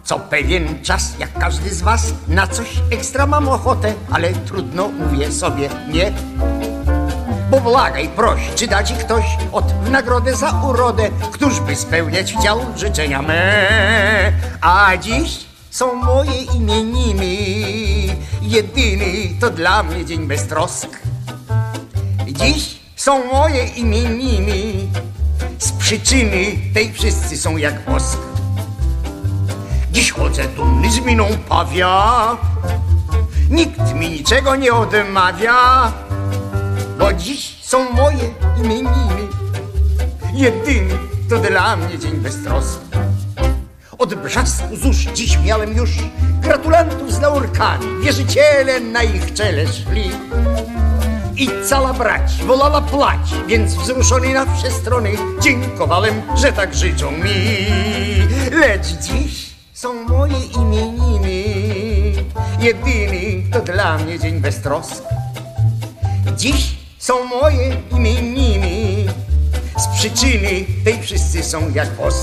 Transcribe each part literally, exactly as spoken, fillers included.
Co pewien czas, jak każdy z was, na coś ekstra mam ochotę, ale trudno, mówię sobie nie. Bo błagaj, proś, czy da ci ktoś od w nagrodę za urodę, któż by spełniać chciał życzenia me. A dziś są moje imieniny, jedyny to dla mnie dzień bez trosk. Dziś są moje imieniny, z przyczyny tej wszyscy są jak wosk. Dziś chodzę dumny z miną pawia, nikt mi niczego nie odmawia, bo dziś są moje imieniny, jedyny to dla mnie dzień bez trosk. Od brzasku zórz dziś miałem już gratulantów z laurkami, wierzyciele na ich czele szli. I cała brać wolała plać, więc wzruszony na wsze strony dziękowałem, że tak życzą mi. Lecz dziś są moje imieniny, jedyny to dla mnie dzień bez trosk. Dziś są moje imieniny, z przyczyny tej wszyscy są jak wosk.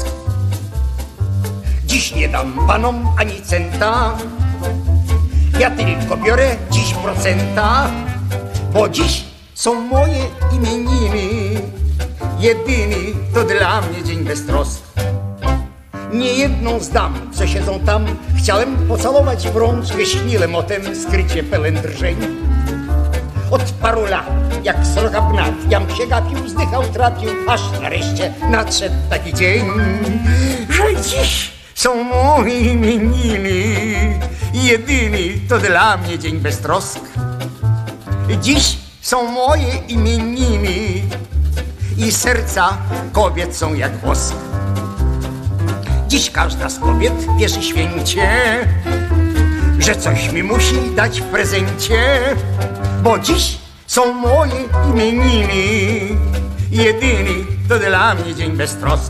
Dziś nie dam panom ani centa, ja tylko biorę dziś procenta, bo dziś są moje imieniny, jedyny to dla mnie dzień bez trosk. Nie jedną z dam, co siedzą tam, chciałem pocalować w rącz, wyśniłem o tem skrycie pełen drżeń. Od paru lat, jak sroga bnat, jam się gapił, zdychał, trapił, aż nareszcie nadszedł taki dzień, że dziś są moje imieniny, jedyny to dla mnie dzień bez trosk. Dziś są moje imieniny i serca kobiet są jak wosk. Dziś każda z kobiet wierzy święcie, że coś mi musi dać w prezencie, bo dziś są moje imieniny, jedyny to dla mnie dzień bez trosk.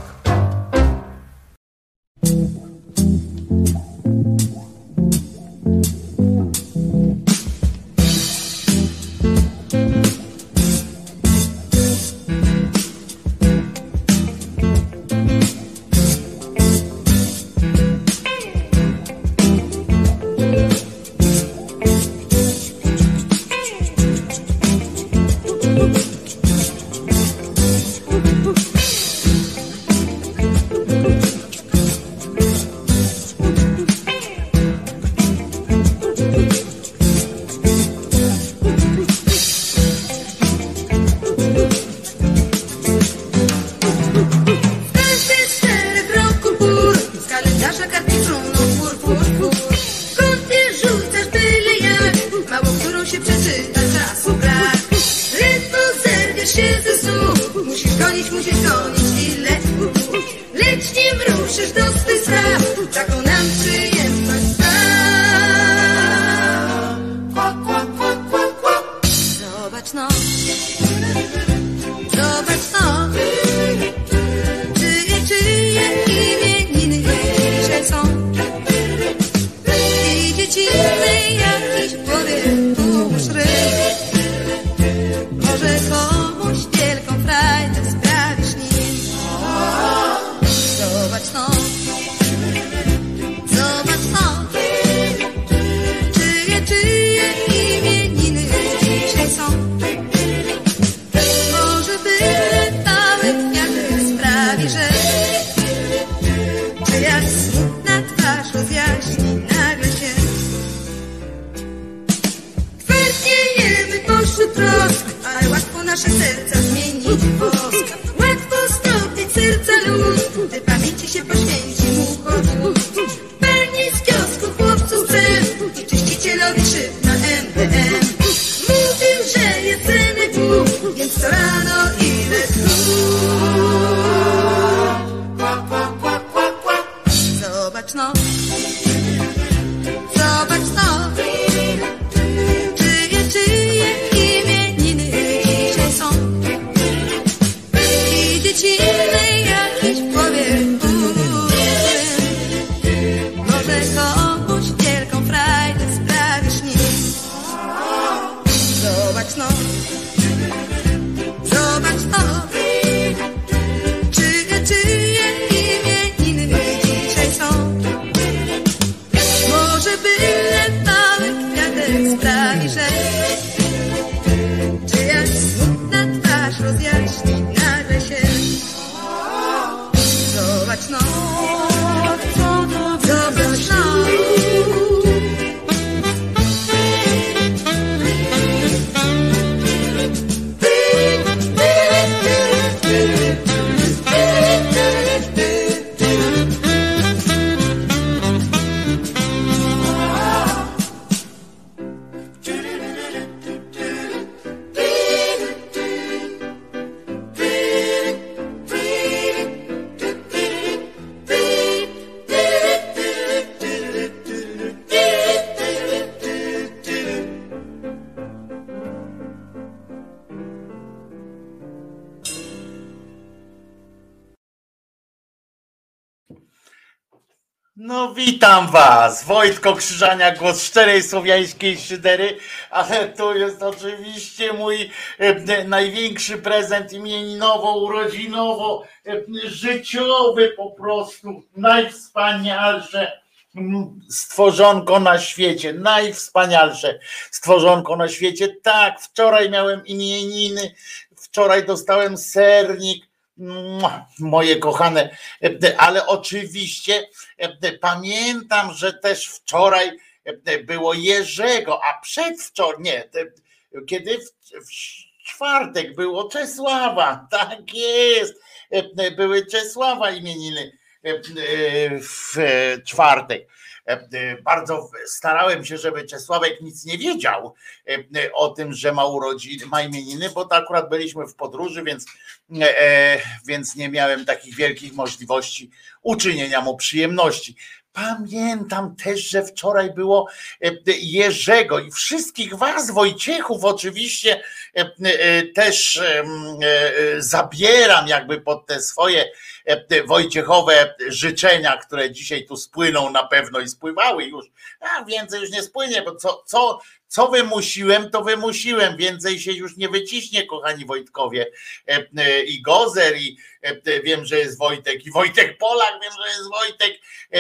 No witam was, Wojtko Krzyżania, głos szczerej słowiańskiej szydery, ale to jest oczywiście mój e, największy prezent imieninowo, urodzinowo, e, życiowy po prostu, najwspanialsze stworzonko na świecie, najwspanialsze stworzonko na świecie. Tak, wczoraj miałem imieniny, wczoraj dostałem sernik, moje kochane, ale oczywiście pamiętam, że też wczoraj było Jerzego, a przedwczoraj, nie, kiedy w, w czwartek było Czesława, tak jest, były Czesława imieniny w czwartek. Bardzo starałem się, żeby Czesławek nic nie wiedział o tym, że ma urodziny, ma imieniny, bo to akurat byliśmy w podróży, więc, więc nie miałem takich wielkich możliwości uczynienia mu przyjemności. Pamiętam też, że wczoraj było Jerzego i wszystkich was, Wojciechów, oczywiście też zabieram jakby pod te swoje wojciechowe życzenia, które dzisiaj tu spłyną na pewno i spływały już, a więcej już nie spłynie, bo co, co, co wymusiłem, to wymusiłem, więcej się już nie wyciśnie, kochani Wojtkowie, i Gozer, i wiem, że jest Wojtek, i Wojtek Polak, wiem, że jest Wojtek,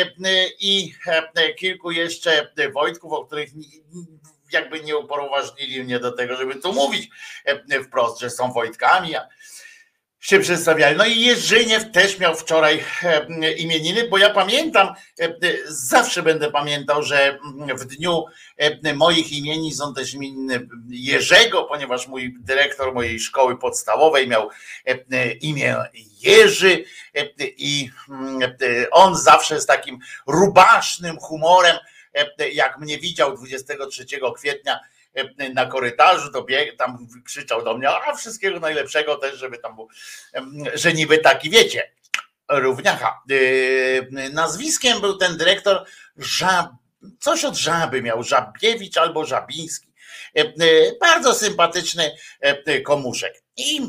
i kilku jeszcze Wojtków, o których jakby nie upoważnili mnie do tego, żeby tu mówić wprost, że są Wojtkami, a się przedstawiali. No i Jerzyniew też miał wczoraj imieniny, bo ja pamiętam, zawsze będę pamiętał, że w dniu moich imienin są też imieniny Jerzego, ponieważ mój dyrektor mojej szkoły podstawowej miał imię Jerzy i on zawsze z takim rubasznym humorem, jak mnie widział dwudziestego trzeciego kwietnia na korytarzu, to bieg, tam krzyczał do mnie, a wszystkiego najlepszego też, żeby tam był, że niby taki, wiecie, równiacha. Nazwiskiem był ten dyrektor Żab, coś od żaby miał, Żabiewicz albo Żabiński. Bardzo sympatyczny komuszek. I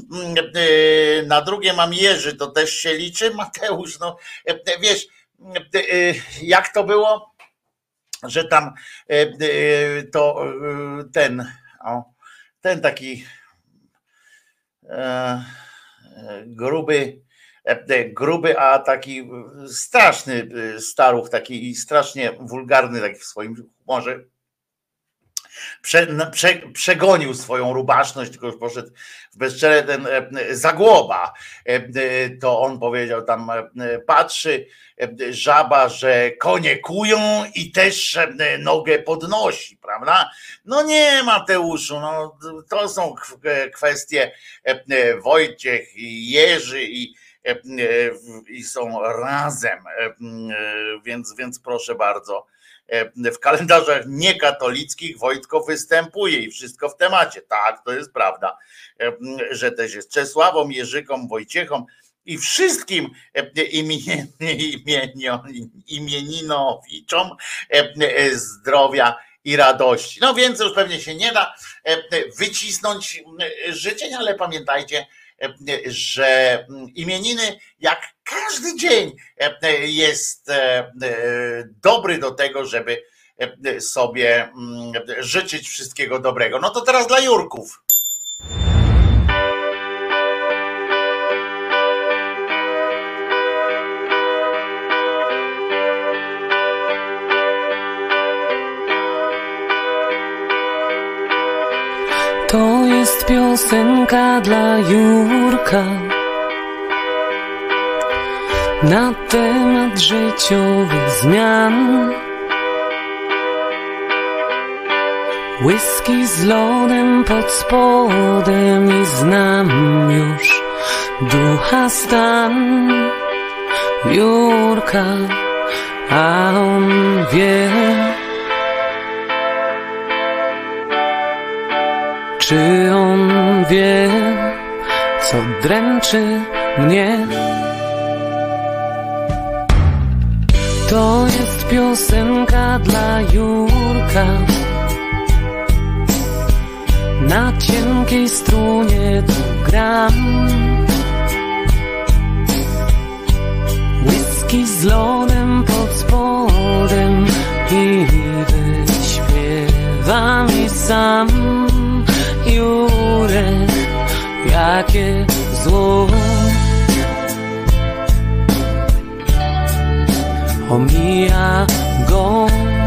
na drugie mam Jerzy, to też się liczy, Mateusz, no wiesz, jak to było? Że tam to ten, o, ten taki e, gruby, gruby, a taki straszny staruch, taki strasznie wulgarny, taki w swoim humorze, Prze, prze, przegonił swoją rubaszność, tylko już poszedł w bezczele ten Zagłoba. To on powiedział, tam patrzy żaba, że konie kują i też nogę podnosi, prawda? No nie, Mateuszu, no to są kwestie Wojciech i Jerzy i i są razem, więc, więc proszę bardzo. W kalendarzach niekatolickich Wojtko występuje i wszystko w temacie. Tak, to jest prawda, że też jest Czesławom, Jerzykom, Wojciechom i wszystkim imieninowiczom zdrowia i radości. No więc już pewnie się nie da wycisnąć życzeń, ale pamiętajcie, że imieniny jak każdy dzień jest dobry do tego, żeby sobie życzyć wszystkiego dobrego. No to teraz dla Jurków. To jest piosenka dla Jurka na temat życiowych zmian. Whisky z lodem pod spodem i znam już ducha stan Jurka, a on wie, czy on wie, co dręczy mnie. To jest piosenka dla Jurka na cienkiej strunie tu gram. Whisky z lodem pod spodem takie zło. Omija go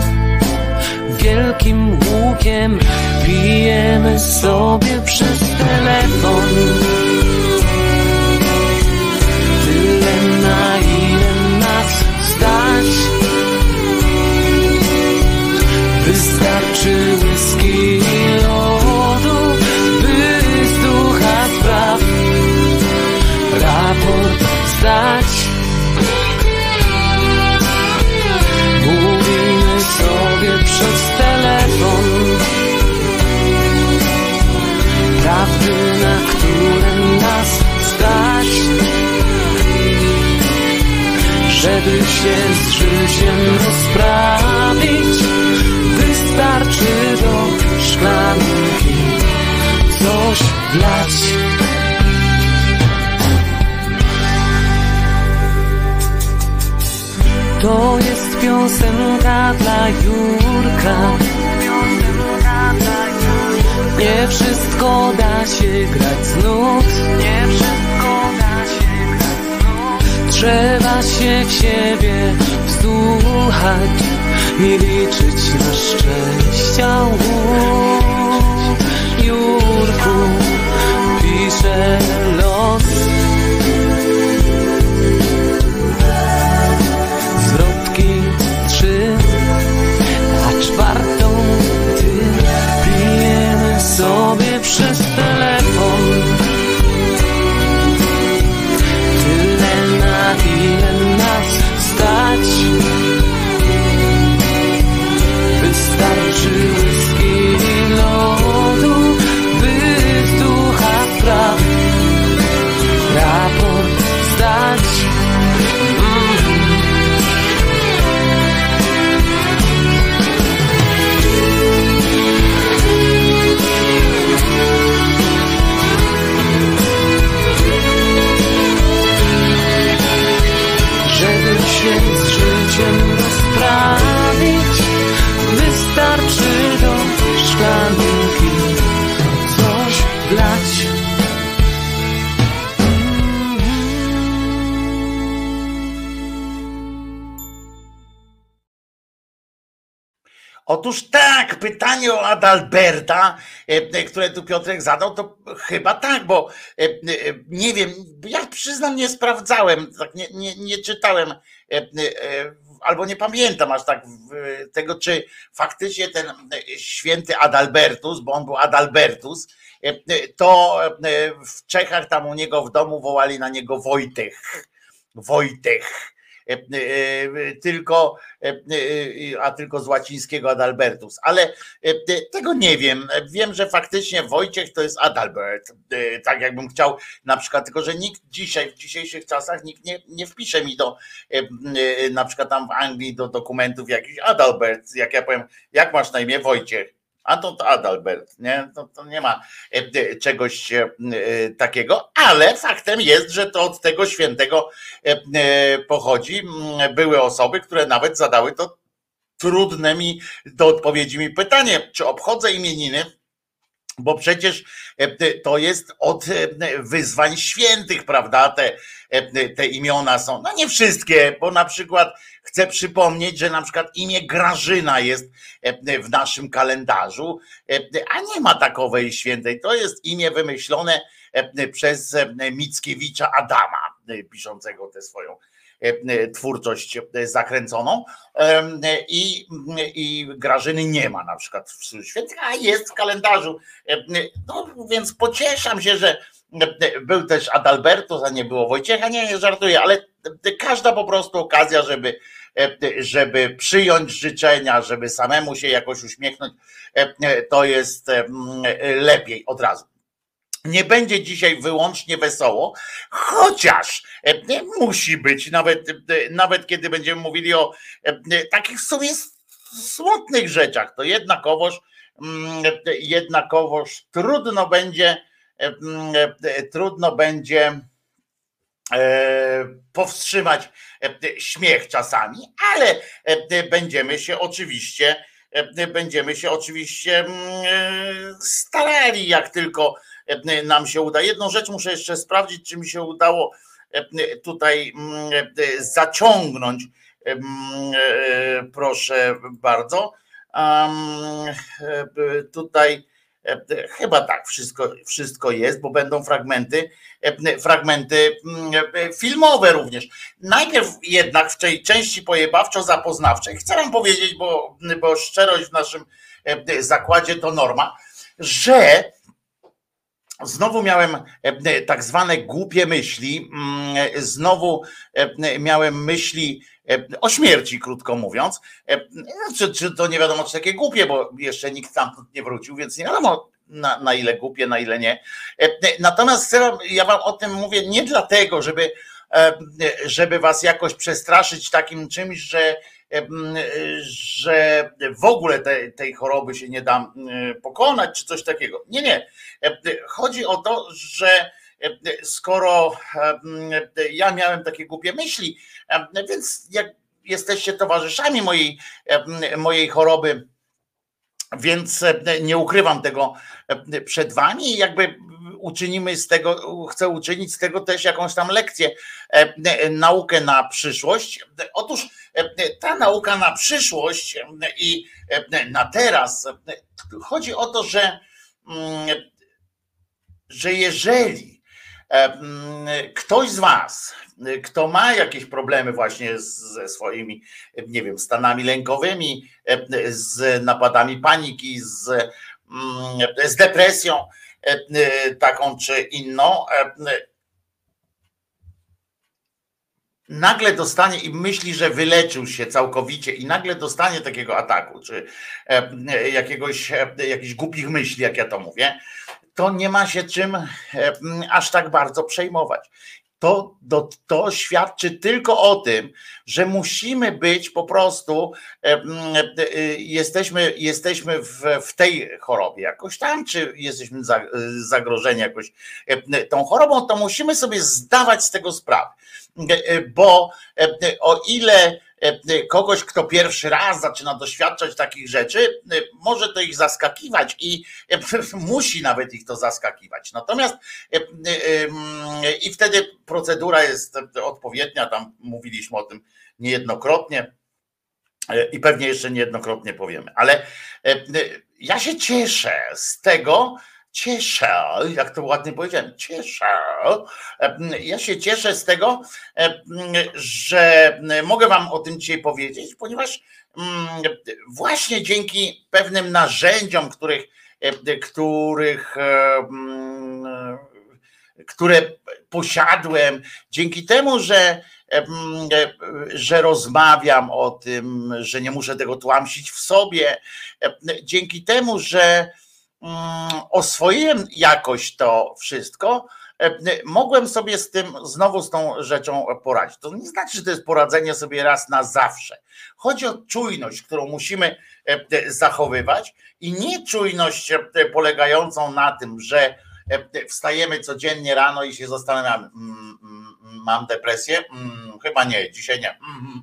wielkim łukiem, pijemy sobie przez telefon. Tyle na ile nas stać, wystarczy whisky i lodu, by z ducha spraw raport zdać. Mówimy sobie przez telefon prawdy, na które nas stać, żeby się z życiem rozprawić. Wystarczy do szklanki coś wlać. To jest piosenka dla Jurka. Nie wszystko da się grać z nut. Nie wszystko da się grać z nut. Trzeba się w siebie wsłuchać i liczyć na szczęścia łód. Jurku, pisze los. Zwrotki trzy, a czwartą ty. Pijemy sobie przez telefon. Tyle na ile nas stać, wystarczy whisky i lodu, by z ducha spraw raport zdać. Mm. Żeby się z życiem rozprawić, wystarczy do szklanki coś wlać. Otóż tak, pytanie o Adalberta, które tu Piotrek zadał, to chyba tak, bo nie wiem, ja przyznam, nie sprawdzałem, tak nie, nie, nie czytałem, albo nie pamiętam aż tak tego, czy faktycznie ten święty Adalbertus, bo on był Adalbertus, to w Czechach tam u niego w domu wołali na niego Wojtek, Wojtek. Tylko, a tylko z łacińskiego Adalbertus, ale tego nie wiem. Wiem, że faktycznie Wojciech to jest Adalbert, tak jakbym chciał na przykład, tylko że nikt dzisiaj, w dzisiejszych czasach nikt nie, nie wpisze mi do, na przykład tam w Anglii do dokumentów jakiś Adalbert, jak ja powiem, jak masz na imię? Wojciech. A to, to Adalbert, nie? To, to nie ma czegoś takiego, ale faktem jest, że to od tego świętego pochodzi. Były osoby, które nawet zadały to trudne mi do odpowiedzi mi pytanie, czy obchodzę imieniny, bo przecież to jest od wyzwań świętych, prawda? Te, te imiona są, no nie wszystkie, bo na przykład chcę przypomnieć, że na przykład imię Grażyna jest w naszym kalendarzu, a nie ma takowej świętej. To jest imię wymyślone przez Mickiewicza Adama, piszącego tę swoją twórczość zakręconą, i, i Grażyny nie ma na przykład w świętych, a jest w kalendarzu. No więc pocieszam się, że był też Adalbertus, a nie było Wojciecha. Nie, nie żartuję, ale każda po prostu okazja, żeby, żeby przyjąć życzenia, żeby samemu się jakoś uśmiechnąć, to jest lepiej od razu. Nie będzie dzisiaj wyłącznie wesoło, chociaż musi być, nawet, nawet kiedy będziemy mówili o takich w sumie smutnych rzeczach, to jednakowoż, jednakowoż trudno będzie, trudno będzie powstrzymać śmiech czasami, ale będziemy się oczywiście, będziemy się oczywiście starali, jak tylko nam się uda. Jedną rzecz muszę jeszcze sprawdzić, czy mi się udało tutaj zaciągnąć. Proszę bardzo. Tutaj chyba tak, wszystko, wszystko jest, bo będą fragmenty, fragmenty filmowe również. Najpierw jednak w tej części pojebawczo-zapoznawczej chcę wam powiedzieć, bo, bo szczerość w naszym zakładzie to norma, że znowu miałem tak zwane głupie myśli, znowu miałem myśli o śmierci, krótko mówiąc. Czy, czy to nie wiadomo, czy takie głupie, bo jeszcze nikt tam nie wrócił, więc nie wiadomo na, na ile głupie, na ile nie. Natomiast ja wam o tym mówię nie dlatego, żeby, żeby was jakoś przestraszyć takim czymś, że że w ogóle te, tej choroby się nie da pokonać, czy coś takiego. Nie, nie. Chodzi o to, że skoro ja miałem takie głupie myśli, więc jak jesteście towarzyszami mojej, mojej choroby, więc nie ukrywam tego przed wami i jakby uczynimy z tego, chcę uczynić z tego też jakąś tam lekcję, naukę na przyszłość. Otóż ta nauka na przyszłość i na teraz, chodzi o to, że, że jeżeli ktoś z was, kto ma jakieś problemy właśnie ze swoimi, nie wiem, stanami lękowymi, z napadami paniki, z, z depresją taką czy inną, nagle dostanie i myśli, że wyleczył się całkowicie i nagle dostanie takiego ataku, czy jakiegoś, jakichś głupich myśli, jak ja to mówię, to nie ma się czym aż tak bardzo przejmować. To, to, to świadczy tylko o tym, że musimy być po prostu, jesteśmy, jesteśmy w, w tej chorobie jakoś tam, czy jesteśmy zagrożeni jakoś tą chorobą, to musimy sobie zdawać z tego sprawę. Bo o ile kogoś, kto pierwszy raz zaczyna doświadczać takich rzeczy, może to ich zaskakiwać i musi nawet ich to zaskakiwać. Natomiast i wtedy procedura jest odpowiednia, tam mówiliśmy o tym niejednokrotnie i pewnie jeszcze niejednokrotnie powiemy, ale ja się cieszę z tego, Cieszę, jak to ładnie powiedziałem, cieszę. Ja się cieszę z tego, że mogę wam o tym dzisiaj powiedzieć, ponieważ właśnie dzięki pewnym narzędziom, których, których, które posiadłem, dzięki temu, że, że rozmawiam o tym, że nie muszę tego tłamsić w sobie, dzięki temu, że oswoiłem jakoś to wszystko, mogłem sobie z tym, znowu z tą rzeczą poradzić. To nie znaczy, że to jest poradzenie sobie raz na zawsze. Chodzi o czujność, którą musimy zachowywać i nie czujność polegającą na tym, że wstajemy codziennie rano i się zastanawiamy, mam depresję? Chyba nie, dzisiaj nie.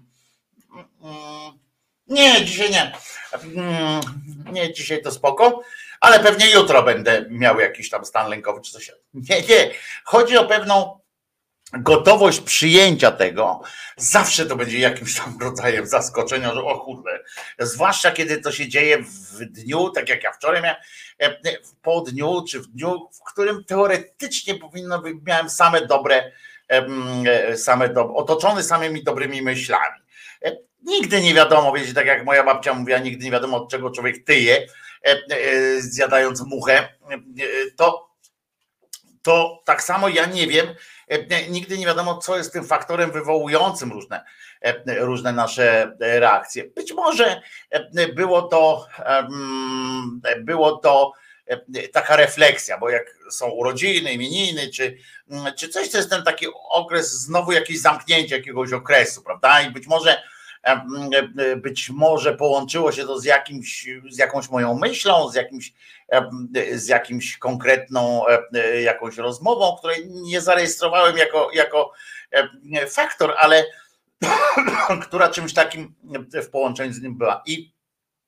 Nie, dzisiaj nie. Nie, dzisiaj to spoko. Ale pewnie jutro będę miał jakiś tam stan lękowy czy coś. Nie, nie. Chodzi o pewną gotowość przyjęcia tego. Zawsze to będzie jakimś tam rodzajem zaskoczenia, że o kurde. Zwłaszcza kiedy to się dzieje w dniu, tak jak ja wczoraj miałem, po dniu, czy w dniu, w którym teoretycznie powinno być, miałem same dobre, same do, otoczony samymi dobrymi myślami. Nigdy nie wiadomo, wiecie, tak jak moja babcia mówiła, nigdy nie wiadomo, od czego człowiek tyje, zjadając muchę, to, to tak samo ja nie wiem, nigdy nie wiadomo, co jest tym faktorem wywołującym różne, różne nasze reakcje. Być może było to, było to taka refleksja, bo jak są urodziny, imieniny, czy, czy coś, to jest ten taki okres, znowu jakieś zamknięcie jakiegoś okresu, prawda? I być może być może połączyło się to z jakimś, z jakąś moją myślą, z jakimś, z jakimś konkretną jakąś rozmową, której nie zarejestrowałem jako, jako faktor, ale która czymś takim w połączeniu z nim była. I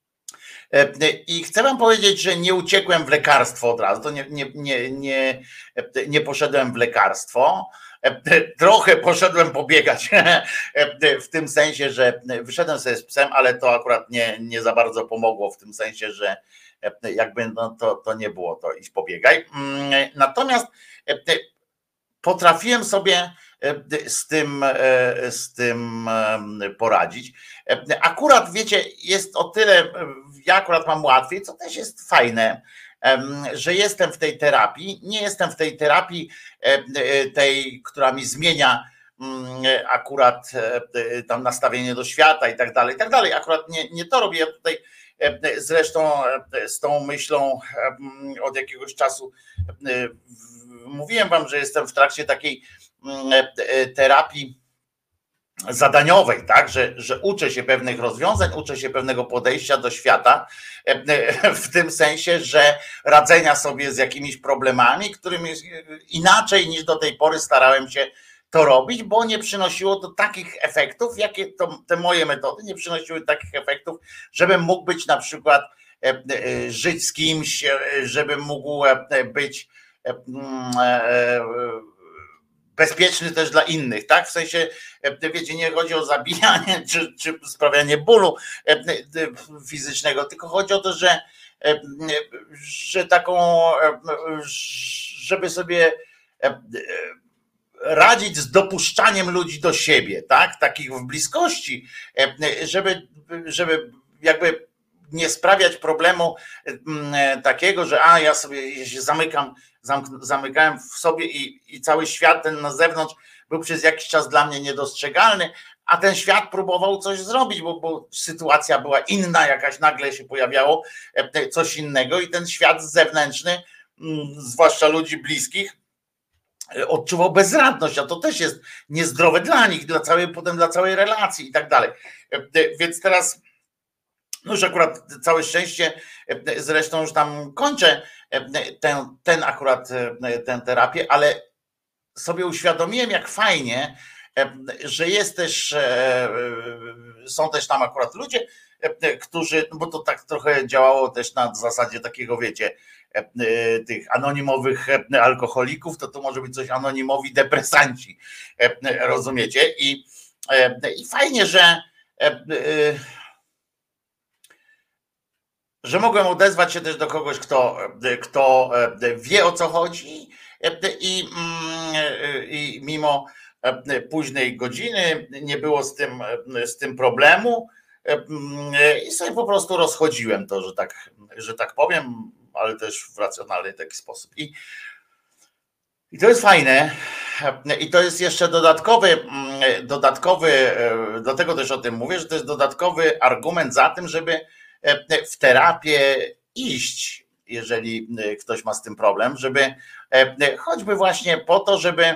I chcę wam powiedzieć, że nie uciekłem w lekarstwo od razu, to nie, nie, nie, nie, nie poszedłem w lekarstwo. Trochę poszedłem pobiegać w tym sensie, że wyszedłem sobie z psem, ale to akurat nie, nie za bardzo pomogło w tym sensie, że jakby no to, to nie było to iść pobiegaj. Natomiast potrafiłem sobie z tym, z tym poradzić. Akurat wiecie, jest o tyle, ja akurat mam łatwiej, co też jest fajne, że jestem w tej terapii, nie jestem w tej terapii tej, która mi zmienia akurat tam nastawienie do świata i tak dalej, i tak dalej. Akurat nie, nie to robię, ja tutaj zresztą z tą myślą od jakiegoś czasu mówiłem wam, że jestem w trakcie takiej terapii zadaniowej, tak, że, że uczę się pewnych rozwiązań, uczę się pewnego podejścia do świata, w tym sensie, że radzenia sobie z jakimiś problemami, którymi inaczej niż do tej pory starałem się to robić, bo nie przynosiło to takich efektów, jakie to, te moje metody nie przynosiły takich efektów, żebym mógł być na przykład żyć z kimś, żebym mógł być bezpieczny też dla innych, tak? W sensie, wiecie, nie chodzi o zabijanie czy, czy sprawianie bólu fizycznego, tylko chodzi o to, że, że taką, żeby sobie radzić z dopuszczaniem ludzi do siebie, tak? Takich w bliskości, żeby, żeby jakby nie sprawiać problemu takiego, że a ja sobie się zamykam, zamykałem w sobie i, i cały świat ten na zewnątrz był przez jakiś czas dla mnie niedostrzegalny, a ten świat próbował coś zrobić, bo, bo sytuacja była inna, jakaś nagle się pojawiało coś innego i ten świat zewnętrzny, zwłaszcza ludzi bliskich, odczuwał bezradność, a to też jest niezdrowe dla nich, dla całej, potem dla całej relacji i tak dalej. Więc teraz no już akurat całe szczęście, zresztą już tam kończę ten, ten akurat tę terapię, ale sobie uświadomiłem, jak fajnie, że jest też, są też tam akurat ludzie, którzy, bo to tak trochę działało też na zasadzie takiego, wiecie, tych anonimowych alkoholików, to to może być coś anonimowi depresanci, rozumiecie? I, i fajnie, że że mogłem odezwać się też do kogoś, kto, kto wie, o co chodzi i, i mimo późnej godziny nie było z tym, z tym problemu i sobie po prostu rozchodziłem to, że tak, że tak powiem, ale też w racjonalny taki sposób. I, i to jest fajne i to jest jeszcze dodatkowy, dodatkowy, do tego też o tym mówię, że to jest dodatkowy argument za tym, żeby w terapię iść, jeżeli ktoś ma z tym problem, żeby choćby właśnie po to, żeby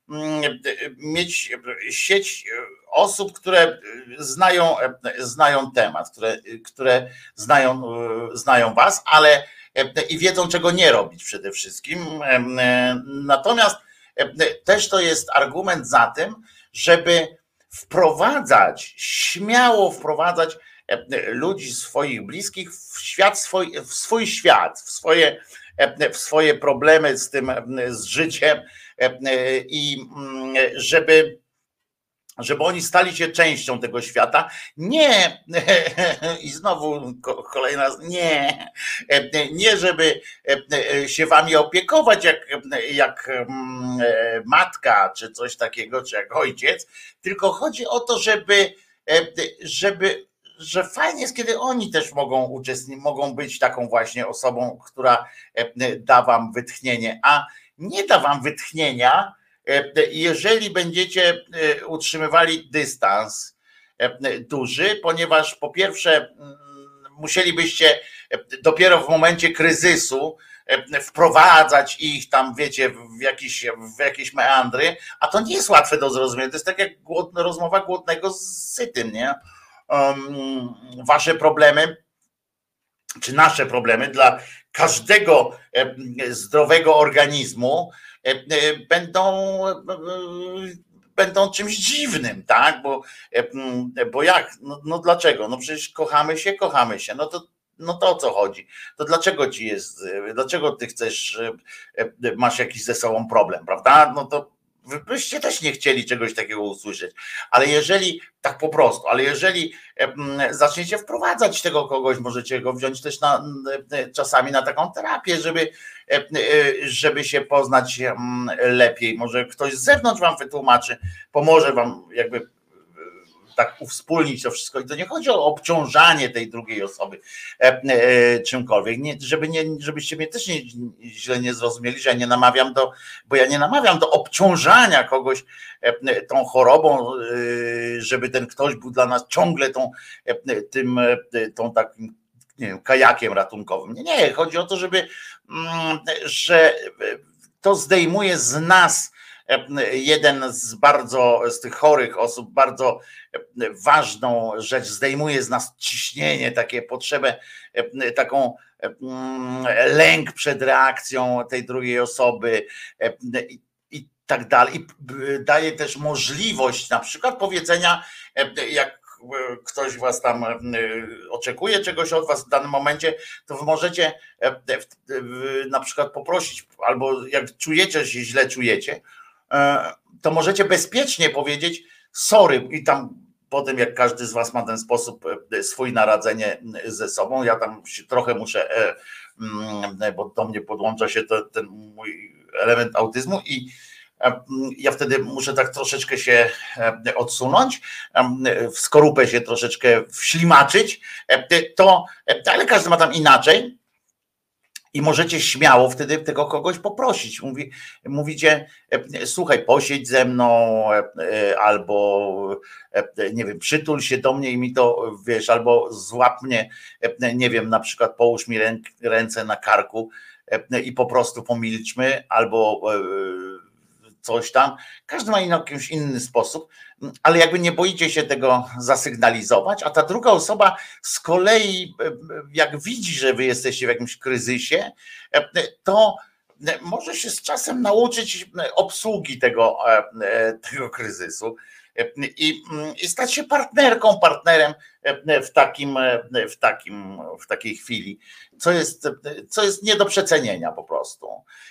mieć sieć osób, które znają, znają temat, które, które znają, znają was, ale i wiedzą, czego nie robić przede wszystkim. Natomiast też to jest argument za tym, żeby wprowadzać, śmiało wprowadzać ludzi swoich bliskich w świat swój, w swój świat, w swoje, w swoje problemy z tym, z życiem i żeby, żeby oni stali się częścią tego świata. Nie, i znowu kolejna, nie, nie żeby się wami opiekować jak, jak matka, czy coś takiego, czy jak ojciec, tylko chodzi o to, żeby, żeby że fajnie jest, kiedy oni też mogą uczestniczyć, mogą być taką właśnie osobą, która da wam wytchnienie, a nie da wam wytchnienia, jeżeli będziecie utrzymywali dystans duży, ponieważ po pierwsze musielibyście dopiero w momencie kryzysu wprowadzać ich tam, wiecie, w jakieś, w jakieś meandry, a to nie jest łatwe do zrozumienia. To jest tak jak głodna, rozmowa głodnego z sytym, nie? Um, wasze problemy, czy nasze problemy dla każdego zdrowego organizmu będą, będą czymś dziwnym, tak? Bo, bo jak? No, no dlaczego? No przecież kochamy się, kochamy się. No to no to o co chodzi? To dlaczego ci jest, dlaczego ty chcesz, masz jakiś ze sobą problem, prawda? No to wy byście też nie chcieli czegoś takiego usłyszeć, ale jeżeli, tak po prostu, ale jeżeli zaczniecie wprowadzać tego kogoś, możecie go wziąć też na, czasami na taką terapię, żeby, żeby się poznać lepiej, może ktoś z zewnątrz wam wytłumaczy, pomoże wam jakby tak uwspólnić to wszystko. I to nie chodzi o obciążanie tej drugiej osoby e, e, czymkolwiek, nie, żeby nie, żebyście mnie też nie, źle nie zrozumieli, że ja nie namawiam do, bo ja nie namawiam do obciążania kogoś e, tą chorobą, e, żeby ten ktoś był dla nas ciągle tą, e, tym, e, tą takim, nie wiem, kajakiem ratunkowym. Nie, nie, chodzi o to, żeby, mm, że to zdejmuje z nas jeden z bardzo, z tych chorych osób, bardzo ważną rzecz, zdejmuje z nas ciśnienie, takie potrzebę, taką lęk przed reakcją tej drugiej osoby i, i tak dalej. I daje też możliwość na przykład powiedzenia, jak ktoś was tam oczekuje czegoś od was w danym momencie, to wy możecie na przykład poprosić, albo jak czujecie, że się źle czujecie, to możecie bezpiecznie powiedzieć sorry i tam potem jak każdy z was ma ten sposób swój naradzenie ze sobą, ja tam się trochę muszę, bo do mnie podłącza się to, ten mój element autyzmu i ja wtedy muszę tak troszeczkę się odsunąć, w skorupę się troszeczkę wślimaczyć, to, ale każdy ma tam inaczej. I możecie śmiało wtedy tego kogoś poprosić. Mówi, mówicie, słuchaj, posiedź ze mną, albo nie wiem, przytul się do mnie i mi to, wiesz, albo złap mnie, nie wiem, na przykład połóż mi ręce na karku i po prostu pomilczmy, albo coś tam. Każdy ma jakiś inny sposób, ale jakby nie boicie się tego zasygnalizować, a ta druga osoba z kolei, jak widzi, że wy jesteście w jakimś kryzysie, to może się z czasem nauczyć obsługi tego, tego kryzysu i, i stać się partnerką, partnerem w takim, w takim, w takiej chwili, co jest, co jest nie do przecenienia po prostu.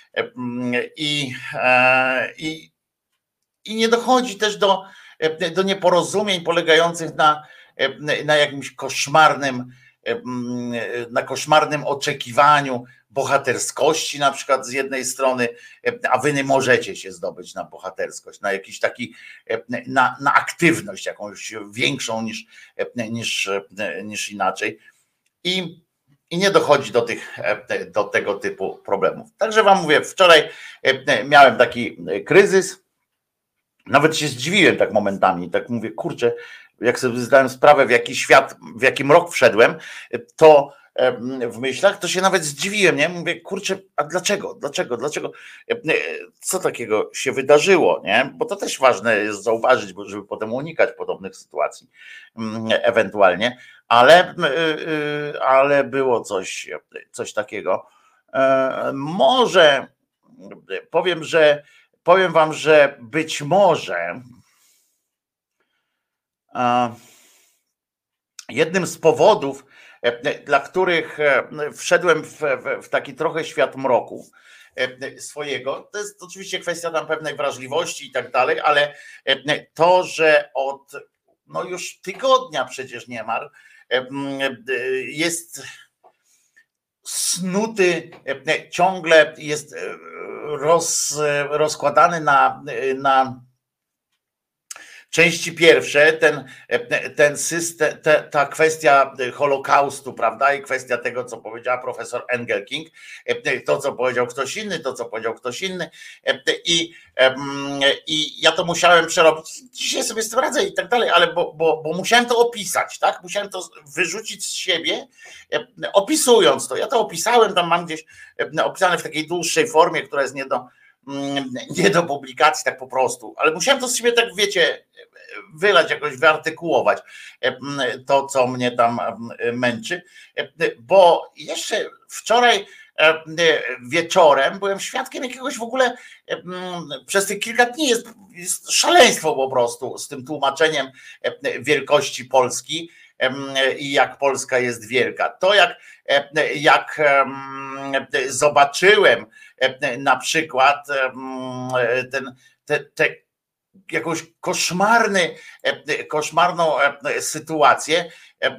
I, i, i nie dochodzi też do, do nieporozumień polegających na, na jakimś koszmarnym, na koszmarnym oczekiwaniu bohaterskości na przykład z jednej strony, a wy nie możecie się zdobyć na bohaterskość, na jakiś taki, na, na aktywność jakąś większą niż, niż, niż inaczej. I I nie dochodzi do, tych, do tego typu problemów. Także wam mówię, wczoraj miałem taki kryzys, nawet się zdziwiłem tak momentami, tak mówię, kurczę, jak sobie zdałem sprawę, w jaki świat, w jakim rok wszedłem, to w myślach, to się nawet zdziwiłem, nie? Mówię, kurczę, a dlaczego, dlaczego, dlaczego, co takiego się wydarzyło, nie? Bo to też ważne jest zauważyć, żeby potem unikać podobnych sytuacji ewentualnie, ale, ale było coś, coś takiego. Może powiem, że powiem wam, że być może jednym z powodów, dla których wszedłem w, w, w taki trochę świat mroku swojego, to jest oczywiście kwestia tam pewnej wrażliwości i tak dalej, ale to, że od no już tygodnia przecież niemal jest snuty, ciągle jest roz, rozkładany na, na części pierwsze, ten, ten system, te, ta kwestia Holokaustu, prawda, i kwestia tego, co powiedziała profesor Engelking, to, co powiedział ktoś inny, to, co powiedział ktoś inny, i, i ja to musiałem przerobić, dzisiaj sobie z tym radzę i tak dalej, ale bo, bo, bo musiałem to opisać, tak, musiałem to wyrzucić z siebie, opisując to, ja to opisałem, tam mam gdzieś opisane w takiej dłuższej formie, która jest nie do nie do publikacji tak po prostu, ale musiałem to z siebie tak, wiecie, wylać, jakoś wyartykułować to, co mnie tam męczy, bo jeszcze wczoraj wieczorem byłem świadkiem jakiegoś w ogóle, przez tych kilka dni jest, jest szaleństwo po prostu z tym tłumaczeniem wielkości Polski, i jak Polska jest wielka. To jak, jak zobaczyłem na przykład ten, te, te jakąś koszmarny, koszmarną sytuację,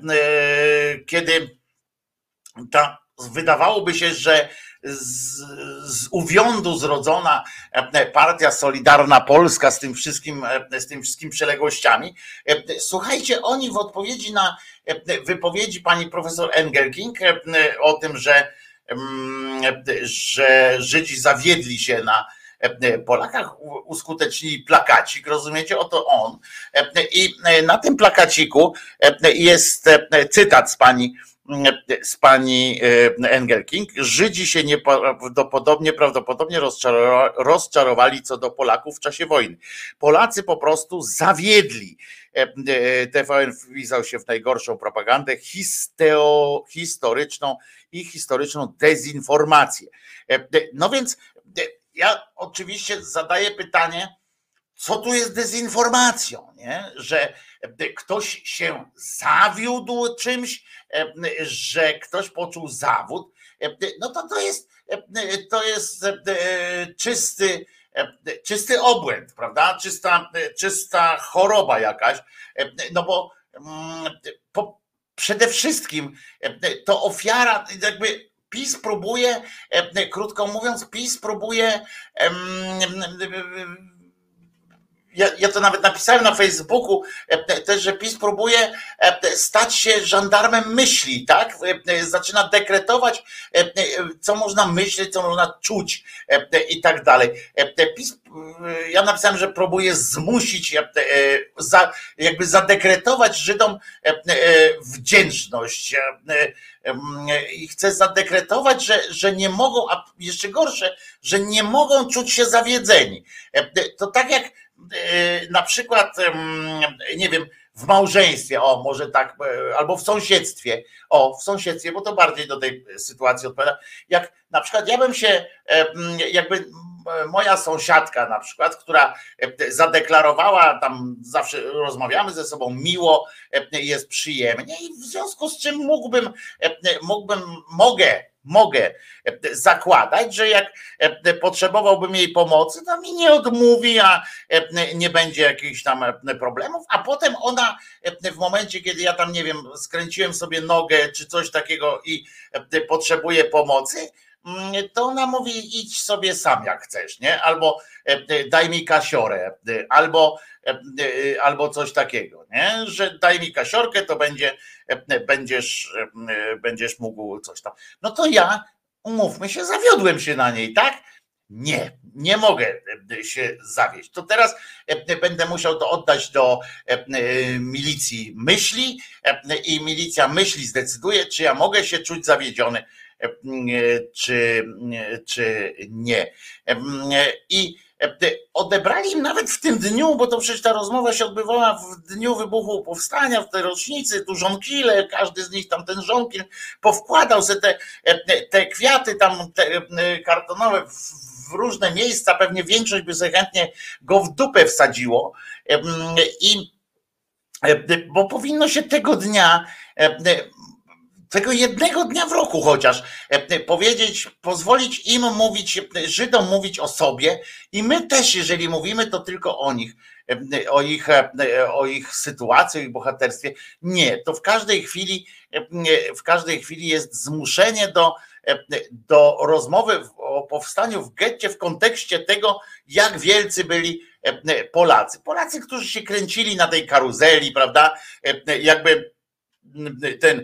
kiedy ta, wydawałoby się, że z, z uwiądu zrodzona partia Solidarna Polska z tym wszystkim, z tym wszystkim przeległościami. Słuchajcie, oni w odpowiedzi na wypowiedzi pani profesor Engelking o tym, że, że Żydzi zawiedli się na Polakach, uskutecznili plakacik, rozumiecie? Oto on. I na tym plakaciku jest cytat z pani z pani Engelking. Żydzi się nieprawdopodobnie prawdopodobnie rozczarowali co do Polaków w czasie wojny. Polacy po prostu zawiedli. T V N wpisał się w najgorszą propagandę histeo, historyczną i historyczną dezinformację. No więc ja oczywiście zadaję pytanie, co tu jest dezinformacją, nie? Że ktoś się zawiódł czymś, że ktoś poczuł zawód, no to to jest, to jest czysty, czysty obłęd, prawda? Czysta, czysta choroba jakaś, no bo po, przede wszystkim to ofiara, jakby PiS próbuje, krótko mówiąc, PiS próbuje, ja, ja to nawet napisałem na Facebooku też, że PiS próbuje stać się żandarmem myśli, tak? Zaczyna dekretować, co można myśleć, co można czuć i tak dalej. PiS, ja napisałem, że próbuje zmusić, jakby zadekretować Żydom wdzięczność i chce zadekretować, że, że nie mogą, a jeszcze gorsze, że nie mogą czuć się zawiedzeni. To tak jak na przykład, nie wiem, w małżeństwie, o może tak, albo w sąsiedztwie, o w sąsiedztwie, bo to bardziej do tej sytuacji odpowiada, jak na przykład ja bym się, jakby moja sąsiadka na przykład, która zadeklarowała, tam zawsze rozmawiamy ze sobą miło, jest przyjemnie i w związku z czym mógłbym, mógłbym, mogę, mogę zakładać, że jak potrzebowałbym jej pomocy, to mi nie odmówi, a nie będzie jakichś tam problemów, a potem ona w momencie, kiedy ja tam, nie wiem, skręciłem sobie nogę czy coś takiego i potrzebuję pomocy, to ona mówi, idź sobie sam jak chcesz, nie? Albo daj mi kasiorę, albo, albo coś takiego, nie? Że daj mi kasiorkę, to będzie, będziesz, będziesz mógł coś tam. No to ja, umówmy się, zawiodłem się na niej, tak? Nie, nie mogę się zawieść. To teraz będę musiał to oddać do milicji myśli i milicja myśli zdecyduje, czy ja mogę się czuć zawiedziony, czy, czy nie. I odebrali im nawet w tym dniu, bo to przecież ta rozmowa się odbywała w dniu wybuchu powstania, w tej rocznicy, tu żonkile, każdy z nich tam ten żonkil powkładał sobie te, te kwiaty tam te kartonowe w różne miejsca, pewnie większość by sobie chętnie go w dupę wsadziło i bo powinno się tego dnia, tego jednego dnia w roku chociaż powiedzieć, pozwolić im mówić, Żydom mówić o sobie i my też, jeżeli mówimy, to tylko o nich, o ich, o ich sytuacji, o ich bohaterstwie. Nie, to w każdej chwili, w każdej chwili jest zmuszenie do, do rozmowy o powstaniu w getcie w kontekście tego, jak wielcy byli Polacy. Polacy, którzy się kręcili na tej karuzeli, prawda, jakby ten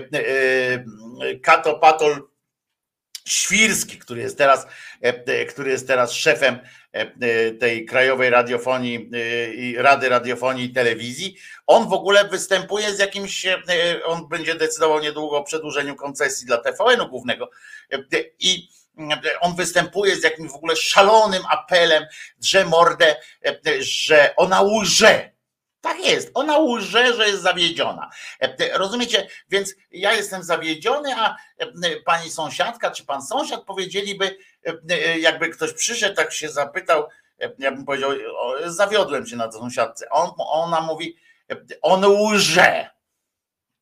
Kato Patol Świrski, który jest teraz, który jest teraz szefem tej Krajowej Radiofonii i Rady Radiofonii i Telewizji, on w ogóle występuje z jakimś, on będzie decydował niedługo o przedłużeniu koncesji dla T V N-u głównego i on występuje z jakimś w ogóle szalonym apelem, drze mordę, że ona łże. Tak jest, ona łże, że jest zawiedziona. Rozumiecie? Więc ja jestem zawiedziony, a pani sąsiadka czy pan sąsiad powiedzieliby, jakby ktoś przyszedł, tak się zapytał, ja bym powiedział, zawiodłem się na sąsiadce. On, ona mówi, on łże.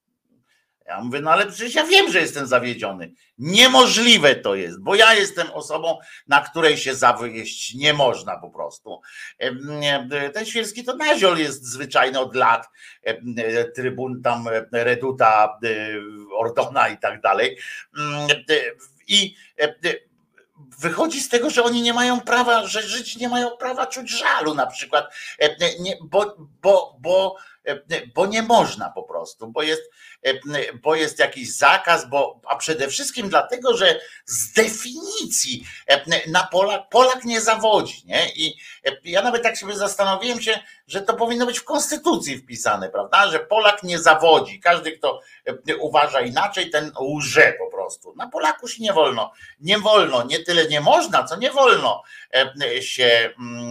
Ja mówię, no ale przecież ja wiem, że jestem zawiedziony. Niemożliwe to jest, bo ja jestem osobą, na której się zawieść nie można po prostu. Ten Świerski to naziol jest zwyczajny od lat, trybun tam Reduta, Ordona i tak dalej. I wychodzi z tego, że oni nie mają prawa, że Żydzi nie mają prawa czuć żalu na przykład, nie, bo, bo, bo, bo nie można po prostu, bo jest, bo jest jakiś zakaz, bo, a przede wszystkim dlatego, że z definicji na Polak, Polak nie zawodzi. Nie? I ja nawet tak sobie zastanowiłem się, że to powinno być w konstytucji wpisane, prawda? Że Polak nie zawodzi. Każdy, kto uważa inaczej, ten łże po prostu. Na Polaku się nie wolno. Nie wolno, nie tyle nie można, co nie wolno się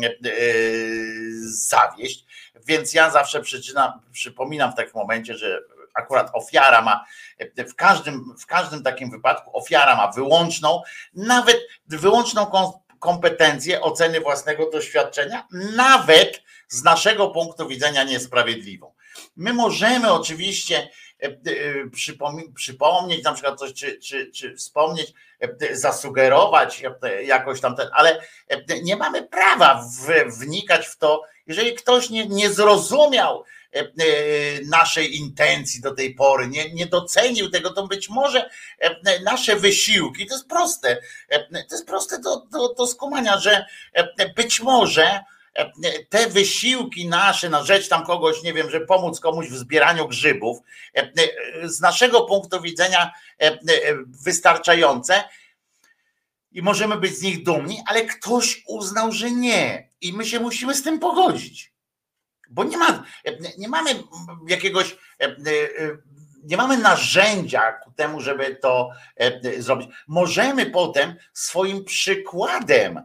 zawieść. Więc ja zawsze przyczyna, przypominam w takim momencie, że akurat ofiara ma w każdym, w każdym takim wypadku ofiara ma wyłączną, nawet wyłączną kompetencję oceny własnego doświadczenia, nawet z naszego punktu widzenia niesprawiedliwą. My możemy oczywiście przypomnieć na przykład coś, czy, czy, czy wspomnieć, zasugerować jakoś tam ten, ale nie mamy prawa w, wnikać w to, jeżeli ktoś nie, nie zrozumiał naszej intencji do tej pory, nie, nie docenił tego, to być może nasze wysiłki, to jest proste, to jest proste do, do, do skumania, że być może te wysiłki nasze na rzecz tam kogoś, nie wiem, że pomóc komuś w zbieraniu grzybów, z naszego punktu widzenia wystarczające i możemy być z nich dumni, ale ktoś uznał, że nie i my się musimy z tym pogodzić. Bo nie ma, nie mamy jakiegoś, nie mamy narzędzia ku temu, żeby to zrobić. Możemy potem swoim przykładem,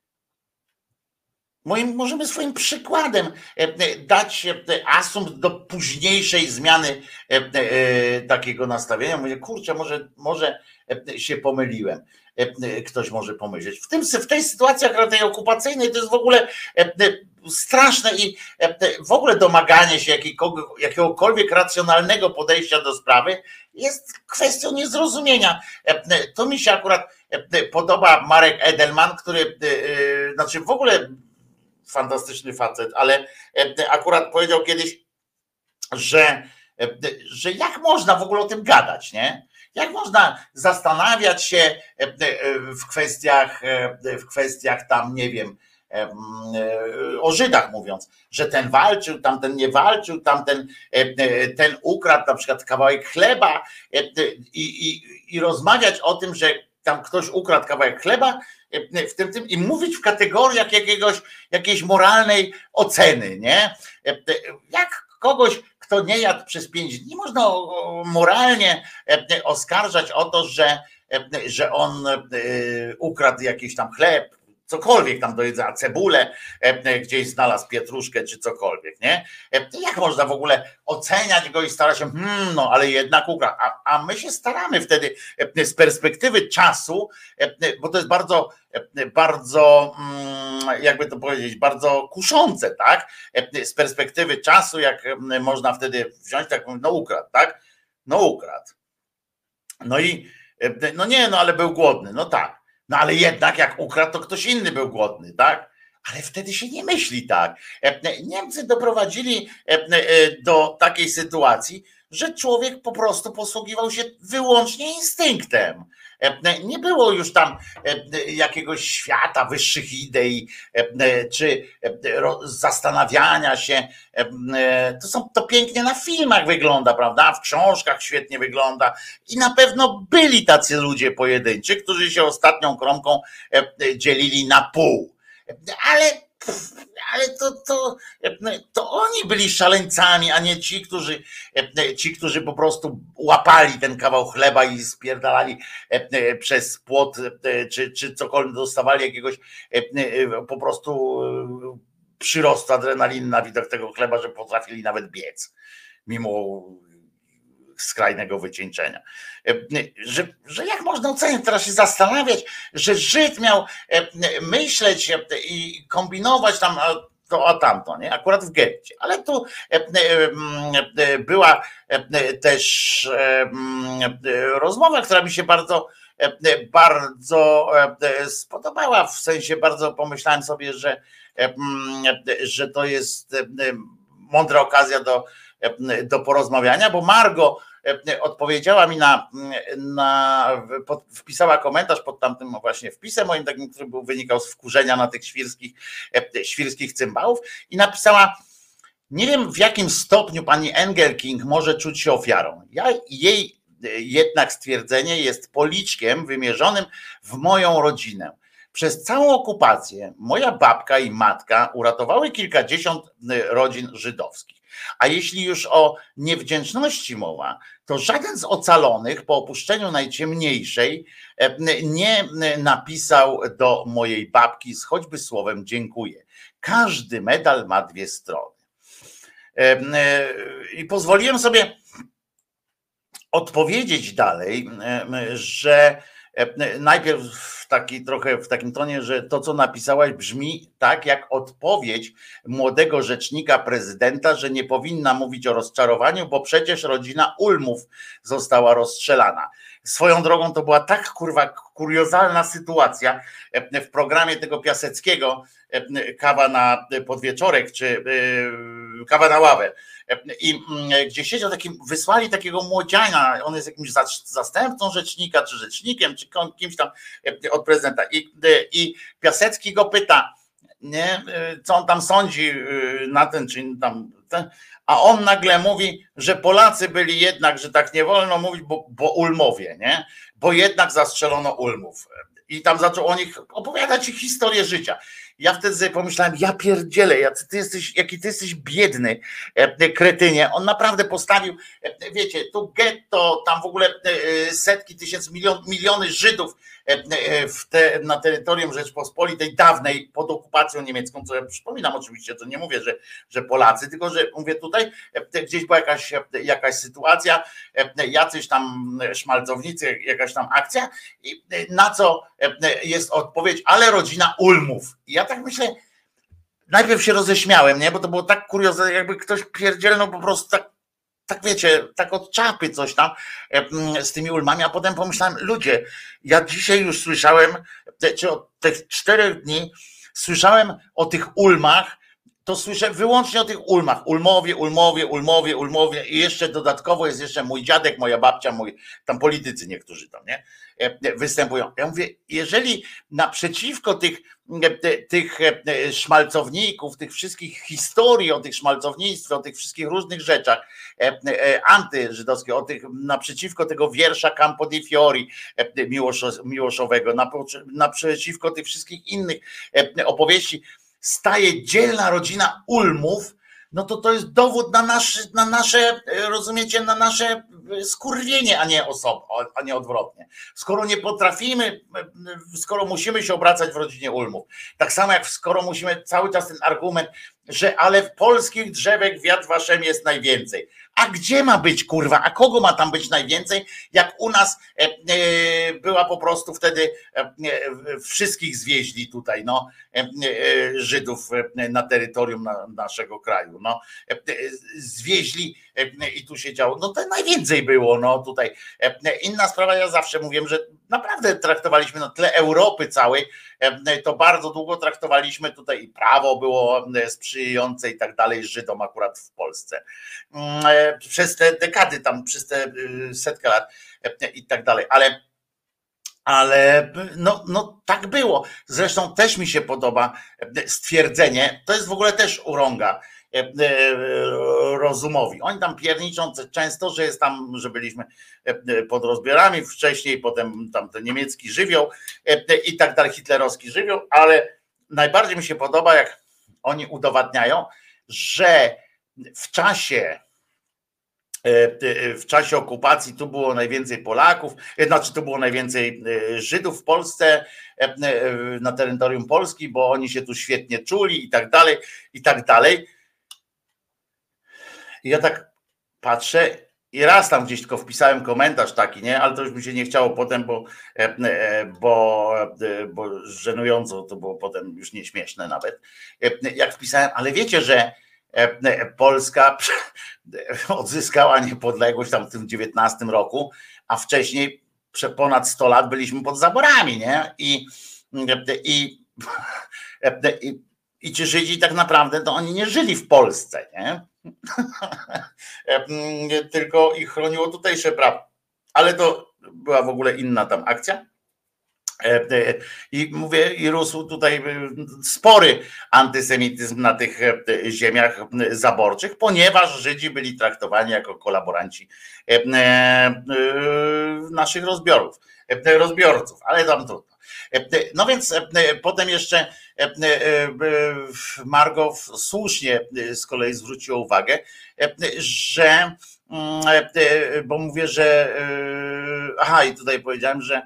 moim, możemy swoim przykładem dać asumpt do późniejszej zmiany takiego nastawienia. Mówię, kurczę, może, może się pomyliłem. Ktoś może pomyśleć. W, tym, w tej sytuacji akurat tej okupacyjnej to jest w ogóle straszne i w ogóle domaganie się jakiegokolwiek racjonalnego podejścia do sprawy jest kwestią niezrozumienia. To mi się akurat podoba Marek Edelman, który, znaczy w ogóle fantastyczny facet, ale akurat powiedział kiedyś, że, że jak można w ogóle o tym gadać, nie? Jak można zastanawiać się w kwestiach, w kwestiach tam, nie wiem, o Żydach mówiąc, że ten walczył, tamten nie walczył, tamten ten ukradł na przykład kawałek chleba i, i, i rozmawiać o tym, że tam ktoś ukradł kawałek chleba w tym, tym i mówić w kategoriach jakiegoś, jakiejś moralnej oceny, nie? Jak kogoś, kto nie jadł przez pięć dni, można moralnie oskarżać o to, że, że on ukradł jakiś tam chleb, cokolwiek tam do jedzenia, cebulę, gdzieś znalazł pietruszkę czy cokolwiek, nie? Jak można w ogóle oceniać go i starać się, hmm, no ale jednak ukradł, a, a my się staramy wtedy z perspektywy czasu, bo to jest bardzo, bardzo, jakby to powiedzieć, bardzo kuszące, tak? Z perspektywy czasu, jak można wtedy wziąć, tak no ukradł, tak? No ukradł. No i, no nie, no ale był głodny, no tak. No ale jednak jak ukradł, to ktoś inny był głodny, tak? Ale wtedy się nie myśli tak. Niemcy doprowadzili do takiej sytuacji, że człowiek po prostu posługiwał się wyłącznie instynktem. Nie było już tam jakiegoś świata, wyższych idei, czy zastanawiania się. To, są, to pięknie na filmach wygląda, prawda? W książkach świetnie wygląda. I na pewno byli tacy ludzie pojedynczy, którzy się ostatnią kromką dzielili na pół. Ale Ale to, to, to oni byli szaleńcami, a nie ci, którzy, ci, którzy po prostu łapali ten kawał chleba i spierdalali przez płot, czy, czy cokolwiek, dostawali jakiegoś po prostu przyrostu adrenaliny na widok tego chleba, że potrafili nawet biec, mimo skrajnego wycieńczenia. Że, że jak można ocenić, teraz się zastanawiać, że Żyd miał myśleć i kombinować tam, to a tamto, nie? Akurat w getcie. Ale tu była też rozmowa, która mi się bardzo, bardzo spodobała, w sensie bardzo pomyślałem sobie, że, że to jest mądra okazja do, do porozmawiania, bo Margo odpowiedziała mi na, na pod, wpisała komentarz pod tamtym właśnie wpisem moim takim, który był, wynikał z wkurzenia na tych świrskich, świrskich cymbałów i napisała: nie wiem, w jakim stopniu pani Engelking może czuć się ofiarą. Ja, jej jednak stwierdzenie jest policzkiem wymierzonym w moją rodzinę. Przez całą okupację moja babka i matka uratowały kilkadziesiąt rodzin żydowskich. A jeśli już o niewdzięczności mowa, to żaden z ocalonych po opuszczeniu najciemniejszej nie napisał do mojej babki z choćby słowem dziękuję. Każdy medal ma dwie strony. I pozwoliłem sobie odpowiedzieć dalej, że najpierw w taki trochę w takim tonie, że to, co napisałaś, brzmi tak jak odpowiedź młodego rzecznika prezydenta, że nie powinna mówić o rozczarowaniu, bo przecież rodzina Ulmów została rozstrzelana. Swoją drogą to była tak kurwa kuriozalna sytuacja w programie tego Piaseckiego, kawa na podwieczorek, czy kawa na ławę. I gdzie siedział takim, wysłali takiego młodziana, on jest jakimś zastępcą rzecznika, czy rzecznikiem, czy kimś tam od prezydenta. I, i Piasecki go pyta, nie, co on tam sądzi na ten, czy tam, ten, a on nagle mówi, że Polacy byli jednak, że tak nie wolno mówić, bo, bo Ulmowie, nie? Bo jednak zastrzelono Ulmów. I tam zaczął o nich opowiadać ich historię życia. Ja wtedy sobie pomyślałem, ja pierdzielę, jacy ty jesteś, jaki ty jesteś biedny, kretynie. On naprawdę postawił, wiecie, tu getto, tam w ogóle setki tysięcy, milion, miliony Żydów w te, na terytorium Rzeczpospolitej dawnej pod okupacją niemiecką, co ja przypominam oczywiście, to nie mówię, że, że Polacy, tylko że mówię tutaj, gdzieś była jakaś, jakaś sytuacja, jacyś tam szmalcownicy, jakaś tam akcja i na co jest odpowiedź, ale rodzina Ulmów. I ja tak myślę, najpierw się roześmiałem, nie, bo to było tak kuriozalne, jakby ktoś pierdzielnął po prostu tak, tak wiecie, tak od czapy coś tam z tymi Ulmami, a potem pomyślałem, ludzie, ja dzisiaj już słyszałem, czy od tych czterech dni słyszałem o tych Ulmach, to słyszę wyłącznie o tych Ulmach, Ulmowie, Ulmowie, Ulmowie, Ulmowie i jeszcze dodatkowo jest jeszcze mój dziadek, moja babcia, mój, tam politycy niektórzy tam, nie, występują. Ja mówię, jeżeli naprzeciwko tych, tych szmalcowników, tych wszystkich historii o tych szmalcownictwie, o tych wszystkich różnych rzeczach antyżydowskich, o tych, naprzeciwko tego wiersza Campo di Fiori Miłoszowego, naprzeciwko tych wszystkich innych opowieści, staje dzielna rodzina Ulmów, no to to jest dowód na nasze, na nasze, rozumiecie, na nasze skurwienie, a nie osob, a nie odwrotnie. Skoro nie potrafimy, skoro musimy się obracać w rodzinie Ulmów, tak samo jak skoro musimy cały czas ten argument, że ale w polskich drzewek wiatr waszem jest najwięcej. A gdzie ma być, kurwa, a kogo ma tam być najwięcej, jak u nas e, e, była po prostu wtedy e, wszystkich zwieźli tutaj, no, e, Żydów na terytorium na, naszego kraju, no, e, zwieźli e, i tu się działo, no to najwięcej było, no tutaj. E, inna sprawa, ja zawsze mówiłem, że naprawdę traktowaliśmy na tle Europy całej, e, to bardzo długo traktowaliśmy tutaj i prawo było sprzyjające i tak dalej Żydom akurat w Polsce. E, przez te dekady, tam przez te setkę lat i tak dalej, ale ale no, no tak było. Zresztą też mi się podoba stwierdzenie, to jest w ogóle też urąga rozumowi. Oni tam pierniczą często, że jest tam, że byliśmy pod rozbiorami wcześniej, potem tam ten niemiecki żywioł i tak dalej, hitlerowski żywioł, ale najbardziej mi się podoba, jak oni udowadniają, że w czasie w czasie okupacji tu było najwięcej Polaków, znaczy tu było najwięcej Żydów w Polsce, na terytorium Polski, bo oni się tu świetnie czuli i tak dalej, i tak dalej. I ja tak patrzę I raz tam gdzieś tylko wpisałem komentarz taki, nie, ale to już mi się nie chciało potem, bo, bo, bo żenująco to było potem już nieśmieszne nawet. Jak wpisałem, ale wiecie, że Polska odzyskała niepodległość tam w tym dziewiętnastym roku, a wcześniej ponad sto lat byliśmy pod zaborami, nie? I, i, i, i ci Żydzi tak naprawdę to oni nie żyli w Polsce, nie? Tylko ich chroniło tutejsze prawo. Ale to była w ogóle inna tam akcja. I mówię, i rósł tutaj spory antysemityzm na tych ziemiach zaborczych, ponieważ Żydzi byli traktowani jako kolaboranci naszych rozbiorów, rozbiorców, ale tam trudno. No więc potem jeszcze Margo słusznie z kolei zwróciła uwagę, że, bo mówię, że aha, i tutaj powiedziałem, że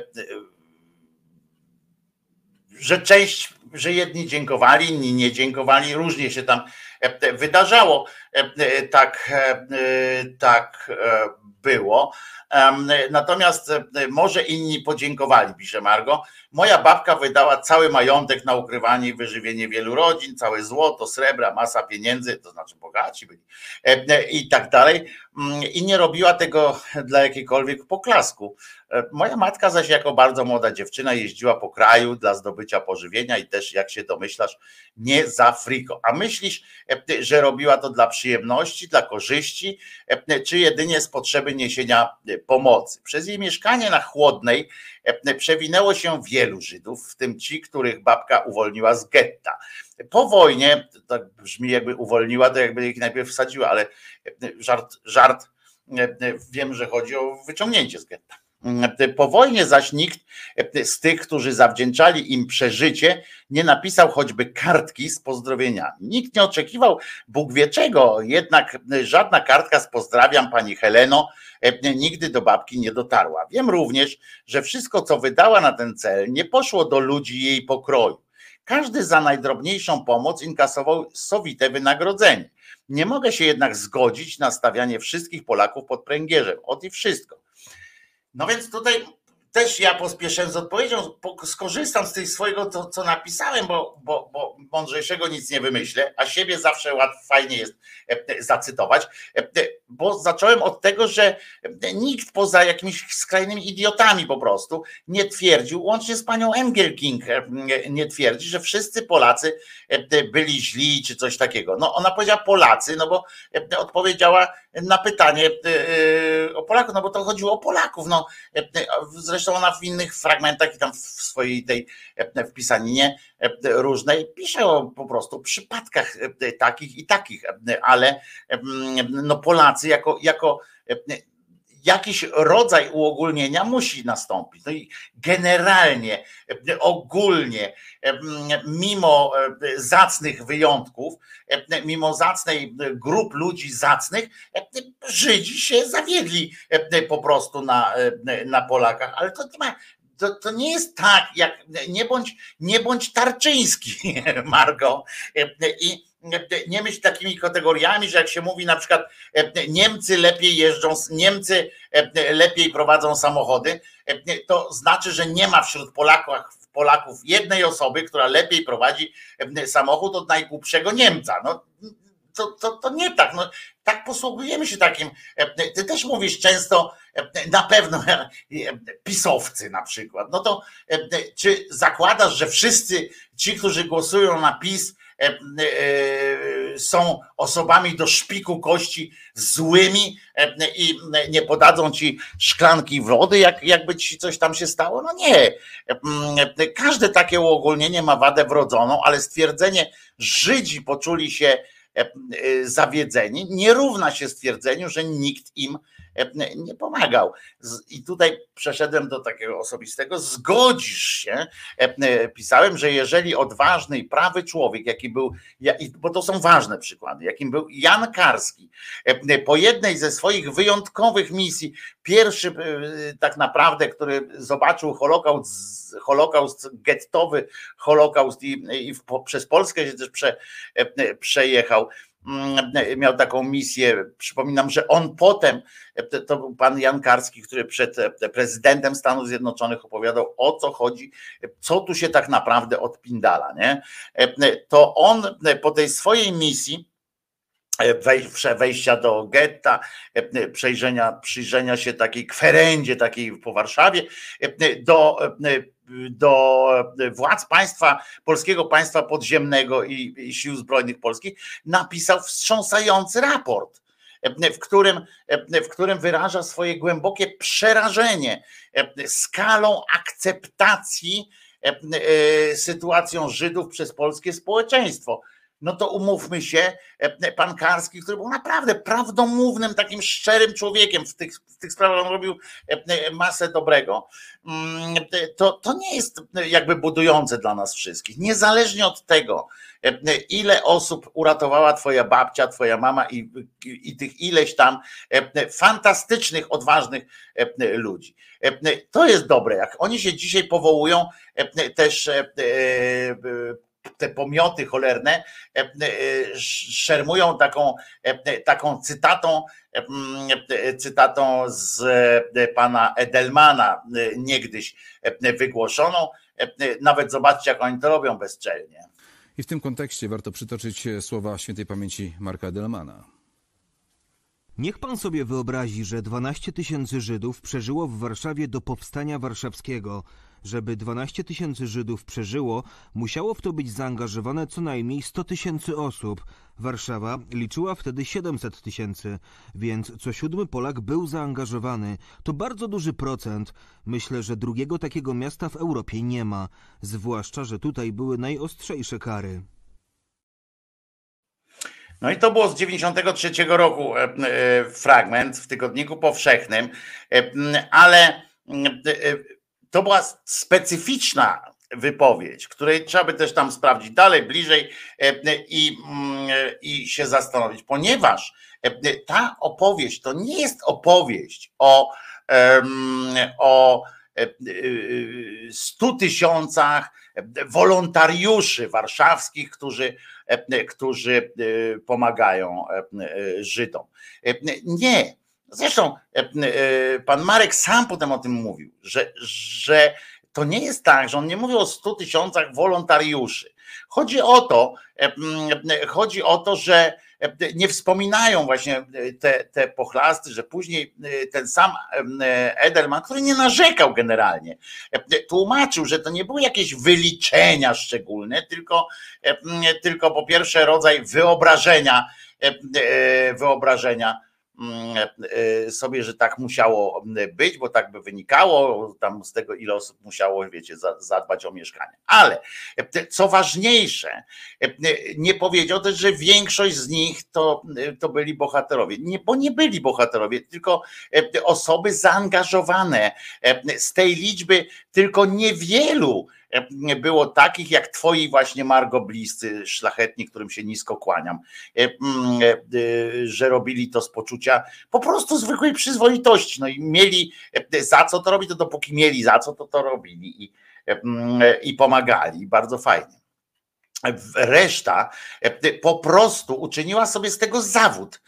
że część, że jedni dziękowali, inni nie dziękowali, różnie się tam wydarzało, tak, tak było. Natomiast może inni podziękowali, pisze Margo. Moja babka wydała cały majątek na ukrywanie i wyżywienie wielu rodzin, całe złoto, srebra, masa pieniędzy, to znaczy bogaci byli i tak dalej. I nie robiła tego dla jakiegokolwiek poklasku. Moja matka zaś jako bardzo młoda dziewczyna jeździła po kraju dla zdobycia pożywienia i też, jak się domyślasz, nie za friko. A myślisz, że robiła to dla przyjemności, dla korzyści, czy jedynie z potrzeby niesienia pomocy? Przez jej mieszkanie na Chłodnej przewinęło się wielu Żydów, w tym ci, których babka uwolniła z getta. Po wojnie, tak brzmi jakby uwolniła, to jakby ich najpierw wsadziła, ale żart, żart, wiem, że chodzi o wyciągnięcie z getta. Po wojnie zaś nikt z tych, którzy zawdzięczali im przeżycie, nie napisał choćby kartki z pozdrowieniami. Nikt nie oczekiwał Bóg wie czego, jednak żadna kartka z pozdrawiam pani Heleno nigdy do babki nie dotarła. Wiem również, że wszystko, co wydała na ten cel, nie poszło do ludzi jej pokroju. Każdy za najdrobniejszą pomoc inkasował sowite wynagrodzenie. Nie mogę się jednak zgodzić na stawianie wszystkich Polaków pod pręgierzem. Ot i wszystko. No więc tutaj też ja pospieszę z odpowiedzią, skorzystam z tej swojego, co, co napisałem, bo, bo, bo mądrzejszego nic nie wymyślę, a siebie zawsze łatwo, fajnie jest zacytować, bo zacząłem od tego, że nikt poza jakimiś skrajnymi idiotami po prostu nie twierdził, łącznie z panią Engelking nie twierdzi, że wszyscy Polacy byli źli czy coś takiego. No ona powiedziała Polacy, no bo odpowiedziała na pytanie o Polaków, no bo to chodziło o Polaków, no zresztą ona w innych fragmentach i tam w swojej tej wpisaninie różnej pisze o po prostu przypadkach takich i takich, ale no Polacy jako, jako jakiś rodzaj uogólnienia musi nastąpić. No i generalnie, ogólnie, mimo zacnych wyjątków, mimo zacnej grup ludzi zacnych, Żydzi się zawiedli po prostu na, na Polakach, ale to nie ma. To, to nie jest tak, jak nie bądź, nie bądź Tarczyński, Margo, i nie myśl takimi kategoriami, że jak się mówi na przykład Niemcy lepiej jeżdżą, Niemcy lepiej prowadzą samochody, to znaczy, że nie ma wśród Polaków, Polaków jednej osoby, która lepiej prowadzi samochód od najgłupszego Niemca. No, to, to, to nie tak. No, tak posługujemy się takim. Ty też mówisz często, na pewno pisowcy na przykład. No to czy zakładasz, że wszyscy ci, którzy głosują na PiS, są osobami do szpiku kości złymi i nie podadzą ci szklanki wody, jak, jakby ci coś tam się stało? No nie. Każde takie uogólnienie ma wadę wrodzoną, ale stwierdzenie, Żydzi poczuli się zawiedzeni, nie równa się stwierdzeniu, że nikt im nie pomagał. I tutaj przeszedłem do takiego osobistego. Zgodzisz się, pisałem, że jeżeli odważny i prawy człowiek, jaki był, bo to są ważne przykłady, jakim był Jan Karski, po jednej ze swoich wyjątkowych misji, pierwszy tak naprawdę, który zobaczył Holokaust, Holokaust gettowy, Holokaust i, i w, przez Polskę się też prze, przejechał, miał taką misję. Przypominam, że on potem, to był pan Jan Karski, który przed prezydentem Stanów Zjednoczonych opowiadał, o co chodzi, co tu się tak naprawdę odpindala, nie? To on po tej swojej misji wejścia do getta, przejrzenia, przyjrzenia się takiej kwerendzie takiej po Warszawie, do, do władz państwa, polskiego państwa podziemnego i, i sił zbrojnych polskich, napisał wstrząsający raport, w którym, w którym wyraża swoje głębokie przerażenie skalą akceptacji sytuacją Żydów przez polskie społeczeństwo. No to umówmy się, pan Karski, który był naprawdę prawdomównym, takim szczerym człowiekiem w tych, w tych sprawach, on robił masę dobrego, to, to nie jest jakby budujące dla nas wszystkich. Niezależnie od tego, ile osób uratowała twoja babcia, twoja mama i, i tych ileś tam fantastycznych, odważnych ludzi. To jest dobre, jak oni się dzisiaj powołują też te pomioty cholerne, szermują taką, taką cytatą, cytatą z pana Edelmana niegdyś wygłoszoną. Nawet zobaczcie, jak oni to robią bezczelnie. I w tym kontekście warto przytoczyć słowa świętej pamięci Marka Edelmana. Niech pan sobie wyobrazi, że dwanaście tysięcy Żydów przeżyło w Warszawie do powstania warszawskiego. Żeby dwanaście tysięcy Żydów przeżyło, musiało w to być zaangażowane co najmniej sto tysięcy osób. Warszawa liczyła wtedy siedemset tysięcy, więc co siódmy Polak był zaangażowany. To bardzo duży procent. Myślę, że drugiego takiego miasta w Europie nie ma. Zwłaszcza, że tutaj były najostrzejsze kary. No i to było z dziewięćdziesiątego trzeciego roku fragment w Tygodniku Powszechnym, ale to była specyficzna wypowiedź, której trzeba by też tam sprawdzić dalej, bliżej i, i się zastanowić, ponieważ ta opowieść to nie jest opowieść o, o stu tysiącach wolontariuszy warszawskich, którzy, którzy pomagają Żydom. Nie. Zresztą pan Marek sam potem o tym mówił, że, że to nie jest tak, że on nie mówi o stu tysiącach wolontariuszy. Chodzi o to, chodzi o to, że nie wspominają właśnie te, te pochlasty, że później ten sam Edelman, który nie narzekał generalnie, tłumaczył, że to nie były jakieś wyliczenia szczególne, tylko, tylko po pierwsze rodzaj wyobrażenia, wyobrażenia sobie, że tak musiało być, bo tak by wynikało tam z tego, ile osób musiało, wiecie, zadbać o mieszkanie. Ale co ważniejsze, nie powiedział też, że większość z nich to, to byli bohaterowie. Nie, bo nie byli bohaterowie, tylko osoby zaangażowane. Z tej liczby tylko niewielu było takich jak twoi właśnie Margo bliscy, szlachetni, którym się nisko kłaniam, że robili to z poczucia po prostu zwykłej przyzwoitości. No i mieli za co to robić, to dopóki mieli za co, to to robili i, i pomagali. Bardzo fajnie. Reszta po prostu uczyniła sobie z tego zawód.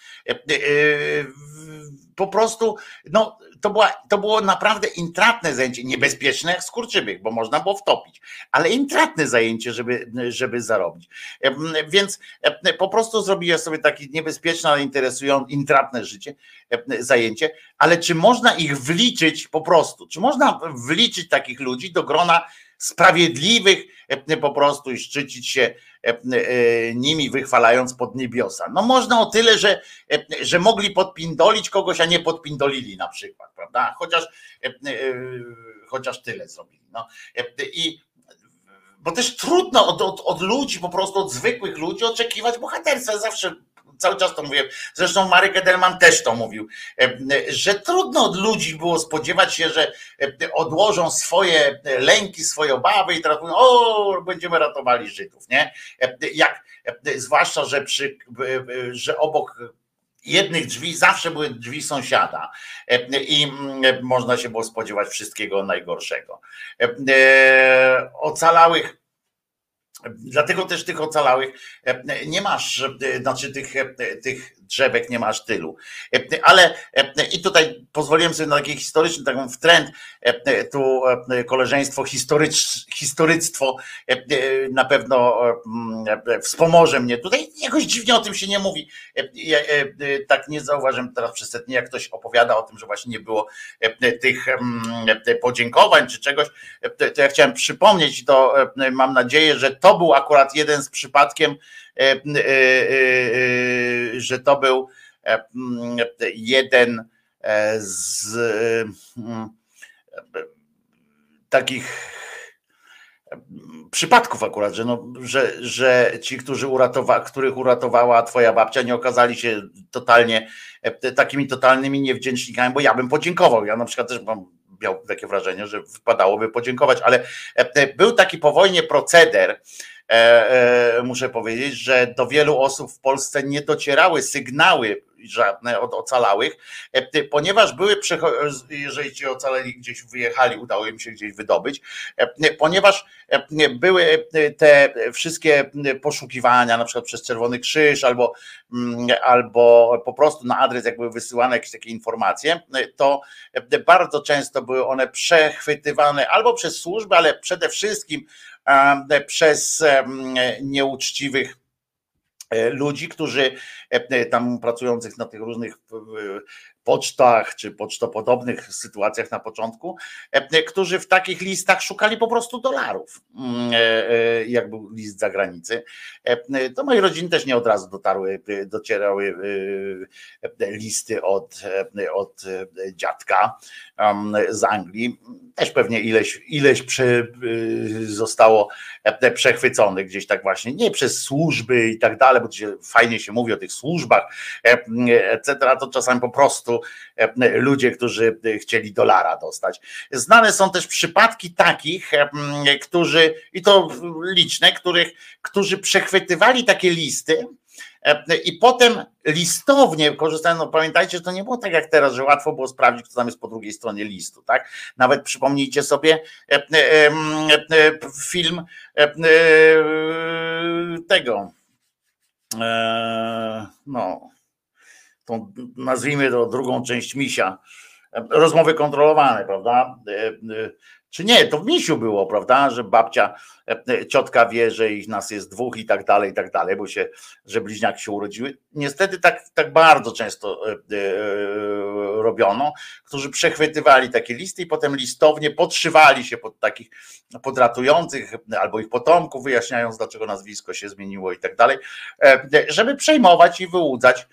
Po prostu, no to, była, to było naprawdę intratne zajęcie, niebezpieczne jak skurczybyk, bo można było wtopić, ale intratne zajęcie, żeby, żeby zarobić. Więc po prostu zrobiła sobie takie niebezpieczne, ale interesujące, intratne życie, zajęcie, ale czy można ich wliczyć po prostu, czy można wliczyć takich ludzi do grona sprawiedliwych po prostu i szczycić się nimi, wychwalając pod niebiosa. No można o tyle, że, że mogli podpindolić kogoś, a nie podpindolili na przykład, prawda? Chociaż, chociaż tyle zrobili. No. I bo też trudno od, od, od ludzi, po prostu od zwykłych ludzi oczekiwać bohaterstwa. Zawsze cały czas to mówię, zresztą Marek Edelman też to mówił, że trudno od ludzi było spodziewać się, że odłożą swoje lęki, swoje obawy i teraz mówią, o, będziemy ratowali Żydów, nie? Jak, zwłaszcza, że, przy, że obok jednych drzwi zawsze były drzwi sąsiada i można się było spodziewać wszystkiego najgorszego. Ocalałych Dlatego też tych ocalałych nie masz, znaczy tych, tych drzewek nie masz tylu. Ale i tutaj pozwoliłem sobie na taki historyczny, taką wtręt, tu koleżeństwo historycz, historyctwo na pewno wspomoże mnie. Tutaj jakoś dziwnie o tym się nie mówi. Ja tak nie zauważyłem teraz przez te dni, jak ktoś opowiada o tym, że właśnie nie było tych podziękowań czy czegoś, to ja chciałem przypomnieć, to mam nadzieję, że to był akurat jeden z przypadkiem, że to był jeden z takich przypadków akurat, że, no, że, że ci, którzy uratowa, których uratowała twoja babcia, nie okazali się totalnie takimi totalnymi niewdzięcznikami, bo ja bym podziękował. Ja na przykład też mam miał takie wrażenie, że wypadałoby podziękować, ale był taki po wojnie proceder, muszę powiedzieć, że do wielu osób w Polsce nie docierały sygnały żadne od ocalałych, ponieważ były, jeżeli ci ocaleli gdzieś wyjechali, udało im się gdzieś wydobyć, ponieważ były te wszystkie poszukiwania, na przykład przez Czerwony Krzyż, albo, albo po prostu na adres, jak były wysyłane jakieś takie informacje, to bardzo często były one przechwytywane albo przez służby, ale przede wszystkim przez nieuczciwych ludzi, którzy tam pracujących na tych różnych pocztach czy pocztopodobnych sytuacjach na początku, którzy w takich listach szukali po prostu dolarów, jak był list z zagranicy. To mojej rodziny też nie od razu dotarły, docierały listy od, od dziadka z Anglii. Też pewnie ileś, ileś prze, zostało przechwyconych gdzieś tak właśnie, nie przez służby i tak dalej, bo to się, fajnie się mówi o tych służbach, et cetera, to czasami po prostu ludzie, którzy chcieli dolara dostać. Znane są też przypadki takich, którzy, i to liczne, których, którzy przechwytywali takie listy i potem listownie korzystają, no pamiętajcie, że to nie było tak jak teraz, że łatwo było sprawdzić, kto tam jest po drugiej stronie listu, tak? Nawet przypomnijcie sobie film tego, no, tą, nazwijmy to drugą część Misia, rozmowy kontrolowane, prawda? Czy nie, to w Misiu było, prawda, że babcia, ciotka wie, że ich nas jest dwóch i tak dalej, i tak dalej, bo się, że bliźniaki się urodziły. Niestety tak, tak bardzo często robiono, którzy przechwytywali takie listy i potem listownie podszywali się pod takich podratujących albo ich potomków, wyjaśniając, dlaczego nazwisko się zmieniło i tak dalej, żeby przejmować i wyłudzać,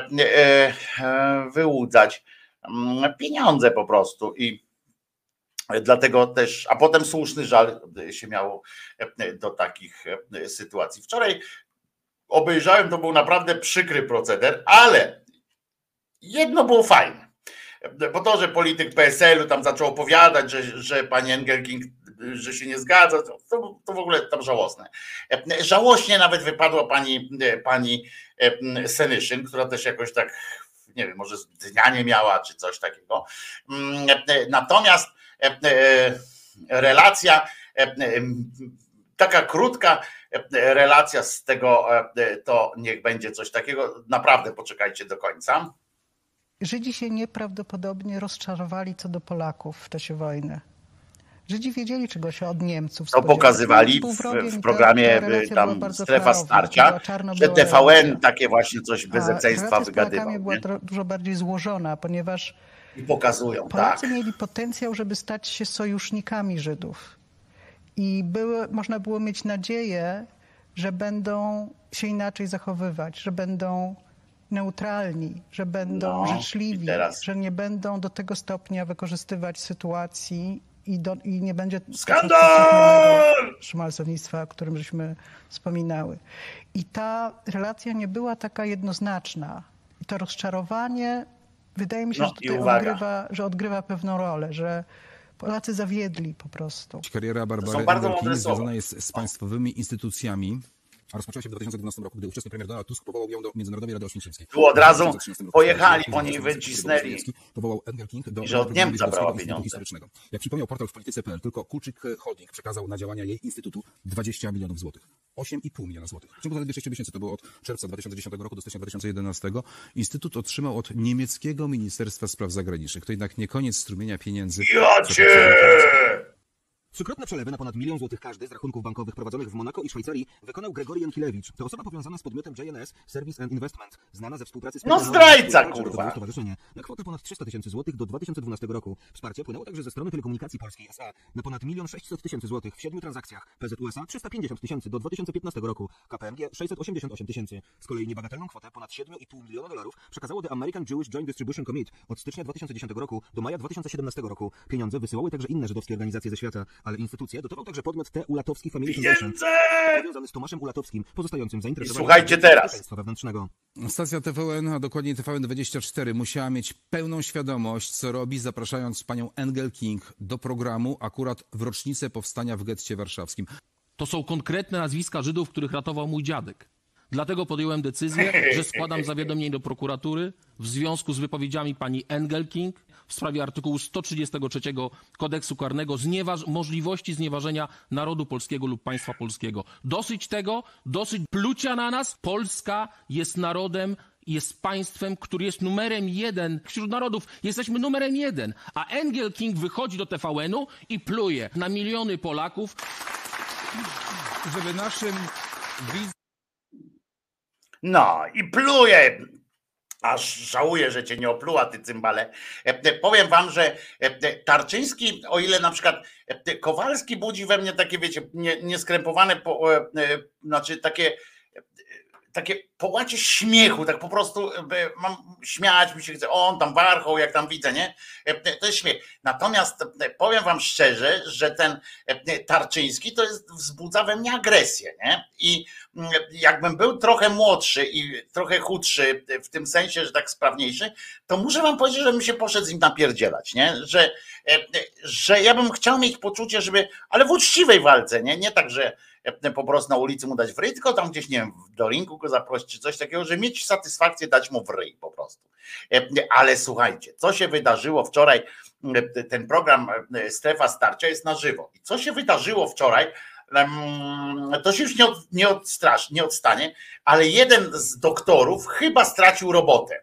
wyłudzać pieniądze po prostu. I dlatego też, a potem słuszny żal się miało do takich sytuacji. Wczoraj obejrzałem, to był naprawdę przykry proceder, ale jedno było fajne, bo to, że polityk P S L u tam zaczął opowiadać, że, że pani Engelking, że się nie zgadza, to, to w ogóle tam żałosne. Żałośnie nawet wypadła pani, pani Senyszyn, która też jakoś tak, nie wiem, może dnia nie miała, czy coś takiego. Natomiast relacja, taka krótka relacja z tego, to niech będzie coś takiego, naprawdę poczekajcie do końca. Żydzi się nieprawdopodobnie rozczarowali co do Polaków w czasie wojny. Żydzi wiedzieli, czego się od Niemców to pokazywali w, w programie tam Strefa Starcia, że T V N takie właśnie coś bezeceństwa wygadywał. A była dużo bardziej złożona, ponieważ i pokazują, Polacy tak. mieli potencjał, żeby stać się sojusznikami Żydów. I były, można było mieć nadzieję, że będą się inaczej zachowywać, że będą neutralni, że będą no, życzliwi, że nie będą do tego stopnia wykorzystywać sytuacji i, do, i nie będzie skandal szmalcownictwa, o którym żeśmy wspominały. I ta relacja nie była taka jednoznaczna. I to rozczarowanie, wydaje mi się, no, że tutaj odgrywa, że odgrywa pewną rolę, że Polacy zawiedli po prostu. Kariera Barbary Engelking związana jest z państwowymi instytucjami. a rozpoczęła się w dwa tysiące dwunastym roku, gdy ówczesny premier Donald Tusk powołał ją do Międzynarodowej Rady Oświęcimskiej. Tu od razu W dwa tysiące trzynastym roku pojechali Krzysztof po niej, Kowalski, wycisnęli. Powołał Engelking do że od Niemca Żydowskiego brała Instytutu pieniądze. Historycznego. Jak przypomniał portal w polityce kropka p l, tylko Kulczyk Holding przekazał na działania jej instytutu dwadzieścia milionów złotych. osiem i pół miliona złotych. W ciągu zaledwie sześciu miesięcy, to było od czerwca dwa tysiące dziesiątego roku do stycznia dwa tysiące jedenastego, Instytut otrzymał od niemieckiego Ministerstwa Spraw Zagranicznych. To jednak nie koniec strumienia pieniędzy. Ja cię! Trzykrotne przelewy na ponad milion złotych każdy z rachunków bankowych prowadzonych w Monako i Szwajcarii wykonał Gregory Jankiewicz. To osoba powiązana z podmiotem J N S Service and Investment, znana ze współpracy z No Petronową- zdrajca, Petronową- kurwa. Stowarzyszenie na kwotę ponad trzysta tysięcy złotych do dwa tysiące dwunastego roku. Wsparcie płynęło także ze strony Telekomunikacji Polskiej S A na ponad milion sześćset tysięcy złotych w siedmiu transakcjach. P Z U S A trzysta pięćdziesiąt tysięcy do dwa tysiące piętnastego roku. K P M G sześćset osiemdziesiąt osiem tysięcy. Z kolei niebagatelną kwotę ponad siedem i pół miliona dolarów przekazało The American Jewish Joint Distribution Committee od stycznia dwa tysiące dziesiątego roku do maja dwa tysiące siedemnastego roku. Pieniądze wysyłały także inne żydowskie organizacje ze świata, ale instytucje dotował także podmiot T. Ulatowski Family Foundation, Pieniądze! powiązany z Tomaszem Ulatowskim, pozostającym I zainteresowanym słuchajcie teraz. bezpieczeństwa wewnętrznego. Stacja T V N, a dokładnie T V N dwadzieścia cztery, musiała mieć pełną świadomość, co robi, zapraszając panią Engelking do programu akurat w rocznicę powstania w getcie warszawskim. To są konkretne nazwiska Żydów, których ratował mój dziadek. Dlatego podjąłem decyzję, że składam zawiadomienie do prokuratury w związku z wypowiedziami pani Engelking w sprawie artykułu sto trzydziestego trzeciego Kodeksu Karnego znieważ- możliwości znieważenia narodu polskiego lub państwa polskiego. Dosyć tego, dosyć plucia na nas. Polska jest narodem, jest państwem, który jest numerem jeden wśród narodów. Jesteśmy numerem jeden. A Engelking wychodzi do T V N-u i pluje na miliony Polaków. Żeby naszym widzom No i pluje. Aż żałuję, że cię nie opluła, ty cymbale. E, e, Powiem wam, że e, e, Tarczyński, o ile na przykład e, e, Kowalski budzi we mnie takie, wiecie, nie- nieskrępowane, po, e, e, znaczy takie, e, takie połacie śmiechu, tak po prostu e, mam śmiać mi się chce, on tam warchoł, jak tam widzę, nie? E, e, To jest śmiech. Natomiast e, powiem wam szczerze, że ten e, e, Tarczyński to jest, wzbudza we mnie agresję, nie? I mm, jakbym był trochę młodszy i trochę chudszy, w tym sensie, że tak sprawniejszy, to muszę wam powiedzieć, że bym się poszedł z nim napierdzielać, nie? Że, e, e, że ja bym chciał mieć poczucie, żeby, ale w uczciwej walce, nie? Nie tak, że e, po prostu na ulicy mu dać w ryj, tylko tam gdzieś, nie wiem, do ringu go zaprosić, czy coś takiego, że mieć satysfakcję dać mu w ryj po prostu. E, Ale słuchajcie, co się wydarzyło wczoraj, e, ten program e, Strefa Starcia jest na żywo. I co się wydarzyło wczoraj, em, to się już nie, od, nie, odstrasz, nie odstanie, ale jeden z doktorów chyba stracił robotę.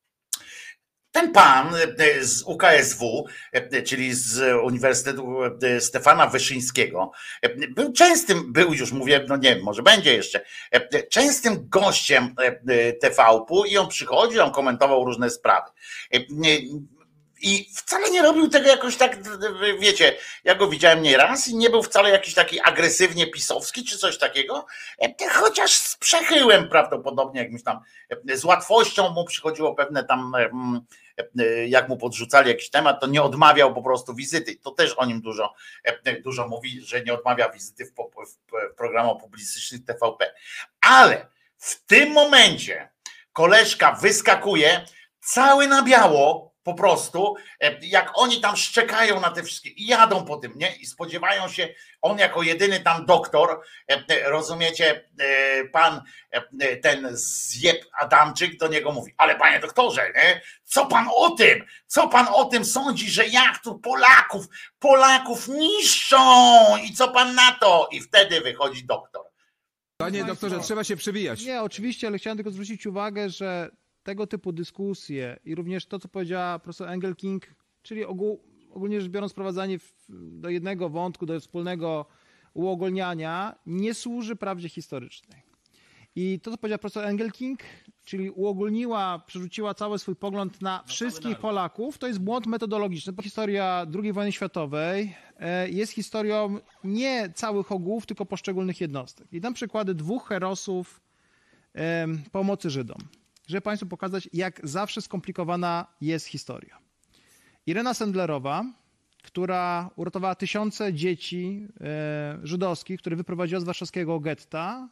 Ten pan e, z U K S W, e, czyli z Uniwersytetu e, Stefana Wyszyńskiego, e, był częstym, był już mówię, no nie wiem, może będzie jeszcze, e, częstym gościem e, T V P i on przychodził, on komentował różne sprawy. E, nie- I wcale nie robił tego jakoś tak, wiecie, ja go widziałem nieraz i nie był wcale jakiś taki agresywnie pisowski czy coś takiego, e, chociaż z przechyłem prawdopodobnie jakimś tam, e, z łatwością mu przychodziło pewne tam, em, e, jak mu podrzucali jakiś temat, to nie odmawiał po prostu wizyty. To też o nim dużo, e, dużo mówi, że nie odmawia wizyty w, po- w programach publicystycznych T V P. Ale w tym momencie koleżka wyskakuje cały na biało, po prostu, e, jak oni tam szczekają na te wszystkie i jadą po tym, nie? I spodziewają się, on jako jedyny tam doktor, e, e, rozumiecie, e, pan e, ten zjeb Adamczyk do niego mówi, ale panie doktorze, nie? Co pan o tym? Co pan o tym sądzi, że jak tu Polaków, Polaków niszczą i co pan na to? I wtedy wychodzi doktor. Panie doktorze, trzeba się przebijać. Nie, oczywiście, ale chciałem tylko zwrócić uwagę, że tego typu dyskusje i również to, co powiedziała profesor Engelking, czyli ogół, ogólnie rzecz biorąc sprowadzanie w, do jednego wątku, do wspólnego uogólniania, nie służy prawdzie historycznej. I to, co powiedziała profesor Engelking, czyli uogólniła, przerzuciła cały swój pogląd na wszystkich Polaków, to jest błąd metodologiczny. Bo historia drugiej wojny światowej e, jest historią nie całych ogółów, tylko poszczególnych jednostek. I dam przykłady dwóch herosów e, pomocy Żydom, żeby Państwu pokazać, jak zawsze skomplikowana jest historia. Irena Sendlerowa, która uratowała tysiące dzieci e, żydowskich, które wyprowadziła z warszawskiego getta,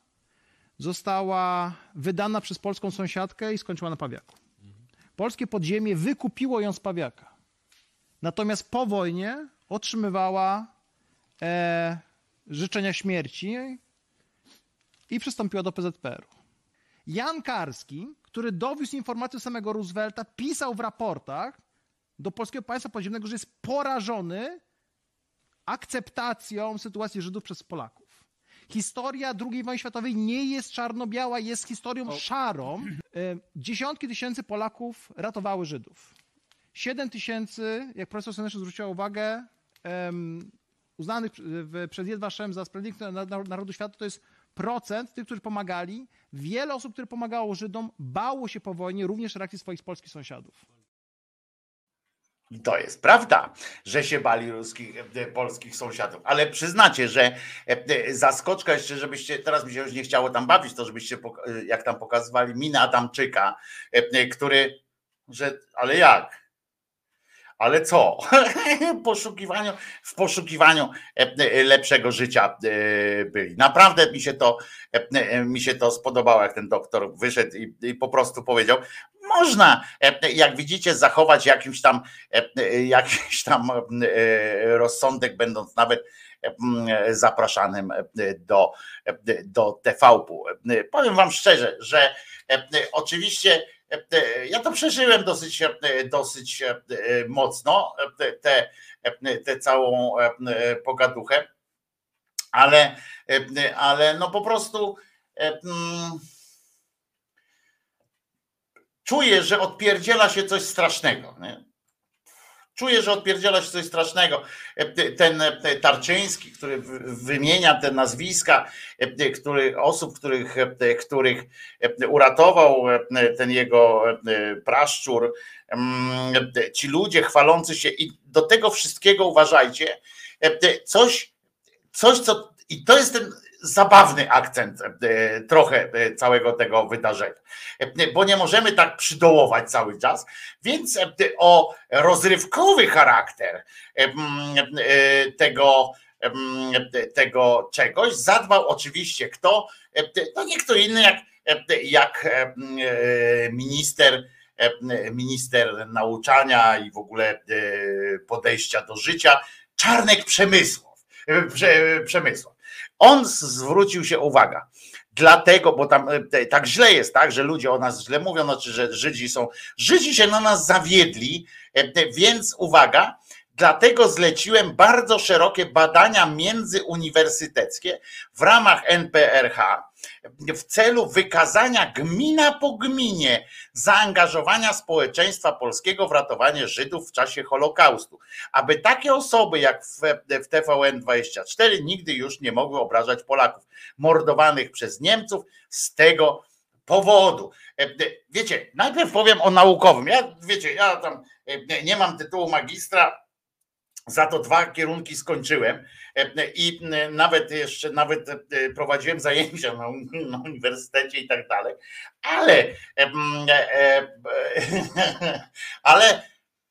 została wydana przez polską sąsiadkę i skończyła na Pawiaku. Polskie podziemie wykupiło ją z Pawiaka. Natomiast po wojnie otrzymywała e, życzenia śmierci i przystąpiła do P Z P R u. Jan Karski, który dowiózł informację samego Roosevelta, pisał w raportach do Polskiego Państwa Podziemnego, że jest porażony akceptacją sytuacji Żydów przez Polaków. Historia drugiej wojny światowej nie jest czarno-biała, jest historią szarą. Dziesiątki tysięcy Polaków ratowały Żydów. Siedem tysięcy, jak profesor Seneszy zwróciła uwagę, um, uznanych przez Yad Vashem za sprawiedliwych narodu świata, to jest procent tych, którzy pomagali. Wiele osób, które pomagało Żydom, bało się po wojnie również reakcji swoich polskich sąsiadów. I to jest prawda, że się bali ruskich, polskich sąsiadów, ale przyznacie, że zaskoczka jeszcze, żebyście, teraz mi się już nie chciało tam bawić, to żebyście, jak tam pokazywali minę Adamczyka, który, że, ale jak? Ale co? Poszukiwaniu, w poszukiwaniu lepszego życia byli. Naprawdę mi się to, mi się to spodobało, jak ten doktor wyszedł i, i po prostu powiedział, można, jak widzicie, zachować jakiś tam, jakiś tam rozsądek, będąc nawet zapraszanym do, do T V P. Powiem wam szczerze, że oczywiście ja to przeżyłem dosyć, dosyć mocno, tę te całą pogaduchę, ale, ale no po prostu czuję, że odpierdziela się coś strasznego. Nie? Czuję, że odpierdziela się coś strasznego. Ten Tarczyński, który wymienia te nazwiska, który, osób, których, których uratował ten jego praszczur, ci ludzie chwalący się, i do tego wszystkiego uważajcie, coś, coś co, i to jest ten zabawny akcent trochę całego tego wydarzenia, bo nie możemy tak przydołować cały czas, więc o rozrywkowy charakter tego, tego czegoś zadbał oczywiście kto? No nie kto inny jak, jak minister, minister nauczania i w ogóle podejścia do życia, Czarnek Przemysław. Przemysław. On zwrócił się, uwaga, dlatego, bo tam tak źle jest, tak, że ludzie o nas źle mówią, znaczy, że Żydzi są, Żydzi się na nas zawiedli, więc uwaga, dlatego zleciłem bardzo szerokie badania międzyuniwersyteckie w ramach N P R H w celu wykazania gmina po gminie zaangażowania społeczeństwa polskiego w ratowanie Żydów w czasie Holokaustu, aby takie osoby jak w, w T V N dwadzieścia cztery nigdy już nie mogły obrażać Polaków mordowanych przez Niemców z tego powodu. Wiecie, najpierw powiem o naukowym. Ja, wiecie, ja tam nie mam tytułu magistra, za to dwa kierunki skończyłem i nawet jeszcze nawet prowadziłem zajęcia na, na uniwersytecie i tak dalej, ale ale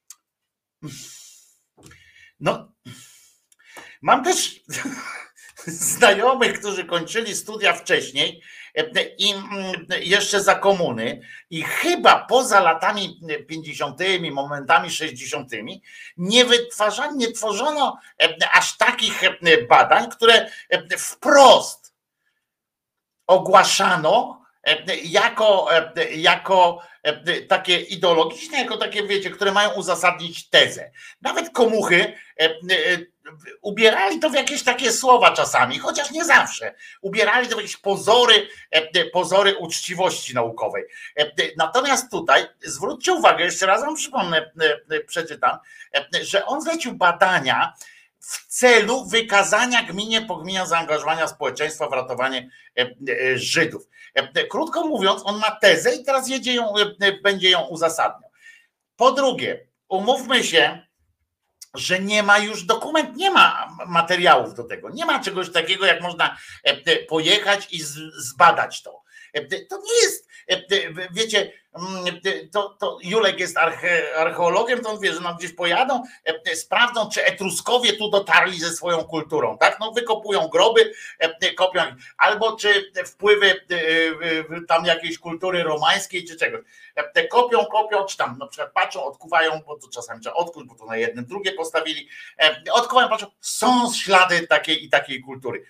no mam też znajomych, którzy kończyli studia wcześniej i jeszcze za komuny i chyba poza latami pięćdziesiątymi, momentami sześćdziesiątymi nie wytwarzano, nie tworzono aż takich badań, które wprost ogłaszano jako, jako takie ideologiczne, jako takie, wiecie, które mają uzasadnić tezę. Nawet komuchy ubierali to w jakieś takie słowa czasami, chociaż nie zawsze. Ubierali to w jakieś pozory, pozory uczciwości naukowej. Natomiast tutaj zwróćcie uwagę, jeszcze raz wam przypomnę, przeczytam, że on zlecił badania w celu wykazania gminie po gminie zaangażowania społeczeństwa w ratowanie Żydów. Krótko mówiąc, on ma tezę i teraz jedzie ją, będzie ją uzasadniał. Po drugie, umówmy się, że nie ma już dokument, nie ma materiałów do tego, nie ma czegoś takiego, jak można pojechać i zbadać to. To nie jest, wiecie, to, to Julek jest arche, archeologiem, to on wie, że nam gdzieś pojadą, sprawdzą, czy Etruskowie tu dotarli ze swoją kulturą, tak? No wykopują groby, kopią, albo czy wpływy tam jakiejś kultury romańskiej, czy czegoś. Kopią, kopią, czy tam na przykład patrzą, odkuwają, bo to czasami trzeba odkuć, bo to na jednym drugie postawili, odkuwają, patrzą, są ślady takiej i takiej kultury.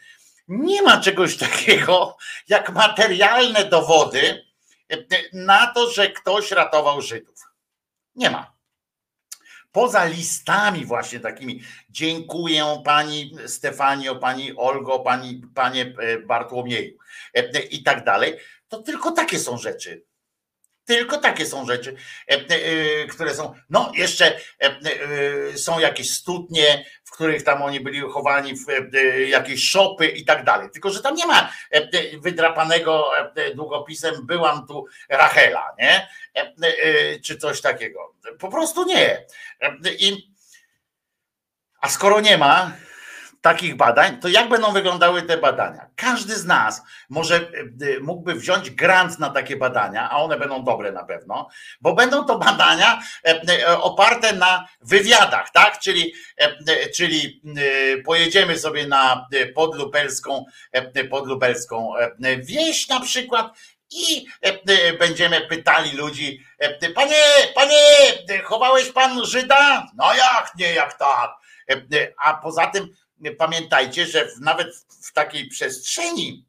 nie ma czegoś takiego jak materialne dowody na to, że ktoś ratował Żydów. Nie ma. Poza listami właśnie takimi, dziękuję pani Stefanio, pani Olgo, pani, panie Bartłomieju i tak dalej, to tylko takie są rzeczy. Tylko takie są rzeczy, które są, no jeszcze są jakieś studnie, w których tam oni byli chowani, w jakieś szopy i tak dalej. Tylko że tam nie ma wydrapanego długopisem byłam tu Rachela, nie? Czy coś takiego. Po prostu nie. I, a skoro nie ma takich badań, to jak będą wyglądały te badania? Każdy z nas może mógłby wziąć grant na takie badania, a one będą dobre na pewno, bo będą to badania oparte na wywiadach, tak? Czyli, czyli pojedziemy sobie na podlubelską, podlubelską wieś na przykład i będziemy pytali ludzi, panie, panie, chowałeś pan Żyda? No jak nie, jak tak. A poza tym pamiętajcie, że nawet w takiej przestrzeni,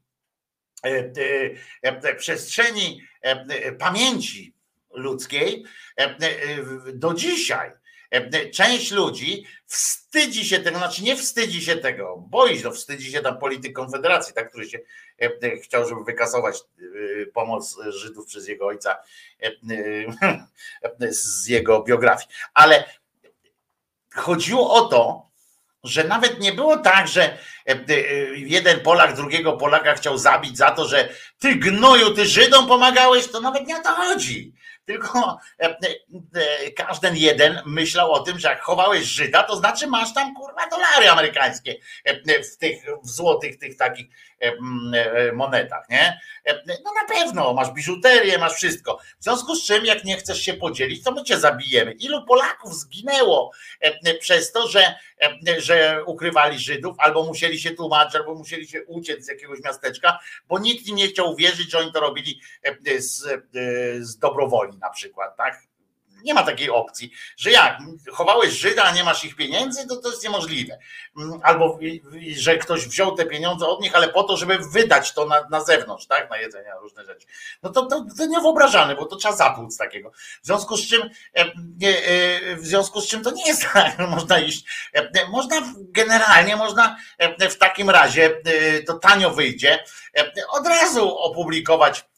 przestrzeni pamięci ludzkiej do dzisiaj część ludzi wstydzi się tego, znaczy nie wstydzi się tego, boi się, to wstydzi się tam polityk Konfederacji, tak, który się chciał, żeby wykasować pomoc Żydów przez jego ojca z jego biografii. Ale chodziło o to, że nawet nie było tak, że jeden Polak drugiego Polaka chciał zabić za to, że ty gnoju, ty Żydom pomagałeś, to nawet nie o to chodzi. Tylko każdy jeden myślał o tym, że jak chowałeś Żyda, to znaczy masz tam kurwa dolary amerykańskie w tych w złotych, tych takich monetach, nie? No na pewno, masz biżuterię, masz wszystko. W związku z czym, jak nie chcesz się podzielić, to my cię zabijemy. Ilu Polaków zginęło przez to, że, że ukrywali Żydów, albo musieli się tłumaczyć, albo musieli się uciec z jakiegoś miasteczka, bo nikt im nie chciał uwierzyć, że oni to robili z, z dobrowoli na przykład, tak? Nie ma takiej opcji, że jak chowałeś Żyda, a nie masz ich pieniędzy, to to jest niemożliwe. Albo że ktoś wziął te pieniądze od nich, ale po to, żeby wydać to na, na zewnątrz, tak, na jedzenie, na różne rzeczy. No to, to, to niewyobrażalne, bo to trzeba zatłuc takiego. W związku z czym w związku z czym to nie jest tak, można iść, można generalnie, można w takim razie, to tanio wyjdzie, od razu opublikować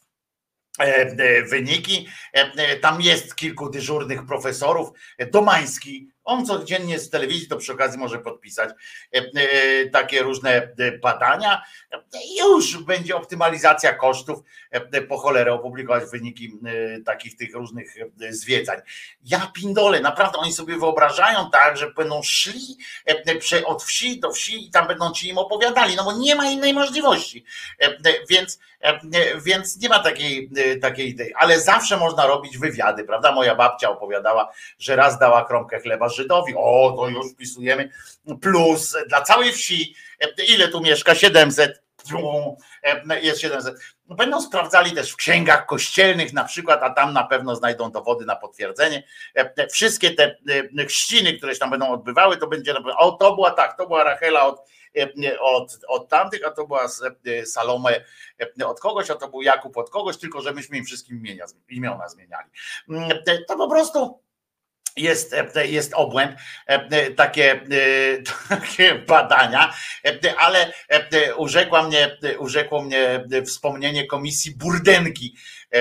wyniki. Tam jest kilku dyżurnych profesorów. Domański, on codziennie z telewizji, to przy okazji może podpisać takie różne badania. Już będzie optymalizacja kosztów, po cholerę opublikować wyniki takich tych różnych zwiedzań. Ja pindolę, naprawdę oni sobie wyobrażają tak, że będą szli od wsi do wsi i tam będą ci im opowiadali, no bo nie ma innej możliwości. Więc, więc nie ma takiej, takiej idei, ale zawsze można robić wywiady, prawda? Moja babcia opowiadała, że raz dała kromkę chleba Żydowi, o to już wpisujemy, plus dla całej wsi, ile tu mieszka? siedemset, jest siedemset. Będą sprawdzali też w księgach kościelnych na przykład, a tam na pewno znajdą dowody na potwierdzenie. Wszystkie te chrzciny, które się tam będą odbywały, to będzie, o to była tak, to była Rachela od, od, od tamtych, a to była Salome od kogoś, a to był Jakub od kogoś, tylko że myśmy im wszystkim imienia, imiona zmieniali. To po prostu Jest, jest obłęd, takie, takie badania, ale urzekła mnie, urzekło mnie wspomnienie komisji Burdenki,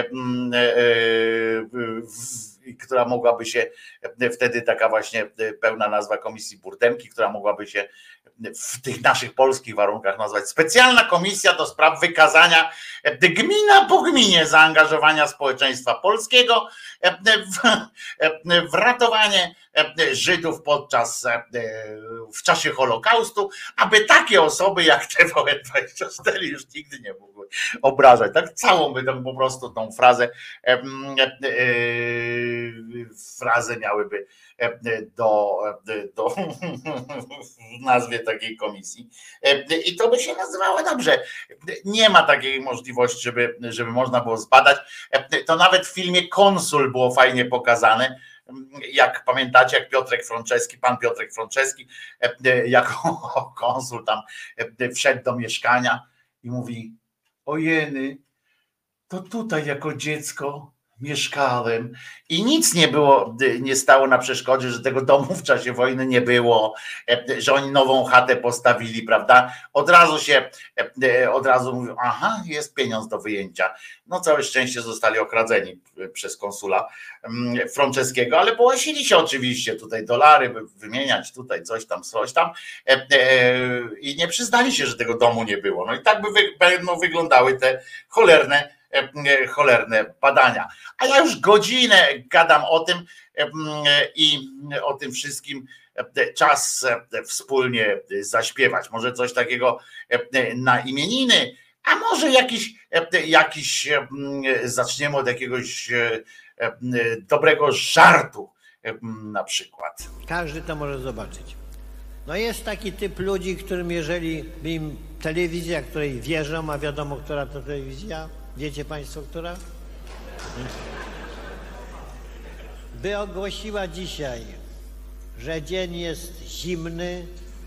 która mogłaby się wtedy, taka właśnie pełna nazwa komisji Burdenki, która mogłaby się w tych naszych polskich warunkach nazwać specjalna komisja do spraw wykazania gmina po gminie zaangażowania społeczeństwa polskiego w, w ratowanie Żydów podczas w czasie Holokaustu, aby takie osoby jak T V N dwadzieścia cztery już nigdy nie mogły obrażać. Tak całą by tam po prostu tą frazę frazę miałyby do, do w nazwie takiej komisji i to by się nazywało dobrze. Nie ma takiej możliwości, żeby, żeby można było zbadać. To nawet w filmie Konsul było fajnie pokazane, jak pamiętacie, jak Piotrek Franceski, pan Piotrek Franceski, jako konsul tam wszedł do mieszkania i mówi: ojeny, to tutaj jako dziecko mieszkałem i nic nie było, nie stało na przeszkodzie, że tego domu w czasie wojny nie było, że oni nową chatę postawili, prawda? Od razu się, od razu mówią: aha, jest pieniądz do wyjęcia. No całe szczęście zostali okradzeni przez konsula Franceskiego, ale połasili się oczywiście tutaj dolary, wymieniać tutaj coś tam, coś tam i nie przyznali się, że tego domu nie było. No i tak by no, wyglądały te cholerne cholerne badania. A ja już godzinę gadam o tym i o tym wszystkim. Czas wspólnie zaśpiewać. Może coś takiego na imieniny, a może jakiś, jakiś zaczniemy od jakiegoś dobrego żartu na przykład. Każdy to może zobaczyć. No jest taki typ ludzi, którym jeżeli by im telewizja, której wierzą, a wiadomo, która to telewizja, wiecie państwo, która? By ogłosiła dzisiaj, że dzień jest zimny,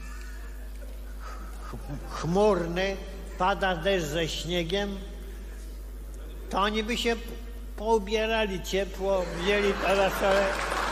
chmurny, pada deszcz ze śniegiem, to oni by się poubierali ciepło, wzięli parasole.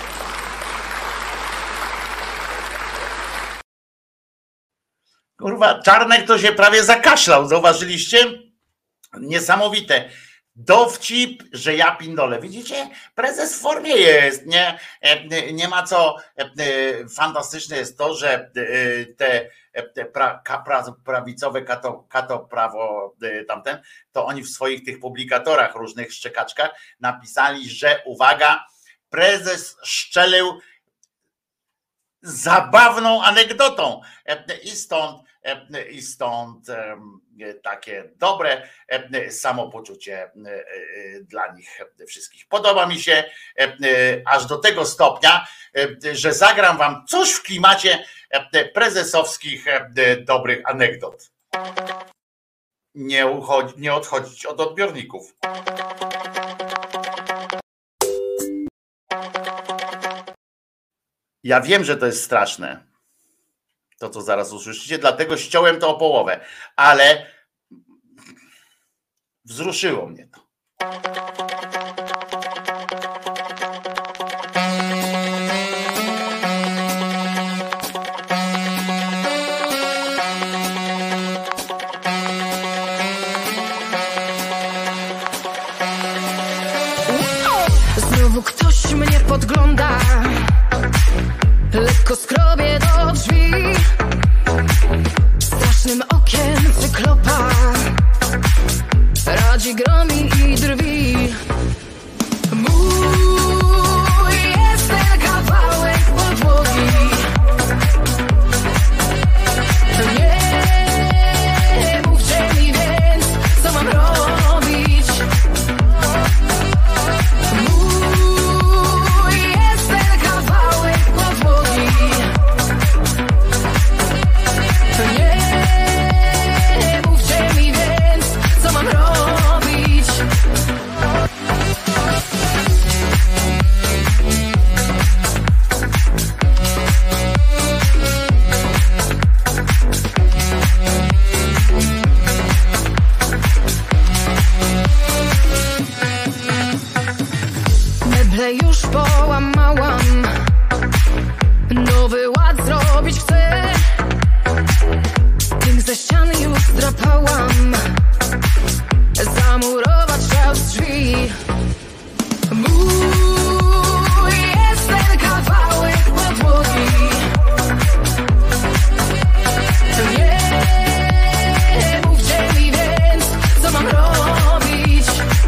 Kurwa, Czarnek to się prawie zakaszlał, zauważyliście? Niesamowite. Dowcip, że ja pindolę. Widzicie? Prezes w formie jest. Nie, nie ma co. Fantastyczne jest to, że te, te pra, pra, prawicowe kato, kato prawo tamten, to oni w swoich tych publikatorach, różnych szczekaczkach napisali, że uwaga, prezes szczelił zabawną anegdotą. I stąd I stąd takie dobre samopoczucie dla nich wszystkich. Podoba mi się aż do tego stopnia, że zagram wam coś w klimacie prezesowskich dobrych anegdot. Nie, uchodzi, nie odchodzić od odbiorników. Ja wiem, że to jest straszne. To, co zaraz usłyszycie, dlatego ściąłem to o połowę, ale wzruszyło mnie to. Znowu ktoś mnie podgląda, lekko skrobie do drzwi. Strasznym okiem cyklopa radzi, gromi i drwi. Mój jest ten kawałek podłogi. Nie mówcie mi więc, co mam robić. Mój jest ten kawałek podłogi. Nie mówcie mi więc, co mam robić. Meble już połamałam, nowy ład zrobić chcę. Dym ze ścian już zdrapałam, zamurować szaf z drzwi. Mój jest ten kawałek podłogi. Nie mówcie mi więc, co mam robić.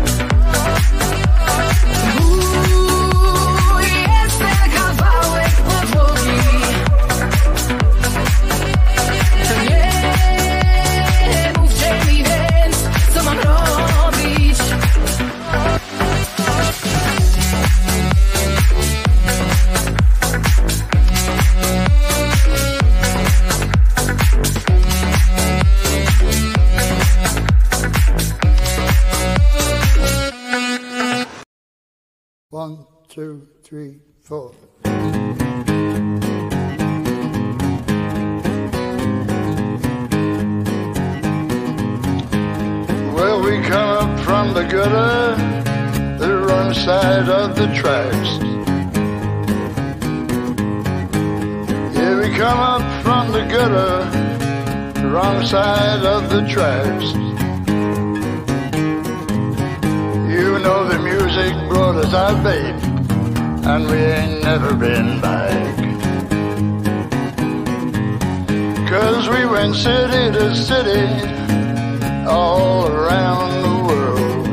Mój jest ten kawałek podłogi. Nie mówcie mi więc, co mam robić. One, two, three. four. Well, we come up from the gutter, the wrong side of the tracks. Yeah, we come up from the gutter, the wrong side of the tracks. You know the music brought us out, babe, and we ain't never been back. 'Cause we went city to city, all around the world.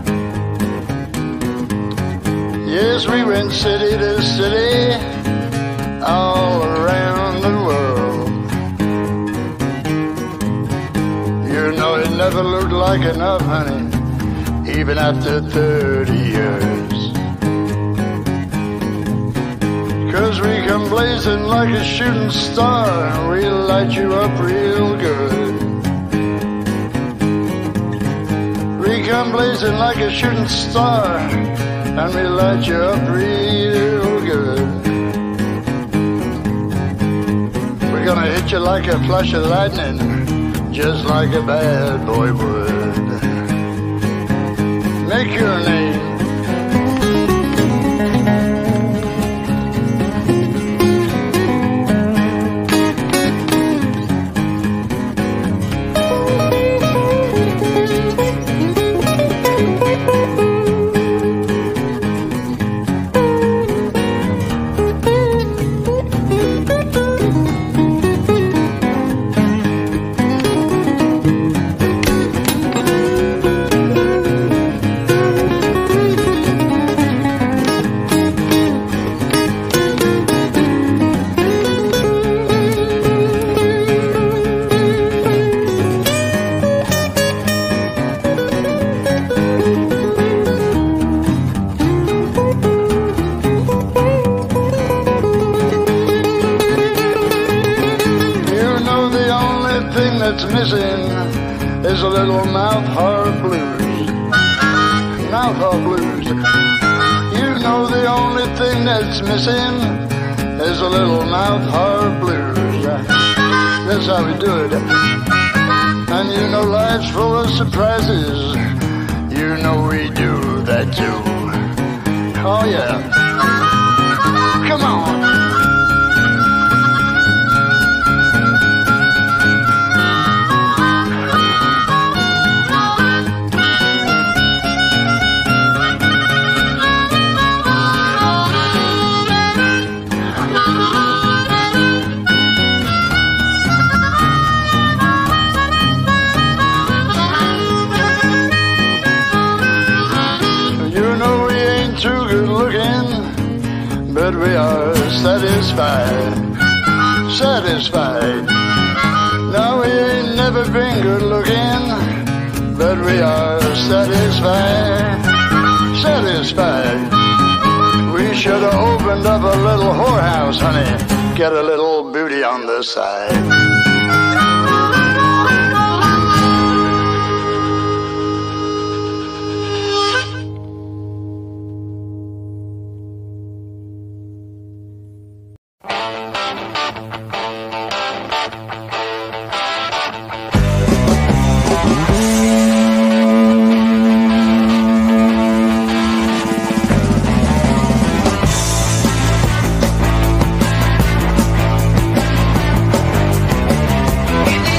Yes, we went city to city, all around the world. You know it never looked like enough, honey, even after thirty years. 'Cause we come blazing like a shooting star, and we light you up real good. We come blazing like a shooting star, and we light you up real good. We're gonna hit you like a flash of lightning, just like a bad boy would. Make your name. Missing is a little mouth harp blues. Mouth harp blues. You know the only thing that's missing is a little mouth harp blues. That's how we do it. And you know life's full of surprises. You know we do that too. Oh yeah. Come on. But we are satisfied, satisfied. No, we ain't never been good looking, but we are satisfied, satisfied. We should have opened up a little whorehouse, honey, get a little booty on the side. In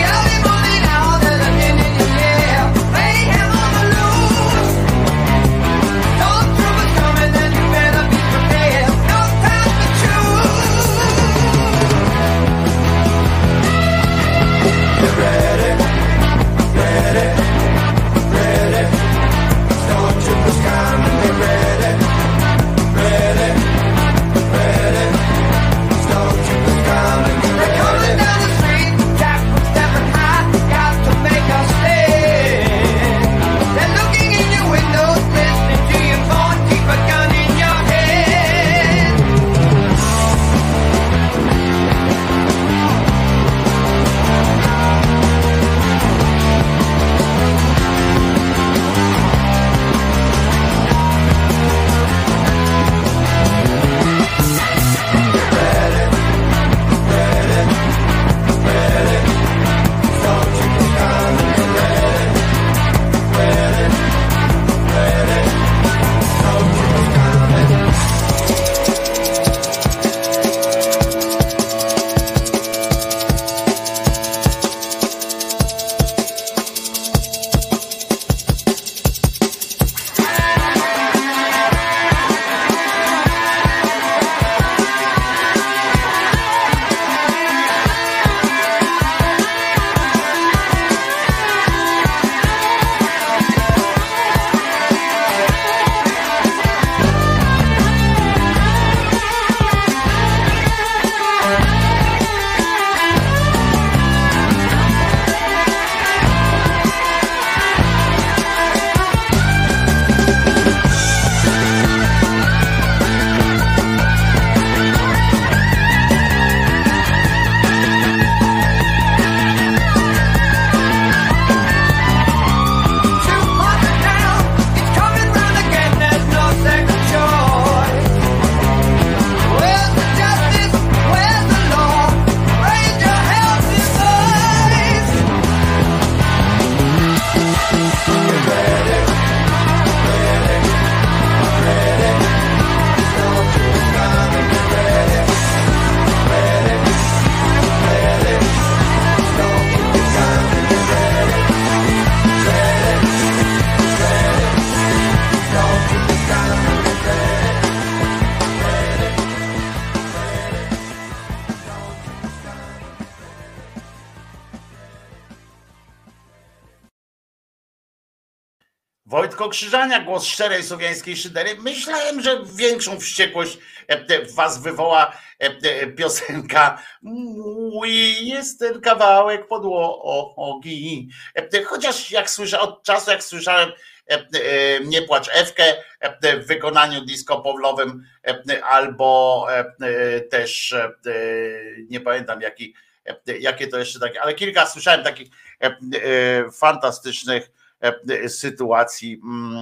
Wojtko Krzyżania, głos szczerej słowiańskiej szydery. Myślałem, że większą wściekłość w was wywoła piosenka Mój jest ten kawałek podłogi. Chociaż jak słyszę, od czasu jak słyszałem Nie płacz Ewkę w wykonaniu disco-powlowym, albo też nie pamiętam jaki, jakie to jeszcze takie, ale kilka słyszałem takich fantastycznych sytuacji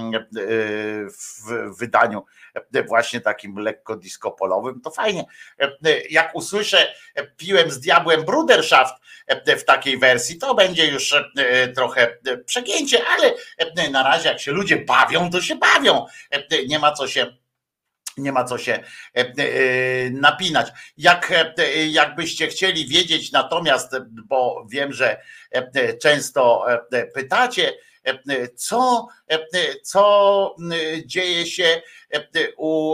w wydaniu właśnie takim lekko disco-polowym, to fajnie. Jak usłyszę Piłem z diabłem Bruderschaft w takiej wersji, to będzie już trochę przegięcie, ale na razie jak się ludzie bawią, to się bawią. Nie ma co się Nie ma co się napinać. Jak, jakbyście chcieli wiedzieć natomiast, bo wiem, że często pytacie, co, co dzieje się u,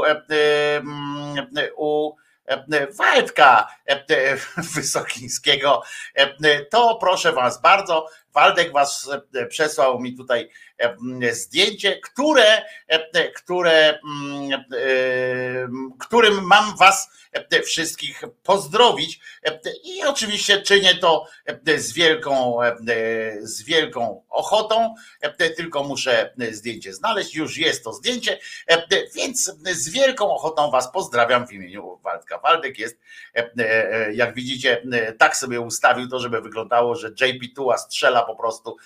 u Waldka Wysokińskiego, to proszę was bardzo, Waldek was przesłał mi tutaj zdjęcie, które, które, którym mam was wszystkich pozdrowić i oczywiście czynię to z wielką, z wielką ochotą, tylko muszę zdjęcie znaleźć, już jest to zdjęcie, więc z wielką ochotą was pozdrawiam w imieniu Waldka. Waldek jest, jak widzicie, tak sobie ustawił to, żeby wyglądało, że J P Tuła strzela po prostu,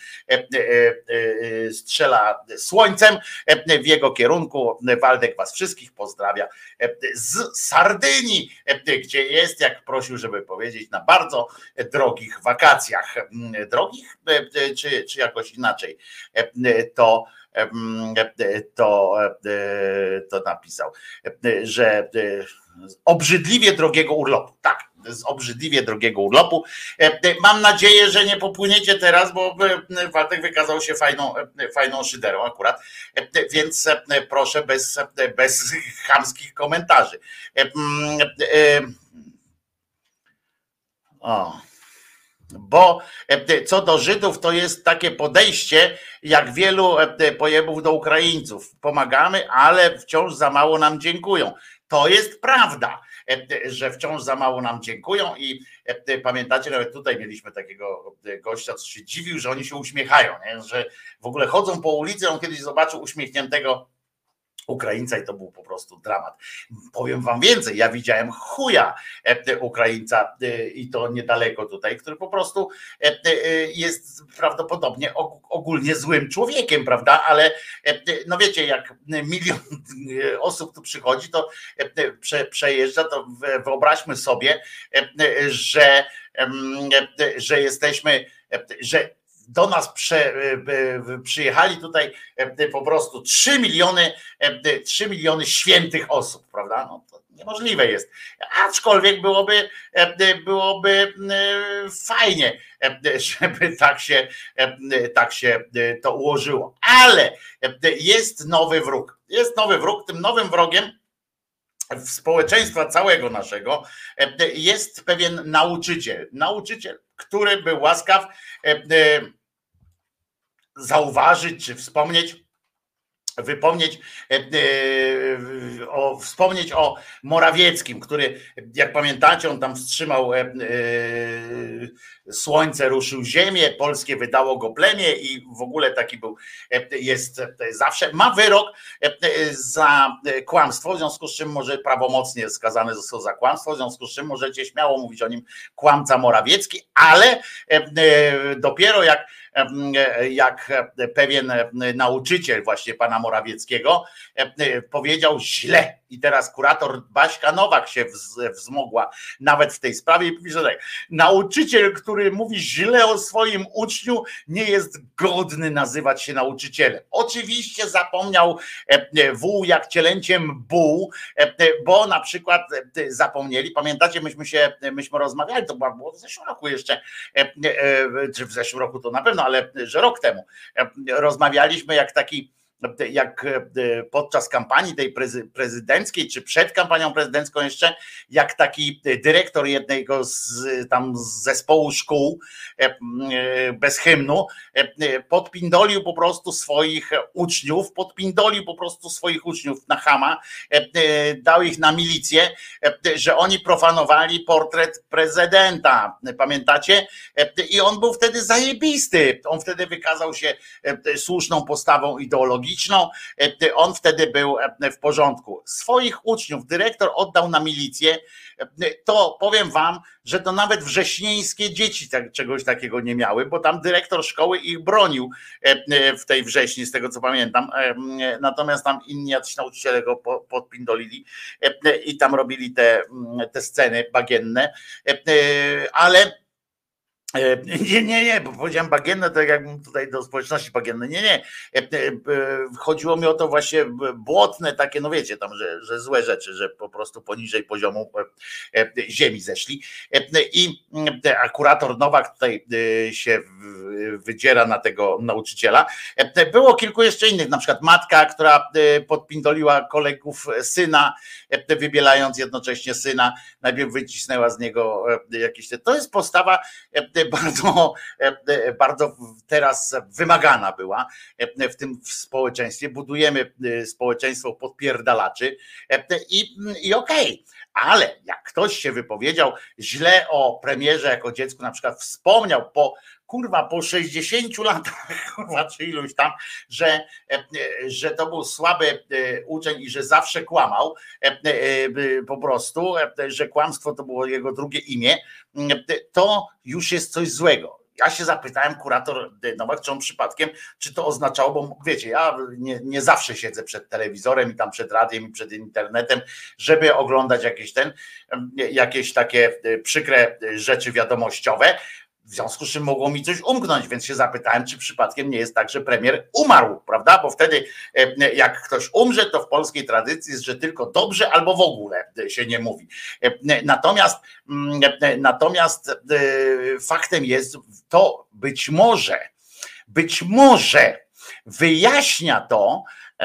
strzela słońcem w jego kierunku. Waldek was wszystkich pozdrawia z Sardynii, gdzie jest, jak prosił, żeby powiedzieć, na bardzo drogich wakacjach. Drogich, czy, czy jakoś inaczej to to, to napisał, że obrzydliwie drogiego urlopu. Tak, z obrzydliwie drogiego urlopu. Mam nadzieję, że nie popłyniecie teraz, bo Waldek wykazał się fajną, fajną szyderą akurat, więc proszę bez, bez chamskich komentarzy. O. Bo co do Żydów, to jest takie podejście, jak wielu pojebów do Ukraińców. Pomagamy, ale wciąż za mało nam dziękują. To jest prawda, że wciąż za mało nam dziękują i pamiętacie, nawet tutaj mieliśmy takiego gościa, co się dziwił, że oni się uśmiechają, nie? Że w ogóle chodzą po ulicy, on kiedyś zobaczył uśmiechniętego Ukraińca i to był po prostu dramat. Powiem wam więcej, ja widziałem chuja Ukraińca i to niedaleko tutaj, który po prostu jest prawdopodobnie ogólnie złym człowiekiem, prawda, ale no wiecie, jak milion osób tu przychodzi, to prze, przejeżdża, to wyobraźmy sobie, że, że jesteśmy, że do nas prze, przyjechali tutaj po prostu trzy miliony, trzy miliony świętych osób, prawda? No to niemożliwe jest. Aczkolwiek byłoby, byłoby fajnie, żeby tak się, tak się to ułożyło. Ale jest nowy wróg. Jest nowy wróg. Tym nowym wrogiem społeczeństwa całego naszego jest pewien nauczyciel. Nauczyciel, który był łaskaw zauważyć czy wspomnieć, wypomnieć, o, wspomnieć o Morawieckim, który, jak pamiętacie, on tam wstrzymał słońce, ruszył ziemię, polskie wydało go plemię i w ogóle taki był, jest zawsze, ma wyrok za kłamstwo, w związku z czym może prawomocnie skazany został za kłamstwo, w związku z czym możecie śmiało mówić o nim kłamca Morawiecki, ale dopiero jak jak pewien nauczyciel właśnie pana Morawieckiego powiedział źle i teraz kurator Baśka Nowak się wzmogła nawet w tej sprawie i pisze tak: nauczyciel, który mówi źle o swoim uczniu, nie jest godny nazywać się nauczycielem. Oczywiście zapomniał wół jak cielęciem buł, bo na przykład zapomnieli, pamiętacie, myśmy się, myśmy rozmawiali, to było w zeszłym roku jeszcze, czy w zeszłym roku to na pewno, ale że rok temu rozmawialiśmy, jak taki jak podczas kampanii tej prezydenckiej, czy przed kampanią prezydencką jeszcze, jak taki dyrektor jednego z tam z zespołu szkół bez hymnu podpindolił po prostu swoich uczniów, podpindolił po prostu swoich uczniów na chama, dał ich na milicję, że oni profanowali portret prezydenta. Pamiętacie? I on był wtedy zajebisty. On wtedy wykazał się słuszną postawą ideologiczną. On wtedy był w porządku. Swoich uczniów dyrektor oddał na milicję. To powiem wam, że to nawet wrześnieńskie dzieci tak, czegoś takiego nie miały, bo tam dyrektor szkoły ich bronił w tej wrześni, z tego co pamiętam. Natomiast tam inni jacyś nauczyciele go podpindolili i tam robili te, te sceny bagienne. Ale Nie, nie, nie, bo powiedziałem bagienne, tak jakbym tutaj do społeczności bagiennej. Nie, nie. Chodziło mi o to właśnie błotne takie, no wiecie, tam, że, że złe rzeczy, że po prostu poniżej poziomu ziemi zeszli. I a kurator Nowak tutaj się wydziera na tego nauczyciela. Było kilku jeszcze innych, na przykład matka, która podpindoliła kolegów syna, wybielając jednocześnie syna, najpierw wycisnęła z niego jakieś... To jest postawa bardzo, bardzo teraz wymagana była w tym społeczeństwie. Budujemy społeczeństwo podpierdalaczy i, i okej. Okay. Ale jak ktoś się wypowiedział źle o premierze jako dziecku, na przykład wspomniał po kurwa po sześćdziesięciu latach, kurwa, czy iluś tam, że, że to był słaby uczeń i że zawsze kłamał po prostu, że kłamstwo to było jego drugie imię, to już jest coś złego. Ja się zapytałem kurator Nowak, czy on przypadkiem, czy to oznaczało, bo wiecie, ja nie, nie zawsze siedzę przed telewizorem i tam przed radiem i przed internetem, żeby oglądać jakieś ten, jakieś takie przykre rzeczy wiadomościowe. W związku z czym mogło mi coś umknąć, więc się zapytałem, czy przypadkiem nie jest tak, że premier umarł, prawda? Bo wtedy jak ktoś umrze, to w polskiej tradycji jest, że tylko dobrze albo w ogóle się nie mówi. Natomiast, natomiast faktem jest, to być może, być może wyjaśnia to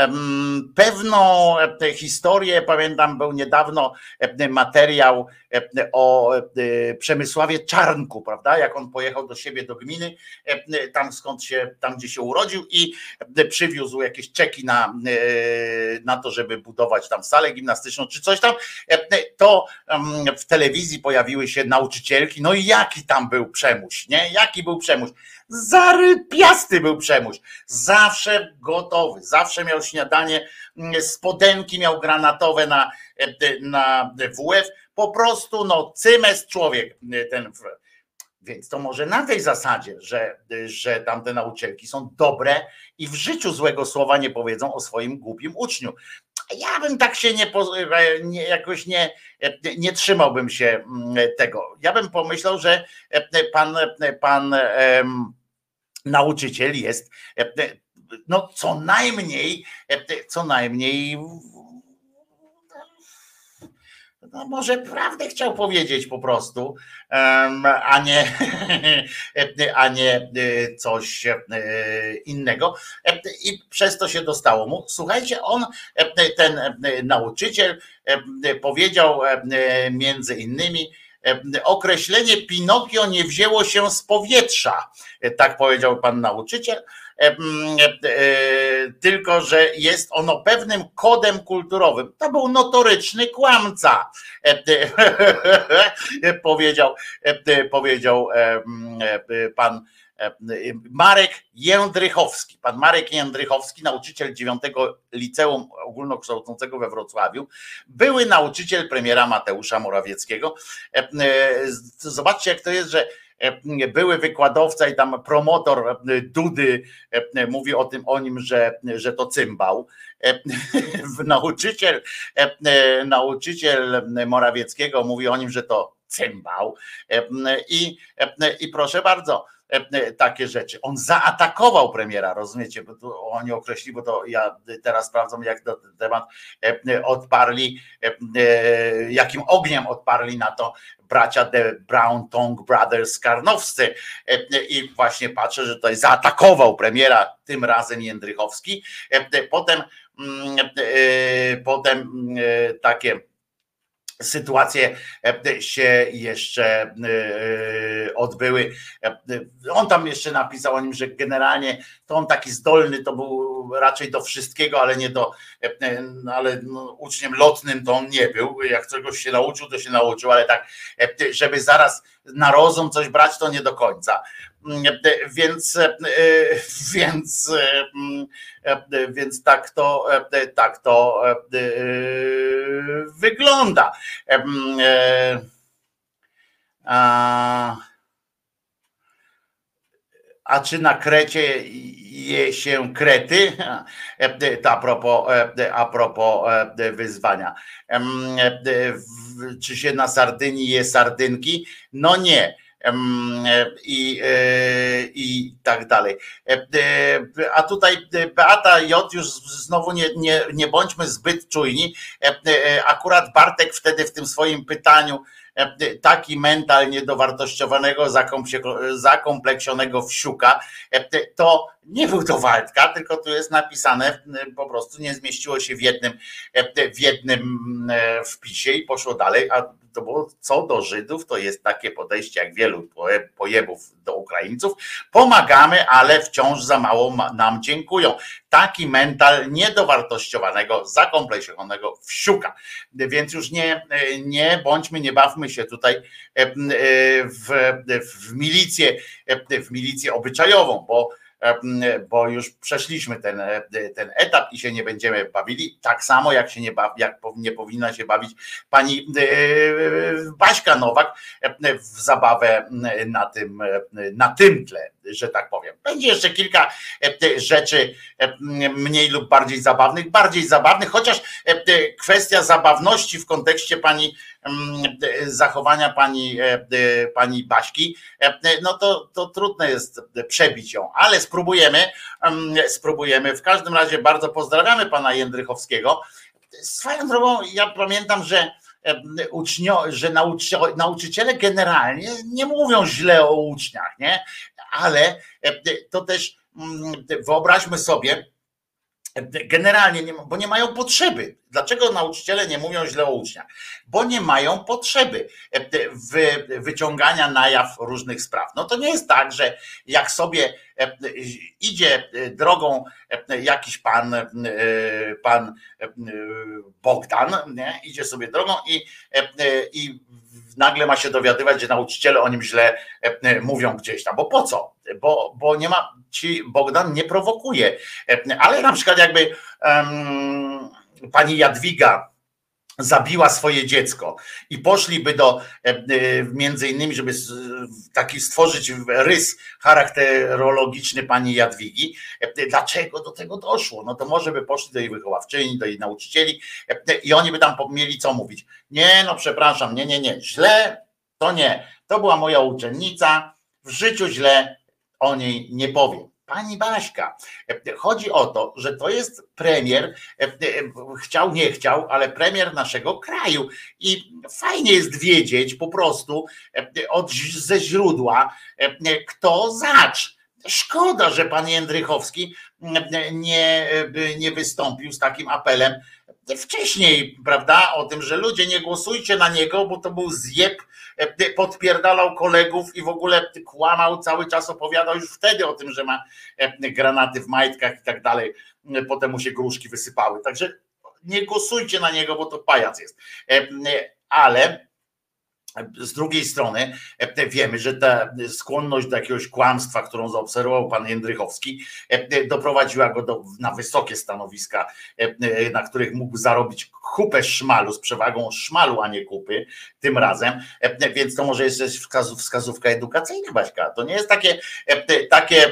pewną historię. Pamiętam, był niedawno materiał o Przemysławie Czarnku, prawda? Jak on pojechał do siebie do gminy, tam skąd się, tam gdzie się urodził i przywiózł jakieś czeki na, na to, żeby budować tam salę gimnastyczną czy coś tam, to w telewizji pojawiły się nauczycielki, no i jaki tam był przemuś, nie? Jaki był przemuś? Zarypiasty był przemuś, zawsze gotowy, zawsze miał śniadanie, spodenki miał granatowe na, na W F, po prostu no cymes człowiek ten. Więc to może na tej zasadzie, że, że tamte nauczycielki są dobre i w życiu złego słowa nie powiedzą o swoim głupim uczniu. Ja bym tak się nie, nie jakoś nie, nie trzymałbym się tego. Ja bym pomyślał, że pan, pan em, nauczyciel jest no co najmniej, co najmniej no może prawdę chciał powiedzieć po prostu, a nie, a nie coś innego. I przez to się dostało mu. Słuchajcie, on, ten nauczyciel powiedział między innymi, określenie Pinokio nie wzięło się z powietrza, tak powiedział pan nauczyciel, tylko że jest ono pewnym kodem kulturowym. To był notoryczny kłamca, powiedział, powiedział pan Marek Jędrychowski. Pan Marek Jędrychowski, nauczyciel dziewiątego Liceum Ogólnokształcącego we Wrocławiu, były nauczyciel premiera Mateusza Morawieckiego. Zobaczcie, jak to jest, że były wykładowca i tam promotor Dudy mówi o tym, o nim, że, że to cymbał. Nauczyciel, nauczyciel Morawieckiego mówi o nim, że to cymbał. I, i proszę bardzo, takie rzeczy. On zaatakował premiera, rozumiecie, bo tu oni określili, bo to ja teraz sprawdzam, jak na ten temat odparli, jakim ogniem odparli na to bracia The Brown Tongue Brothers karnowscy. I właśnie patrzę, że tutaj zaatakował premiera, tym razem Jędrychowski. Potem, potem takie sytuacje się jeszcze odbyły. On tam jeszcze napisał o nim, że generalnie to on taki zdolny, to był raczej do wszystkiego, ale nie do, ale no, uczniem lotnym to on nie był. Jak czegoś się nauczył, to się nauczył, ale tak, żeby zaraz na rozum coś brać, to nie do końca. Więc, więc, więc tak to, tak to wygląda. A, a czy na Krecie je się krety? A propos, a propos wyzwania. Czy się na Sardynii je sardynki? No nie. I, i tak dalej. A tutaj Beata J. już znowu nie, nie, nie bądźmy zbyt czujni. Akurat Bartek wtedy w tym swoim pytaniu taki mental niedowartościowanego, zakompleksionego wsiuka, to nie był to Waldka, tylko tu jest napisane, po prostu nie zmieściło się w jednym, w jednym wpisie i poszło dalej, a to było co do Żydów, to jest takie podejście jak wielu pojebów do Ukraińców. Pomagamy, ale wciąż za mało nam dziękują. Taki mental niedowartościowanego, zakompleksiowanego wsiuka. Więc już nie, nie bądźmy, nie bawmy się tutaj w, w milicję, w milicję obyczajową, bo bo już przeszliśmy ten, ten etap i się nie będziemy bawili, tak samo jak się nie, bawi, jak nie powinna się bawić pani Baśka Nowak w zabawę na tym, na tym tle, że tak powiem. Będzie jeszcze kilka rzeczy mniej lub bardziej zabawnych, bardziej zabawnych, chociaż kwestia zabawności w kontekście pani zachowania pani, pani Baśki, no to, to trudno jest przebić ją, ale spróbujemy, spróbujemy. W każdym razie bardzo pozdrawiamy pana Jędrychowskiego. Swoją drogą, ja pamiętam, że ucznio, że nauczy, nauczyciele generalnie nie mówią źle o uczniach, nie? Ale to też wyobraźmy sobie, generalnie, nie, bo nie mają potrzeby. Dlaczego nauczyciele nie mówią źle o uczniach? Bo nie mają potrzeby wy, wyciągania na jaw różnych spraw. No to nie jest tak, że jak sobie idzie drogą jakiś pan, pan Bogdan, nie? Idzie sobie drogą i, i nagle ma się dowiadywać, że nauczyciele o nim źle mówią gdzieś tam. Bo po co? Bo, bo nie ma, ci Bogdan nie prowokuje. Ale na przykład jakby um, pani Jadwiga zabiła swoje dziecko i poszliby do, między innymi, żeby taki stworzyć rys charakterologiczny pani Jadwigi, dlaczego do tego doszło? No to może by poszli do jej wychowawczyni, do jej nauczycieli i oni by tam mieli co mówić. Nie, no przepraszam, nie, nie, nie, źle to nie. To była moja uczennica, w życiu źle o niej nie powiem. Pani Baśka, chodzi o to, że to jest premier, chciał, nie chciał, ale premier naszego kraju i fajnie jest wiedzieć po prostu od, ze źródła, kto zacz. Szkoda, że pan Jędrychowski nie, nie wystąpił z takim apelem wcześniej, prawda, o tym, że ludzie nie głosujcie na niego, bo to był zjeb, podpierdalał kolegów i w ogóle kłamał, cały czas opowiadał już wtedy o tym, że ma granaty w majtkach i tak dalej, potem mu się gruszki wysypały, także nie głosujcie na niego, bo to pajac jest, ale z drugiej strony wiemy, że ta skłonność do jakiegoś kłamstwa, którą zaobserwował pan Jędrychowski, doprowadziła go do, na wysokie stanowiska, na których mógł zarobić kupę szmalu z przewagą szmalu, a nie kupy tym razem, więc to może jest wskazówka edukacyjna, Baśka. To nie jest takie, takie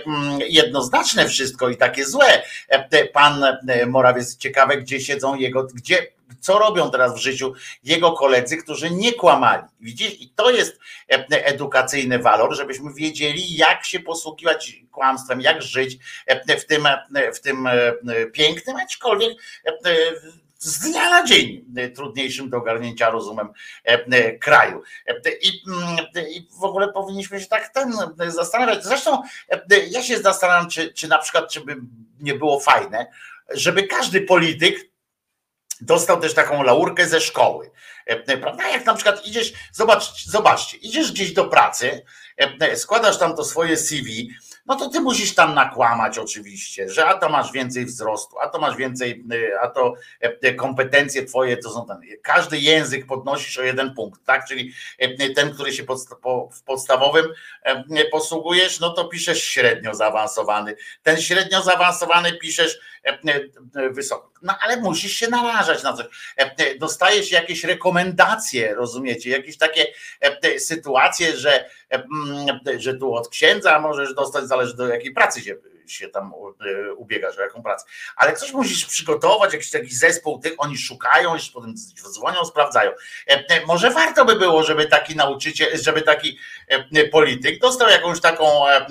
jednoznaczne wszystko i takie złe. Pan Morawiecki, ciekawe, gdzie siedzą jego, gdzie co robią teraz w życiu jego koledzy, którzy nie kłamali. Widzisz? I to jest edukacyjny walor, żebyśmy wiedzieli, jak się posługiwać kłamstwem, jak żyć w tym, w tym pięknym, aczkolwiek z dnia na dzień trudniejszym do ogarnięcia rozumem kraju. I, i w ogóle powinniśmy się tak ten zastanawiać. Zresztą ja się zastanawiam, czy, czy na przykład, czy by nie było fajne, żeby każdy polityk dostał też taką laurkę ze szkoły. Prawda? Jak na przykład idziesz, zobacz, zobaczcie, idziesz gdzieś do pracy, składasz tam to swoje C V, no to ty musisz tam nakłamać oczywiście, że a to masz więcej wzrostu, a to masz więcej, a to kompetencje twoje to są tam. Każdy język podnosisz o jeden punkt, tak? Czyli ten, który się podsta- po, w podstawowym posługujesz, no to piszesz średnio zaawansowany. Ten średnio zaawansowany piszesz wysoko. No ale musisz się narażać na coś. Dostajesz jakieś rekomendacje, rozumiecie? Jakieś takie sytuacje, że, że tu od księdza możesz dostać, zależy do jakiej pracy się, się tam ubiegasz, o jaką pracę. Ale coś musisz przygotować, jakiś taki zespół tych, oni szukają, jeszcze potem dzwonią, sprawdzają. Może warto by było, żeby taki nauczyciel, żeby taki polityk dostał jakąś taką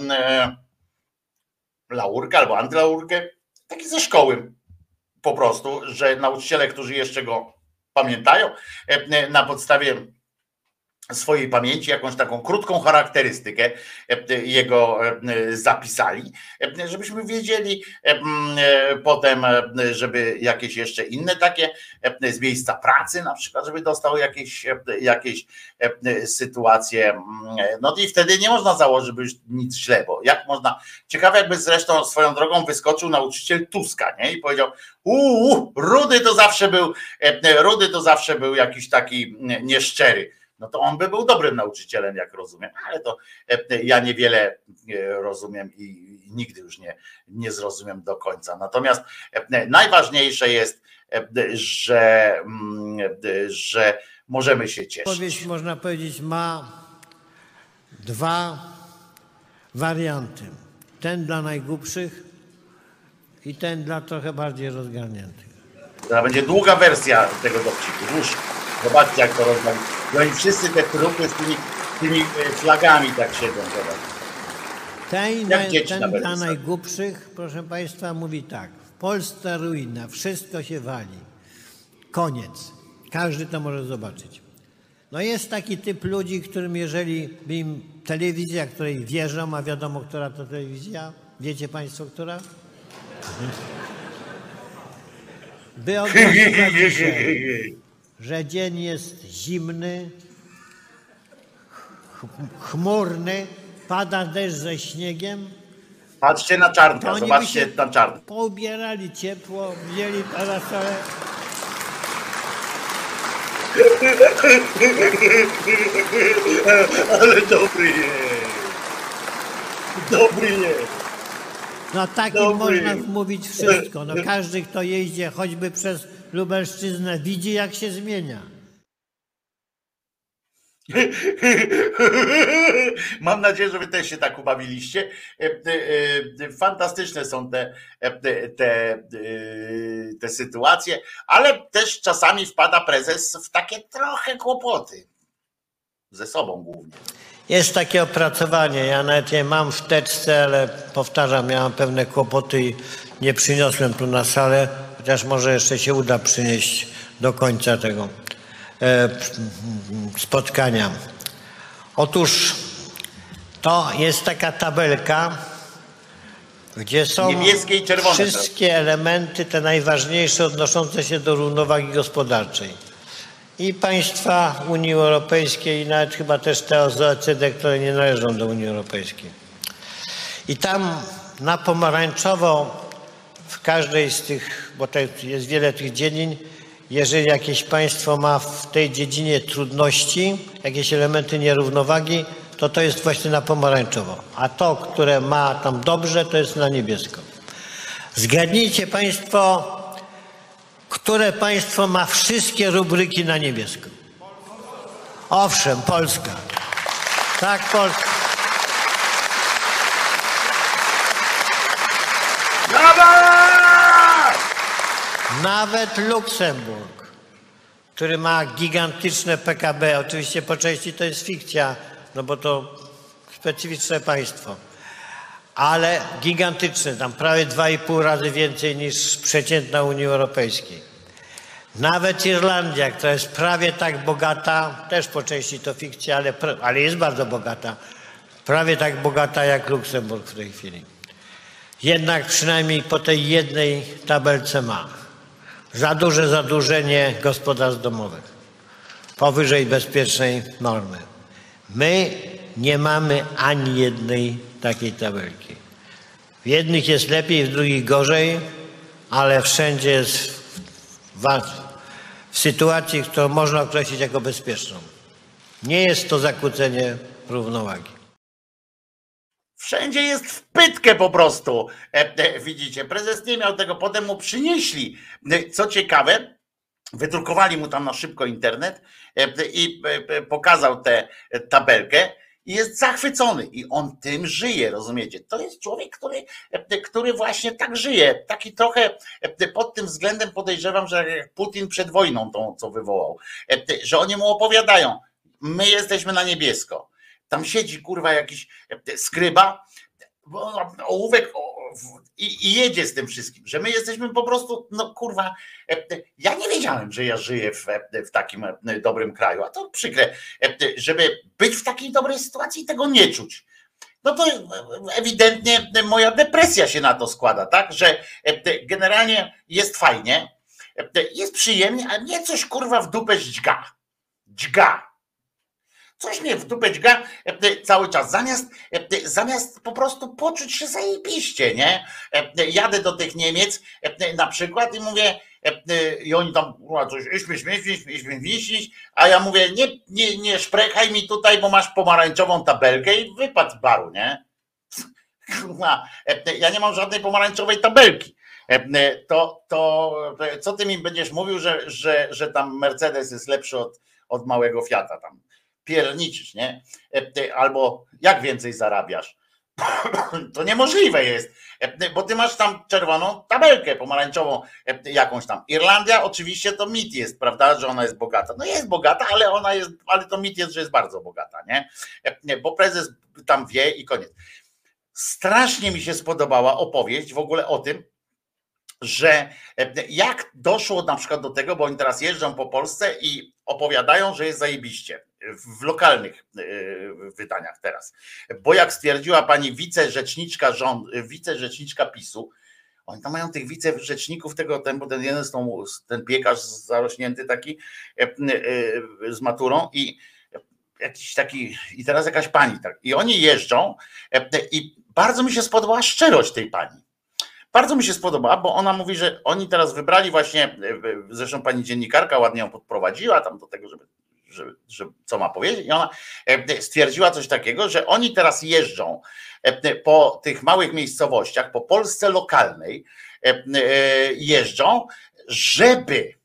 laurkę albo antylaurkę, taki ze szkoły po prostu, że nauczyciele, którzy jeszcze go pamiętają, na podstawie swojej pamięci jakąś taką krótką charakterystykę jego zapisali, żebyśmy wiedzieli potem, żeby jakieś jeszcze inne takie z miejsca pracy na przykład, żeby dostał jakieś, jakieś sytuacje, no i wtedy nie można założyć, żeby już nic źle, bo jak można, ciekawe jakby zresztą swoją drogą wyskoczył nauczyciel Tuska, nie? I powiedział, uuu, Rudy to zawsze był, Rudy to zawsze był jakiś taki nieszczery. No to on by był dobrym nauczycielem, jak rozumiem, ale to ja niewiele rozumiem i nigdy już nie, nie zrozumiem do końca. Natomiast najważniejsze jest, że, że możemy się cieszyć. Odpowiedź, można powiedzieć, ma dwa warianty. Ten dla najgłupszych i ten dla trochę bardziej rozgarniętych. To będzie długa wersja tego dowcipu, dłuższa. Zobaczcie, jak to rozmawiam. I oni wszyscy te trupy z tymi, tymi flagami tak siedzą. Zobacz. Ten, ten dla najgłupszych, proszę Państwa, mówi tak. W Polsce ruina, wszystko się wali. Koniec. Każdy to może zobaczyć. No jest taki typ ludzi, którym jeżeli by im telewizja, której wierzą, a wiadomo, która to telewizja, wiecie Państwo, która? By ogłosiła dzisiaj, że dzień jest zimny, chmurny, pada deszcz ze śniegiem. Patrzcie na Czarnka, zobaczcie na Czarnka. Poubierali ciepło, wzięli parasole. Ale dobry jest. Dobry jest. No takim można wmówić wszystko. No każdy, kto jeździ choćby przez Lubelszczyznę, widzi, jak się zmienia. Mam nadzieję, że wy też się tak ubawiliście. Fantastyczne są te, te, te sytuacje, ale też czasami wpada prezes w takie trochę kłopoty. Ze sobą głównie. Jest takie opracowanie, ja nawet je mam w teczce, ale powtarzam, miałem pewne kłopoty i nie przyniosłem tu na salę, chociaż może jeszcze się uda przynieść do końca tego e, spotkania. Otóż to jest taka tabelka, gdzie są niebieskie i czerwone wszystkie teraz. Elementy, te najważniejsze odnoszące się do równowagi gospodarczej. I państwa Unii Europejskiej, i nawet chyba też te z O E C D, które nie należą do Unii Europejskiej. I tam na pomarańczowo w każdej z tych, bo to jest wiele tych dziedzin, jeżeli jakieś państwo ma w tej dziedzinie trudności, jakieś elementy nierównowagi, to to jest właśnie na pomarańczowo. A to, które ma tam dobrze, to jest na niebiesko. Zgadnijcie państwo, które państwo ma wszystkie rubryki na niebiesko? Owszem, Polska. Tak, Polska. Brawa! Nawet Luksemburg. który ma gigantyczne P K B. Oczywiście po części to jest fikcja, no bo to specyficzne państwo. Ale gigantyczne, tam prawie dwa i pół razy więcej niż przeciętna Unii Europejskiej. Nawet Irlandia, która jest prawie tak bogata, też po części to fikcja, ale, ale jest bardzo bogata, prawie tak bogata jak Luksemburg w tej chwili. Jednak przynajmniej po tej jednej tabelce ma za duże zadłużenie gospodarstw domowych, powyżej bezpiecznej normy. My nie mamy ani jednej takiej tabelki. W jednych jest lepiej, w drugich gorzej, ale wszędzie jest w, w sytuacji, którą można określić jako bezpieczną. Nie jest to zakłócenie równowagi. Wszędzie jest w pytkę po prostu. E, e, widzicie, prezes nie miał tego, potem mu przynieśli. E, co ciekawe, wydrukowali mu tam na szybko internet e, i e, pokazał tę tabelkę i jest zachwycony. I on tym żyje, rozumiecie? To jest człowiek, który, e, który właśnie tak żyje. Taki trochę e, pod tym względem podejrzewam, że jak Putin przed wojną tą, co wywołał, e, że oni mu opowiadają, my jesteśmy na niebiesko. Tam siedzi kurwa jakiś skryba, ołówek i, i jedzie z tym wszystkim, że my jesteśmy po prostu, no kurwa, ja nie wiedziałem, że ja żyję w, w takim dobrym kraju, a to przykre, żeby być w takiej dobrej sytuacji i tego nie czuć. No to ewidentnie moja depresja się na to składa, tak, że generalnie jest fajnie, jest przyjemnie, a mnie coś kurwa w dupę dźga, dźga. Coś mnie w dupę dźga cały czas, zamiast, zamiast po prostu poczuć się zajebiście, nie? Jadę do tych Niemiec na przykład i mówię, i oni tam coś iśmy, śmiesznie, iśmy, wisić, a ja mówię, nie, nie, nie szprechaj mi tutaj, bo masz pomarańczową tabelkę i wypadł z baru, nie? Ja nie mam żadnej pomarańczowej tabelki. To, to co ty mi będziesz mówił, że, że, że tam Mercedes jest lepszy od, od małego Fiata tam? Pierniczysz, nie? Albo jak więcej zarabiasz? To niemożliwe jest, bo ty masz tam czerwoną tabelkę pomarańczową jakąś tam. Irlandia oczywiście to mit jest, prawda, że ona jest bogata. No jest bogata, ale ona jest, ale to mit jest, że jest bardzo bogata, nie? Bo prezes tam wie i koniec. Strasznie mi się spodobała opowieść w ogóle o tym, że jak doszło na przykład do tego, bo oni teraz jeżdżą po Polsce i opowiadają, że jest zajebiście w lokalnych wydaniach teraz. Bo jak stwierdziła pani wicerzeczniczka rząd, wicerzeczniczka PiSu, oni tam mają tych wicerzeczników tego, ten, bo ten jeden tą, ten piekarz zarośnięty taki z maturą i jakiś taki, i teraz jakaś pani tak. I oni jeżdżą i bardzo mi się spodobała szczerość tej pani. Bardzo mi się spodobała, bo ona mówi, że oni teraz wybrali właśnie, zresztą pani dziennikarka ładnie ją podprowadziła tam do tego, żeby, żeby, żeby co ma powiedzieć, i ona stwierdziła coś takiego, że oni teraz jeżdżą po tych małych miejscowościach, po Polsce lokalnej jeżdżą, żeby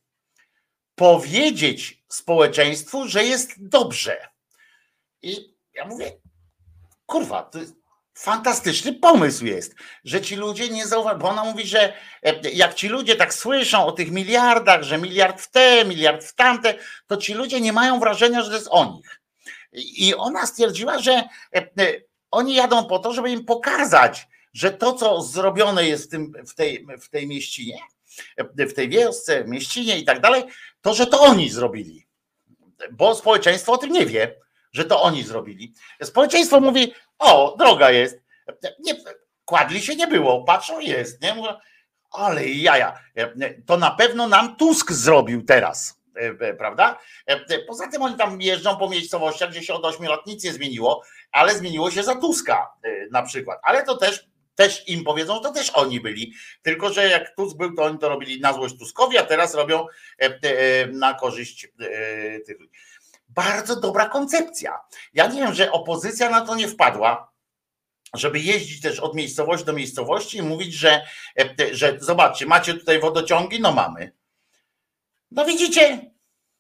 powiedzieć społeczeństwu, że jest dobrze. I ja mówię, kurwa, to jest fantastyczny pomysł jest, że ci ludzie nie zauważają, bo ona mówi, że jak ci ludzie tak słyszą o tych miliardach, że miliard w te, miliard w tamte, to ci ludzie nie mają wrażenia, że to jest o nich. I ona stwierdziła, że oni jadą po to, żeby im pokazać, że to, co zrobione jest w, tym, w, tej, w tej mieścinie, w tej wiosce, mieścinie i tak dalej, to, że to oni zrobili. Bo społeczeństwo o tym nie wie, że to oni zrobili. Społeczeństwo mówi, o, droga jest. Nie, kładli się nie było, patrzą, jest. Nie? Mówią, ale jaja. To na pewno nam Tusk zrobił teraz, prawda? Poza tym oni tam jeżdżą po miejscowościach, gdzie się od ośmiu lat nic nie zmieniło, ale zmieniło się za Tuska na przykład. Ale to też, też im powiedzą, że to też oni byli. Tylko że jak Tusk był, to oni to robili na złość Tuskowi, a teraz robią na korzyść tych ludzi. Bardzo dobra koncepcja. Ja nie wiem, że opozycja na to nie wpadła, żeby jeździć też od miejscowości do miejscowości i mówić, że, że zobaczcie, macie tutaj wodociągi? No mamy. No widzicie?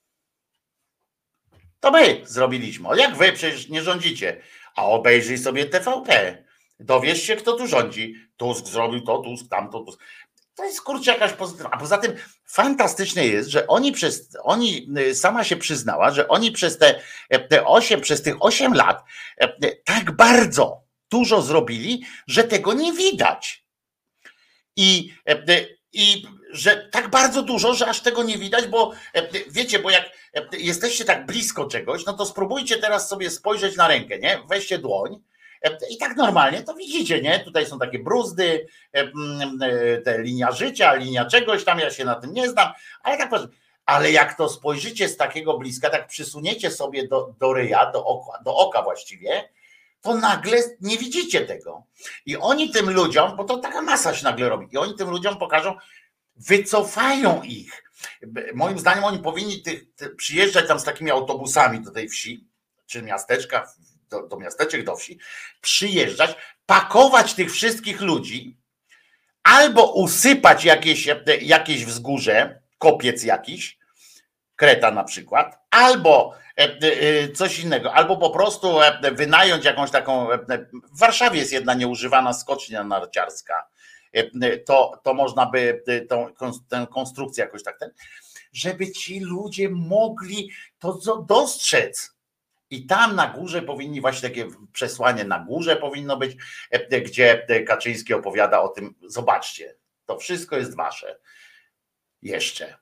To my zrobiliśmy. Jak wy przecież nie rządzicie? A obejrzyj sobie T V P. Dowiesz się, kto tu rządzi. Tusk zrobił to, Tusk tamto, Tusk. To jest kurczę jakaś pozytywna. A poza tym fantastyczne jest, że oni przez, oni sama się przyznała, że oni przez te, te osiem, przez tych osiem lat tak bardzo dużo zrobili, że tego nie widać. I, i że tak bardzo dużo, że aż tego nie widać, bo wiecie, bo jak jesteście tak blisko czegoś, no to spróbujcie teraz sobie spojrzeć na rękę, nie? Weźcie dłoń. I tak normalnie to widzicie, nie? Tutaj są takie bruzdy, te linia życia, linia czegoś tam, ja się na tym nie znam, ale tak powiem. Ale jak to spojrzycie z takiego bliska, tak przysuniecie sobie do, do ryja, do oka, do oka właściwie, to nagle nie widzicie tego. I oni tym ludziom, bo to taka masa się nagle robi, i oni tym ludziom pokażą, wycofają ich. Moim zdaniem oni powinni tych, tych, przyjeżdżać tam z takimi autobusami do tej wsi, czy miasteczka, Do, do miasteczek, do wsi, przyjeżdżać, pakować tych wszystkich ludzi, albo usypać jakieś, jakieś wzgórze, kopiec jakiś, Kreta na przykład, albo coś innego, albo po prostu wynająć jakąś taką, w Warszawie jest jedna nieużywana skocznia narciarska, to, to można by tą, tę konstrukcję jakoś tak, ten, żeby ci ludzie mogli to dostrzec. I tam na górze powinni właśnie takie przesłanie na górze powinno być, gdzie Kaczyński opowiada o tym, zobaczcie, to wszystko jest wasze. Jeszcze.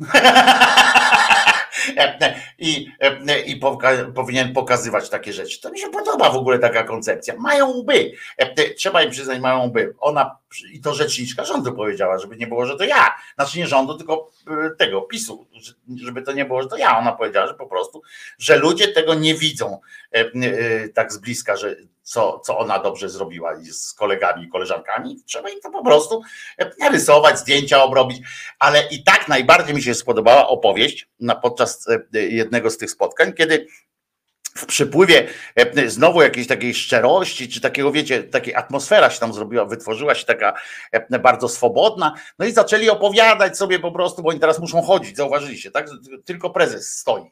I, i poka- powinien pokazywać takie rzeczy. To mi się podoba w ogóle taka koncepcja. Mają łby. Trzeba im przyznać, mają łby. Ona, i to rzeczniczka rządu powiedziała, żeby nie było, że to ja. Znaczy nie rządu, tylko tego PiSu. Żeby to nie było, że to ja. Ona powiedziała, że po prostu, że ludzie tego nie widzą tak z bliska, że co, co ona dobrze zrobiła z kolegami i koleżankami. Trzeba im to po prostu narysować, zdjęcia obrobić. Ale i tak najbardziej mi się spodobała opowieść na podczas jednego z tych spotkań, kiedy w przypływie znowu jakiejś takiej szczerości, czy takiego, wiecie, takiej atmosfera się tam zrobiła, wytworzyła się taka bardzo swobodna, no i zaczęli opowiadać sobie po prostu, bo oni teraz muszą chodzić, zauważyliście, tak? Tylko prezes stoi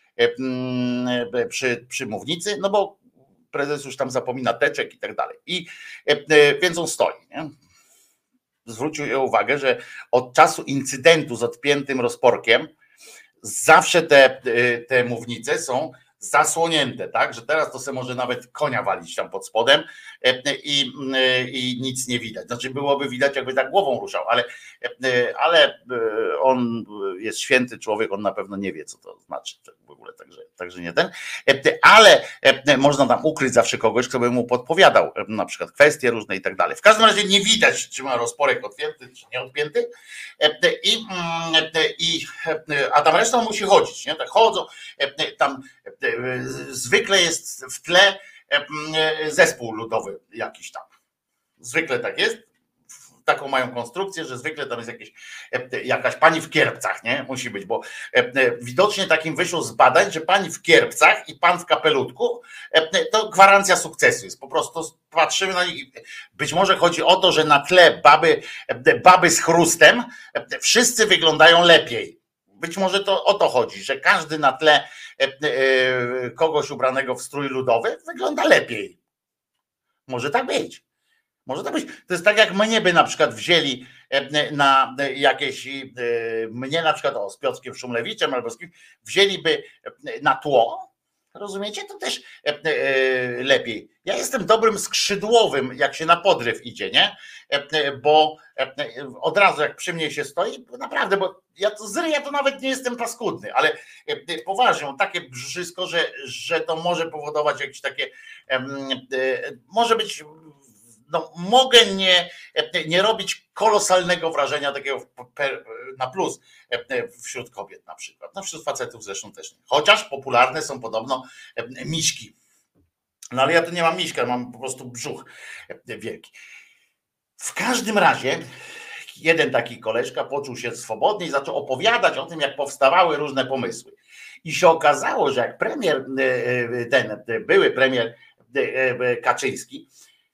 przy, przy mównicy, no bo prezes już tam zapomina teczek i tak dalej. I więc on stoi, nie? Zwrócił uwagę, że od czasu incydentu z odpiętym rozporkiem zawsze te, te mównice są zasłonięte, tak, że teraz to se może nawet konia walić tam pod spodem i, i nic nie widać. Znaczy byłoby widać, jakby tak głową ruszał, ale, ale on jest święty człowiek, on na pewno nie wie, co to znaczy w ogóle, także, także nie ten. Ale można tam ukryć zawsze kogoś, kto by mu podpowiadał na przykład kwestie różne i tak dalej. W każdym razie nie widać, czy ma rozporek odpięty, czy nie odpięty. I, i, a tam reszta musi chodzić, nie? Tak chodzą, tam zwykle jest w tle zespół ludowy jakiś tam. Zwykle tak jest. Taką mają konstrukcję, że zwykle tam jest jakieś, jakaś pani w kierpcach, nie? Musi być, bo widocznie takim wyszło z badań, że pani w kierpcach i pan w kapelutku to gwarancja sukcesu jest. Po prostu patrzymy na nich. Być może chodzi o to, że na tle baby, baby z chrustem wszyscy wyglądają lepiej. Być może to o to chodzi, że każdy na tle kogoś ubranego w strój ludowy wygląda lepiej. Może tak być. Może tak być. To jest tak, jak mnie by na przykład wzięli na jakieś, mnie na przykład o, z Piotrkiem Szumlewiczem albo z kim, wzięliby na tło, rozumiecie? To też lepiej. Ja jestem dobrym skrzydłowym, jak się na podryw idzie, nie? Bo od razu jak przy mnie się stoi, naprawdę, bo ja to z ryja to nawet nie jestem paskudny, ale poważnie, mam takie brzysko, że, że to może powodować jakieś takie, może być, no mogę nie, nie robić kolosalnego wrażenia takiego na plus wśród kobiet na przykład, no wśród facetów zresztą też nie. Chociaż popularne są podobno miśki. No ale ja tu nie mam miśka, mam po prostu brzuch wielki. W każdym razie jeden taki koleżka poczuł się swobodnie i zaczął opowiadać o tym, jak powstawały różne pomysły. I się okazało, że jak premier, ten były premier Kaczyński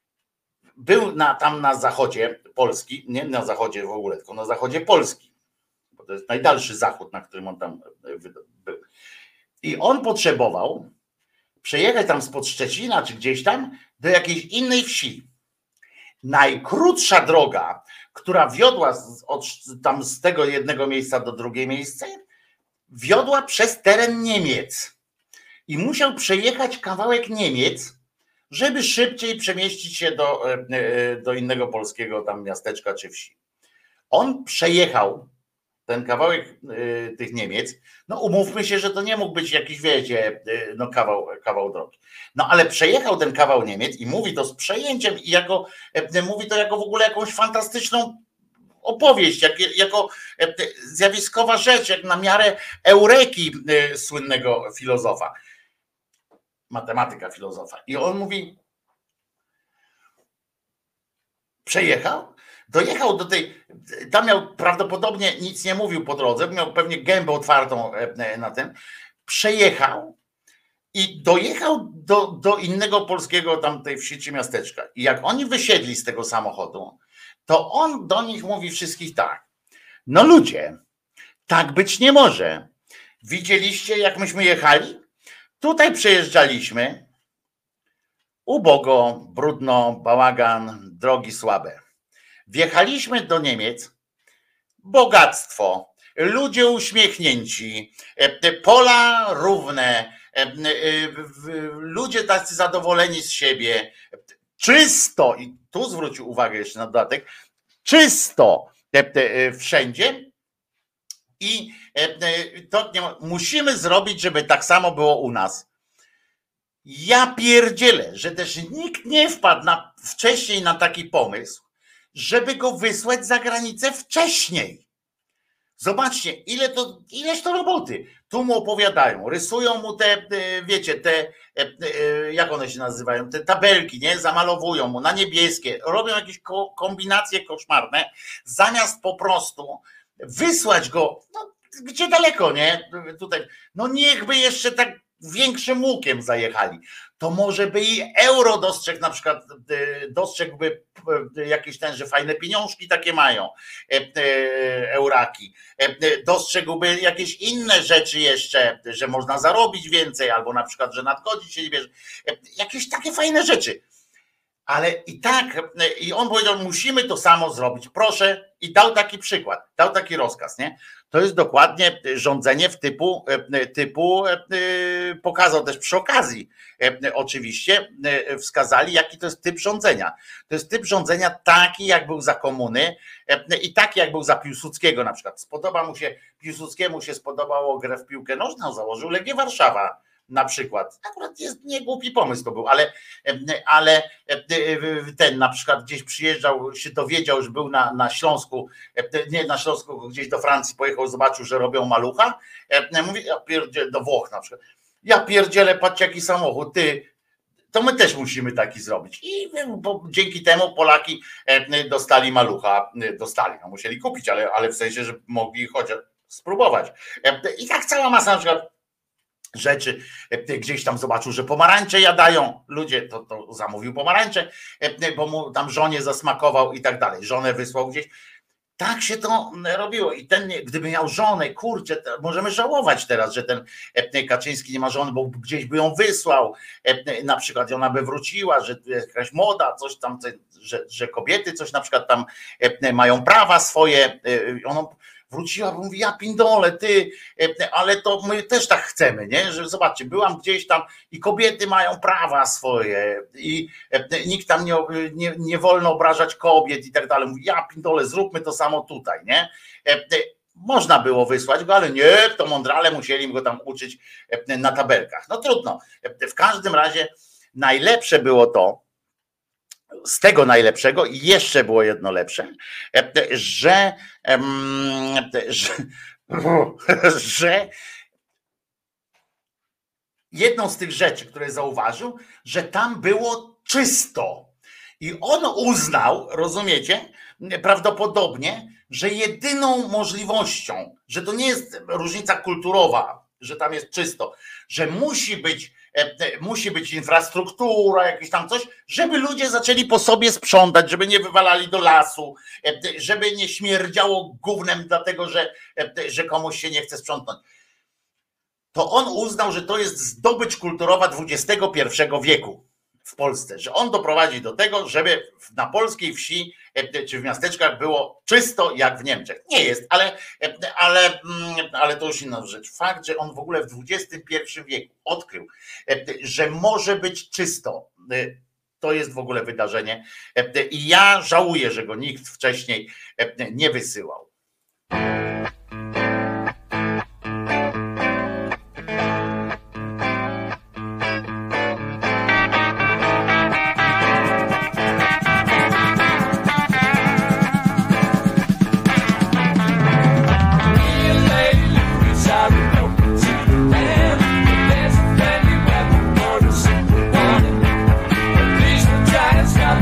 był na, tam na zachodzie Polski, nie na zachodzie w ogóle, tylko na zachodzie Polski, bo to jest najdalszy zachód, na którym on tam był. I on potrzebował przejechać tam spod Szczecina, czy gdzieś tam, do jakiejś innej wsi. najkrótsza droga, która wiodła z, od, tam z tego jednego miejsca do drugiego miejsca, wiodła przez teren Niemiec. I musiał przejechać kawałek Niemiec, żeby szybciej przemieścić się do, do innego polskiego tam miasteczka czy wsi. On przejechał ten kawałek y, tych Niemiec, no umówmy się, że to nie mógł być jakiś, wiecie, y, no kawał, kawał drogi. No ale przejechał ten kawał Niemiec i mówi to z przejęciem i jako, y, mówi to jako w ogóle jakąś fantastyczną opowieść, jak, jako y, zjawiskowa rzecz, jak na miarę Eureki y, słynnego filozofa, matematyka filozofa. I on mówi, przejechał, dojechał do tej, tam miał prawdopodobnie nic nie mówił po drodze, miał pewnie gębę otwartą na tym, przejechał i dojechał do, do innego polskiego tamtej wsi czy miasteczka. I jak oni wysiedli z tego samochodu, to on do nich mówi wszystkich tak, no ludzie, tak być nie może. Widzieliście, jak myśmy jechali? Tutaj przejeżdżaliśmy, ubogo, brudno, bałagan, drogi słabe. Wjechaliśmy do Niemiec, bogactwo, ludzie uśmiechnięci, pola równe, ludzie tacy zadowoleni z siebie, czysto, i tu zwrócił uwagę jeszcze na dodatek, czysto wszędzie i to nie, musimy zrobić, żeby tak samo było u nas. Ja pierdzielę, że też nikt nie wpadł na, wcześniej na taki pomysł, żeby go wysłać za granicę wcześniej. Zobaczcie, ile to, ileż to roboty. Tu mu opowiadają, rysują mu te, wiecie, te, jak one się nazywają, te tabelki, nie? Zamalowują mu na niebieskie, robią jakieś kombinacje koszmarne, zamiast po prostu wysłać go, no, gdzie daleko, nie? Tutaj, no niechby jeszcze tak większym łukiem zajechali. To może by i euro dostrzegł, na przykład dostrzegłby jakieś ten, że fajne pieniążki takie mają, euraki. Dostrzegłby jakieś inne rzeczy jeszcze, że można zarobić więcej, albo na przykład, że nadgodzić się nie bierze. Jakieś takie fajne rzeczy. Ale i tak, i on powiedział, musimy to samo zrobić, proszę, i dał taki przykład, dał taki rozkaz, nie? To jest dokładnie rządzenie w typu, typu pokazał też przy okazji, oczywiście wskazali, jaki to jest typ rządzenia. To jest typ rządzenia taki, jak był za komuny i taki, jak był za Piłsudskiego na przykład. Spodoba mu się, Piłsudskiemu się spodobało grę w piłkę nożną, założył Legię Warszawa. Na przykład, akurat jest niegłupi pomysł to był, ale, ale ten na przykład gdzieś przyjeżdżał, się dowiedział, że był na, na Śląsku, nie na Śląsku, gdzieś do Francji pojechał, zobaczył, że robią malucha, mówi, ja pierdzielę, do Włoch na przykład, ja pierdzielę, patrzcie jaki samochód, ty, to my też musimy taki zrobić. I bo dzięki temu Polaki dostali malucha, dostali, no musieli kupić, ale, ale w sensie, że mogli chociaż spróbować. I tak cała masa na przykład rzeczy, gdzieś tam zobaczył, że pomarańcze jadają, ludzie, to, to zamówił pomarańcze, bo mu tam żonie zasmakował i tak dalej, żonę wysłał gdzieś. Tak się to robiło i ten, gdyby miał żonę, kurczę, możemy żałować teraz, że ten Kaczyński nie ma żony, bo gdzieś by ją wysłał, na przykład ona by wróciła, że jakaś moda, coś tam, że, że kobiety coś na przykład tam mają prawa swoje, ona wróciła, bo mówi, ja pindole, ty, ale to my też tak chcemy, nie? Że zobaczcie, byłam gdzieś tam i kobiety mają prawa swoje i nikt tam nie, nie, nie wolno obrażać kobiet i tak dalej. Mówi, ja pindole, zróbmy to samo tutaj, nie? Można było wysłać go, ale nie, to mądrale musieli go tam uczyć na tabelkach. No trudno. W każdym razie najlepsze było to, z tego najlepszego i jeszcze było jedno lepsze, że, że, że jedną z tych rzeczy, które zauważył, że tam było czysto. I on uznał, rozumiecie, prawdopodobnie, że jedyną możliwością, że to nie jest różnica kulturowa, że tam jest czysto, że musi być musi być infrastruktura, jakieś tam coś, żeby ludzie zaczęli po sobie sprzątać, żeby nie wywalali do lasu, żeby nie śmierdziało gównem dlatego, że, że komuś się nie chce sprzątnąć. To on uznał, że to jest zdobycz kulturowa dwudziestego pierwszego wieku. w Polsce, że on doprowadzi do tego, żeby na polskiej wsi czy w miasteczkach było czysto jak w Niemczech. Nie jest, ale, ale, ale to już inna rzecz. Fakt, że on w ogóle w dwudziestym pierwszym wieku odkrył, że może być czysto, to jest w ogóle wydarzenie i ja żałuję, że go nikt wcześniej nie wysyłał.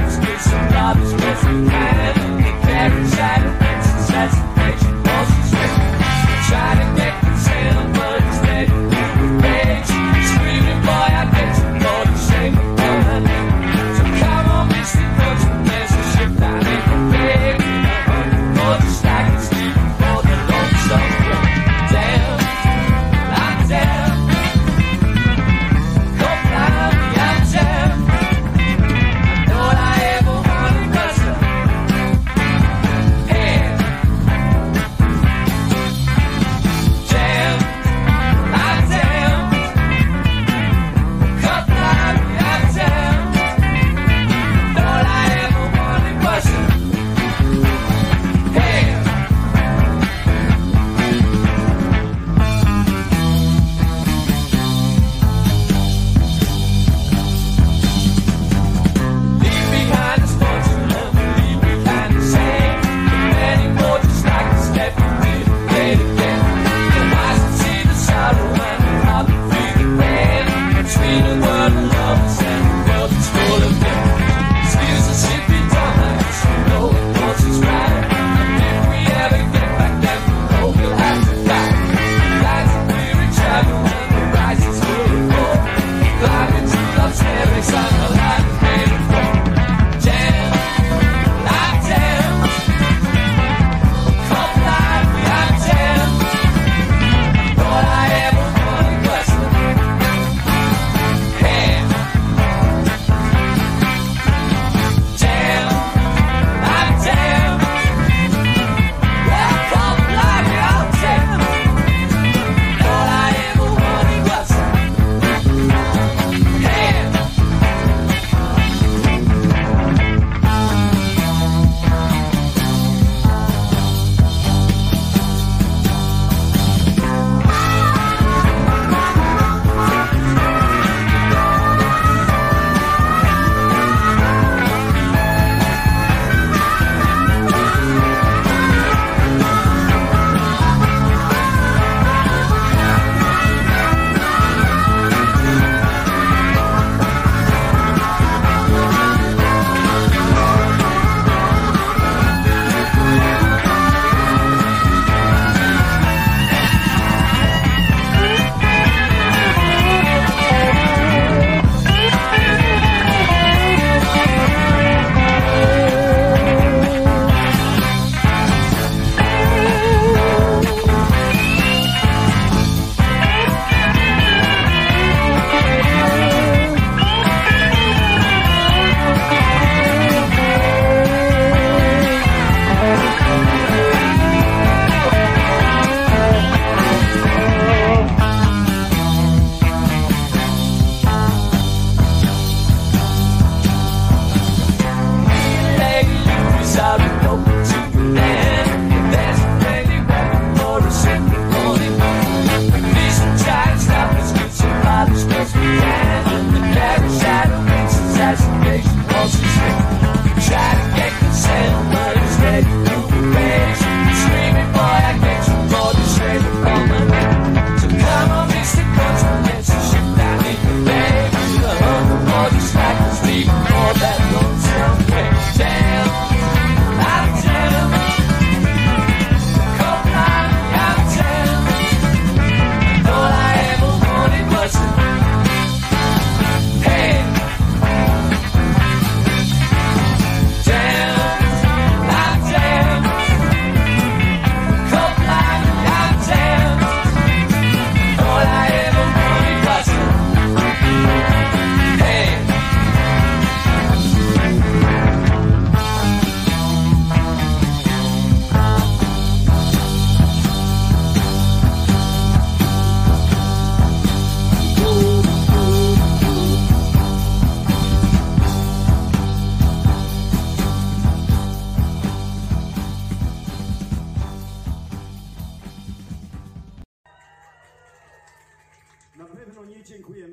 Some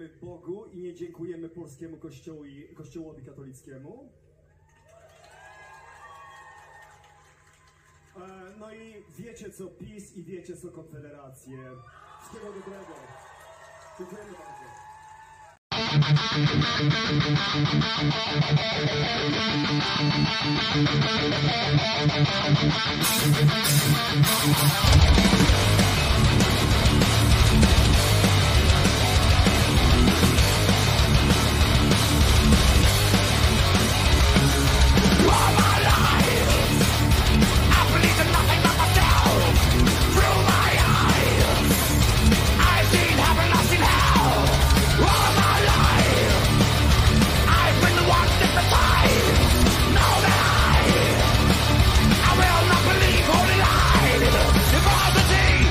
Bogu i nie dziękujemy polskiemu kościołowi, kościołowi katolickiemu. E, no i wiecie co PiS i wiecie co Konfederację. Wszystkiego dobrego. Dziękujemy bardzo. I will not believe holy lies. If all the day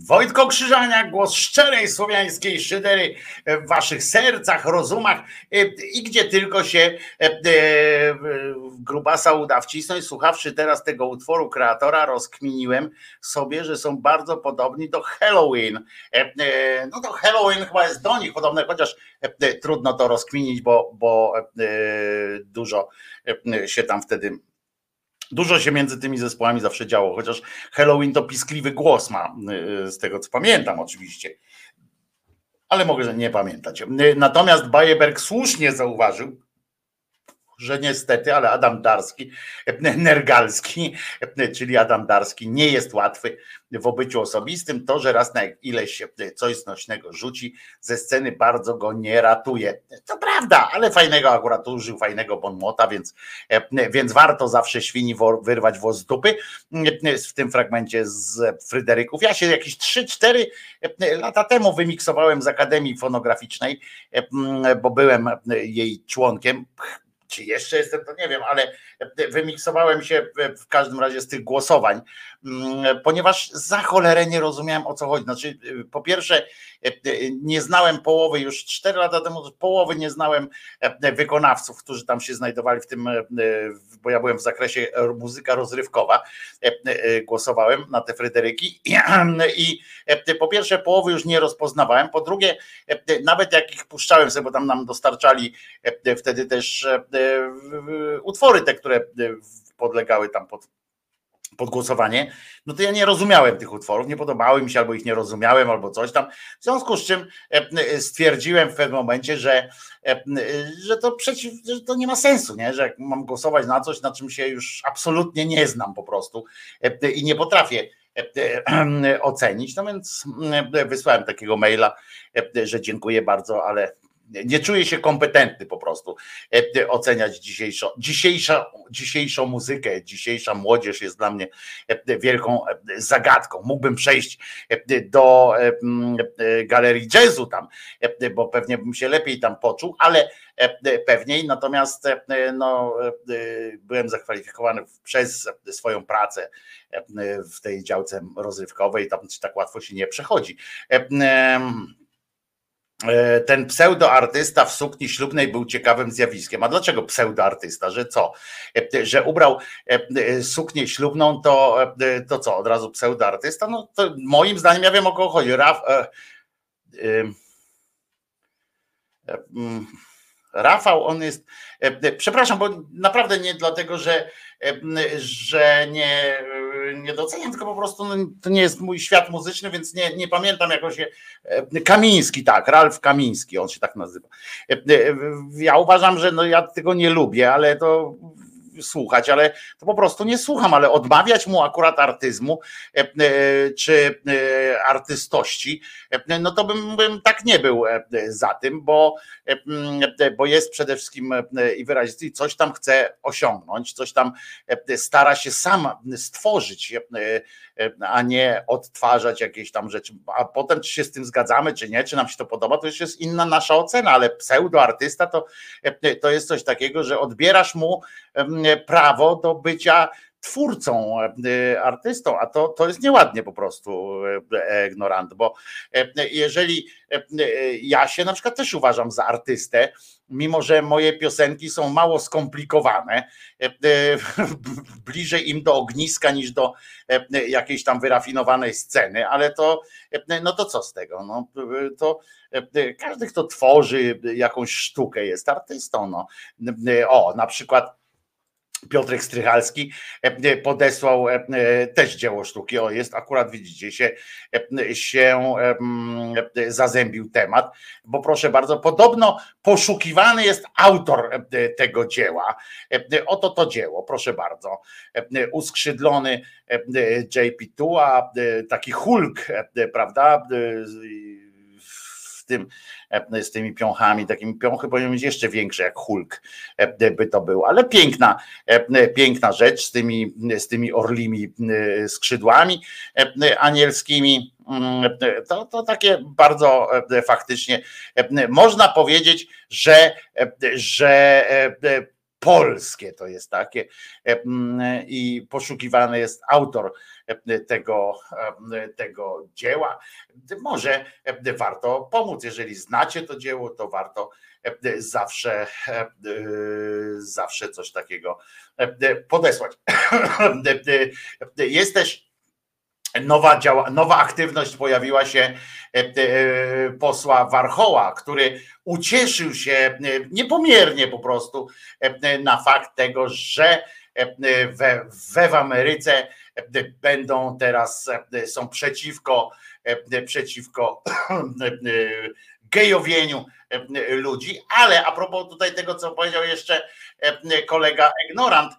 Wojtko Krzyżaniak, głos szczerej słowiańskiej szydery w waszych sercach, rozumach i gdzie tylko się grubasa uda wcisnąć. Słuchawszy teraz tego utworu kreatora, rozkminiłem sobie, że są bardzo podobni do Halloween. No to Halloween chyba jest do nich podobne, chociaż trudno to rozkminić, bo, bo dużo się tam wtedy Dużo się między tymi zespołami zawsze działo, chociaż Halloween to piskliwy głos ma, z tego co pamiętam oczywiście, ale mogę nie pamiętać. Natomiast Bajeberg słusznie zauważył, że niestety, ale Adam Darski, Nergalski, czyli Adam Darski nie jest łatwy w obyciu osobistym. To, że raz na ileś coś znośnego rzuci ze sceny, bardzo go nie ratuje. To prawda, ale fajnego akurat użył, fajnego bonmota, więc, więc warto zawsze świni wyrwać włos z dupy. W tym fragmencie z Fryderyków. Ja się jakieś trzy cztery lata temu wymiksowałem z Akademii Fonograficznej, bo byłem jej członkiem. Czy jeszcze jestem, to nie wiem, ale wymiksowałem się w każdym razie z tych głosowań, ponieważ za cholerę nie rozumiałem, o co chodzi. Znaczy, po pierwsze, nie znałem połowy, już cztery lata temu połowy nie znałem wykonawców, którzy tam się znajdowali w tym, bo ja byłem w zakresie muzyka rozrywkowa, głosowałem na te Fryderyki i po pierwsze połowy już nie rozpoznawałem, po drugie nawet jak ich puszczałem sobie, bo tam nam dostarczali wtedy też utwory te, które podlegały tam pod pod głosowanie, no to ja nie rozumiałem tych utworów, nie podobały mi się, albo ich nie rozumiałem, albo coś tam. W związku z czym stwierdziłem w pewnym momencie, że, że to przeciw, że to nie ma sensu, nie? Że jak mam głosować na coś, na czym się już absolutnie nie znam po prostu i nie potrafię ocenić, no więc wysłałem takiego maila, że dziękuję bardzo, ale nie czuję się kompetentny po prostu oceniać dzisiejszą, dzisiejszą, dzisiejszą muzykę. Dzisiejsza młodzież jest dla mnie wielką zagadką. Mógłbym przejść do galerii jazzu tam, bo pewnie bym się lepiej tam poczuł, ale pewniej, natomiast no, byłem zakwalifikowany przez swoją pracę w tej działce rozrywkowej, tam tak łatwo się nie przechodzi. Ten pseudoartysta w sukni ślubnej był ciekawym zjawiskiem. A dlaczego pseudoartysta? Że co? Że ubrał suknię ślubną, to, to co? Od razu pseudoartysta? No to moim zdaniem, ja wiem, o kogo chodzi. Raf, e, e, e, Rafał, on jest, przepraszam, bo naprawdę nie dlatego, że, że nie, nie doceniam, tylko po prostu no, to nie jest mój świat muzyczny, więc nie, nie pamiętam, jak on się, Kamiński, tak, Ralf Kamiński, on się tak nazywa. Ja uważam, że no, ja tego nie lubię, ale to słuchać, ale to po prostu nie słucham, ale odmawiać mu akurat artyzmu czy artystości, no to bym, bym tak nie był za tym, bo, bo jest przede wszystkim i wyrazisty i coś tam chce osiągnąć, coś tam stara się sam stworzyć, a nie odtwarzać jakieś tam rzeczy, a potem czy się z tym zgadzamy, czy nie, czy nam się to podoba, to już jest inna nasza ocena, ale pseudoartysta to, to jest coś takiego, że odbierasz mu prawo do bycia twórcą, artystą, a to, to jest nieładnie po prostu, ignorant, bo jeżeli ja się na przykład też uważam za artystę, mimo że moje piosenki są mało skomplikowane, bliżej im do ogniska niż do jakiejś tam wyrafinowanej sceny, ale to, no to co z tego? No, to każdy, kto tworzy jakąś sztukę, jest artystą. No. O, na przykład Piotrek Strychalski podesłał też dzieło sztuki. O, jest akurat, widzicie, się, się zazębił temat, bo proszę bardzo, podobno poszukiwany jest autor tego dzieła. Oto to dzieło, proszę bardzo. Uskrzydlony J P dwa, a taki Hulk, prawda? Tym, z tymi piąchami, takimi piąchy powinien być jeszcze większe jak Hulk by to był, ale piękna, piękna rzecz z tymi, z tymi orlimi skrzydłami anielskimi. To, to takie bardzo faktycznie można powiedzieć, że, że polskie to jest takie i poszukiwany jest autor tego, tego dzieła. Może warto pomóc, jeżeli znacie to dzieło, to warto zawsze, zawsze coś takiego podesłać. Jest też Nowa, działa, nowa aktywność pojawiła się posła Warchoła, który ucieszył się niepomiernie po prostu na fakt tego, że we, we w Ameryce będą teraz, są przeciwko, przeciwko gejowieniu ludzi, ale a propos tutaj tego, co powiedział jeszcze kolega Ignorant,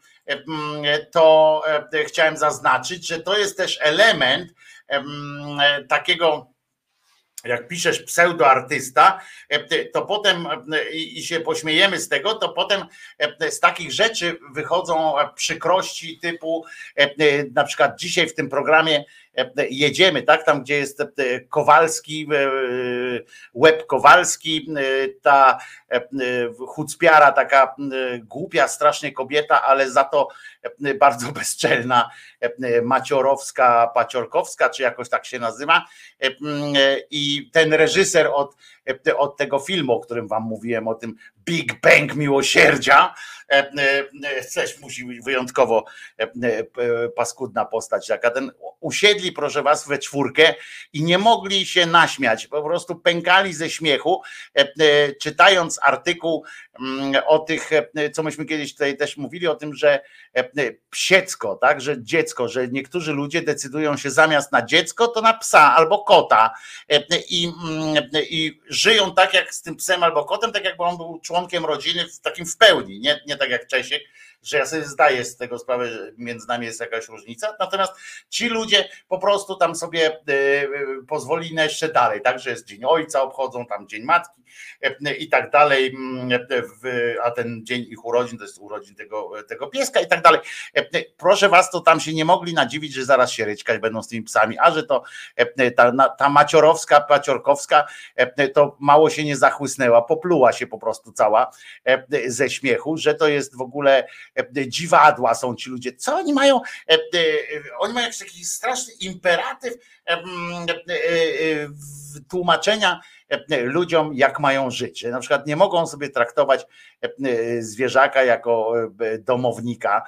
to chciałem zaznaczyć, że to jest też element takiego, jak piszesz pseudoartysta, to potem i się pośmiejemy z tego, to potem z takich rzeczy wychodzą przykrości typu, na przykład dzisiaj w tym programie jedziemy, tak, tam gdzie jest Kowalski, łeb Kowalski, ta chucpiara, taka głupia strasznie kobieta, ale za to bardzo bezczelna, Maciorowska, Paciorkowska, czy jakoś tak się nazywa, i ten reżyser od, od tego filmu, o którym wam mówiłem, o tym Big Bang Miłosierdzia, też musi być wyjątkowo paskudna postać taka. Ten usiedli, proszę was, we czwórkę i nie mogli się naśmiać, po prostu pękali ze śmiechu, czytając artykuł o tych, co myśmy kiedyś tutaj też mówili, o tym, że psiecko, tak, że dziecko, że niektórzy ludzie decydują się zamiast na dziecko, to na psa albo kota i, i żyją tak jak z tym psem albo kotem, tak jakby on był członkiem rodziny w takim w pełni, nie, nie tak jak Czesiek, że ja sobie zdaję z tego sprawę, że między nami jest jakaś różnica, natomiast ci ludzie po prostu tam sobie pozwolili na jeszcze dalej, tak, że jest Dzień Ojca, obchodzą tam Dzień Matki i tak dalej, a ten dzień ich urodzin to jest urodzin tego, tego pieska i tak dalej. Proszę was, to tam się nie mogli nadziwić, że zaraz się ryczkać będą z tymi psami, a że to ta, ta Maciorowska, Paciorkowska to mało się nie zachłysnęła, popluła się po prostu cała ze śmiechu, że to jest w ogóle dziwadła są ci ludzie. Co oni mają? Oni mają jakiś taki straszny imperatyw tłumaczenia ludziom, jak mają żyć. Na przykład nie mogą sobie traktować zwierzaka jako domownika.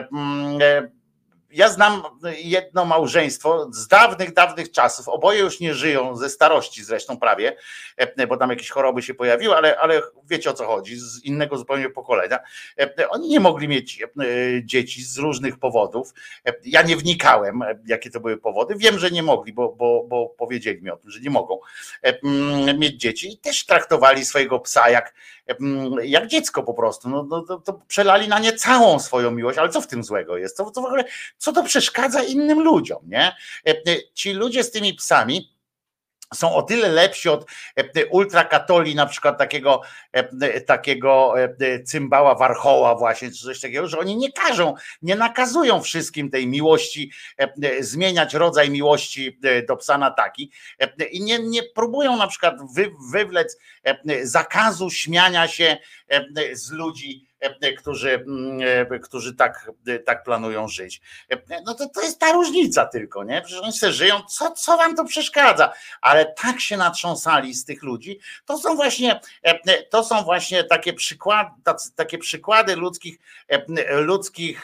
Ja znam jedno małżeństwo z dawnych, dawnych czasów. Oboje już nie żyją, ze starości zresztą prawie, bo tam jakieś choroby się pojawiły, ale, ale wiecie o co chodzi, z innego zupełnie pokolenia. Oni nie mogli mieć dzieci z różnych powodów. Ja nie wnikałem, jakie to były powody. Wiem, że nie mogli, bo, bo, bo powiedzieli mi o tym, że nie mogą mieć dzieci i też traktowali swojego psa jak, jak dziecko po prostu. No, no, to, to przelali na nie całą swoją miłość, ale co w tym złego jest? Co, co w ogóle Co to przeszkadza innym ludziom, nie? Ci ludzie z tymi psami są o tyle lepsi od ultrakatoli, na przykład takiego, takiego cymbała Warchoła właśnie, czy coś takiego, że oni nie każą, nie nakazują wszystkim tej miłości, zmieniać rodzaj miłości do psa na taki i nie, nie próbują na przykład wy, wywlec zakazu śmiania się z ludzi, którzy, którzy tak, tak planują żyć. No to, to jest ta różnica tylko, nie? Przecież oni sobie żyją, co, co wam to przeszkadza? Ale tak się natrząsali z tych ludzi, to są właśnie, to są właśnie takie przykłady, takie przykłady ludzkich, ludzkich,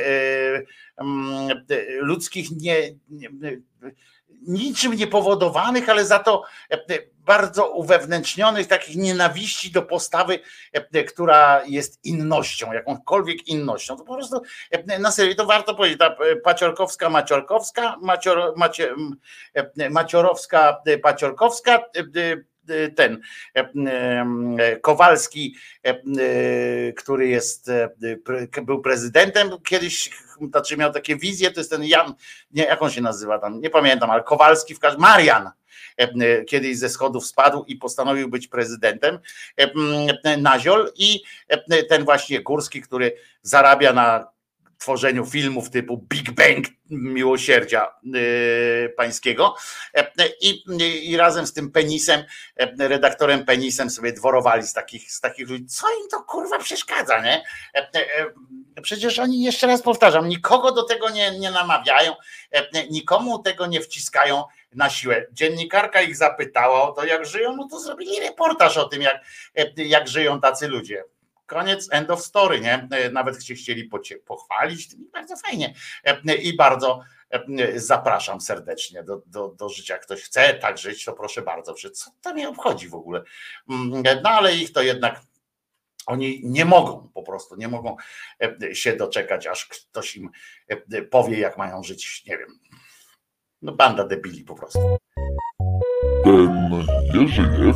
ludzkich nie, nie niczym niepowodowanych, ale za to bardzo uwewnętrznionych, takich nienawiści do postawy, która jest innością, jakąkolwiek innością. To po prostu na serio, to warto powiedzieć, ta Paciorkowska, Maciorkowska, Macior, Macie, Maciorowska, Paciorkowska, ten Kowalski, który jest, był prezydentem kiedyś, znaczy miał takie wizje, to jest ten Jan, nie, jak on się nazywa tam, nie pamiętam, ale Kowalski w każdym, Marian kiedyś ze schodów spadł i postanowił być prezydentem, Naziol i ten właśnie Górski, który zarabia na tworzeniu filmów typu Big Bang Miłosierdzia yy, Pańskiego I, i razem z tym Penisem, redaktorem Penisem sobie dworowali z takich, z takich ludzi. Co im to kurwa przeszkadza, nie? Przecież oni, jeszcze raz powtarzam, nikogo do tego nie, nie namawiają, nikomu tego nie wciskają na siłę. Dziennikarka ich zapytała o to, jak żyją, no to zrobili reportaż o tym, jak, jak żyją tacy ludzie. Koniec, end of story, nie? Nawet się chcieli pochwalić, bardzo fajnie i bardzo zapraszam serdecznie do, do, do życia. Jak ktoś chce tak żyć, to proszę bardzo, co to mnie obchodzi w ogóle? No ale ich to jednak, oni nie mogą, po prostu nie mogą się doczekać, aż ktoś im powie, jak mają żyć, nie wiem, no banda debili po prostu. Ten Jerzyjew,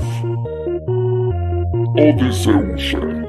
Odyseusze.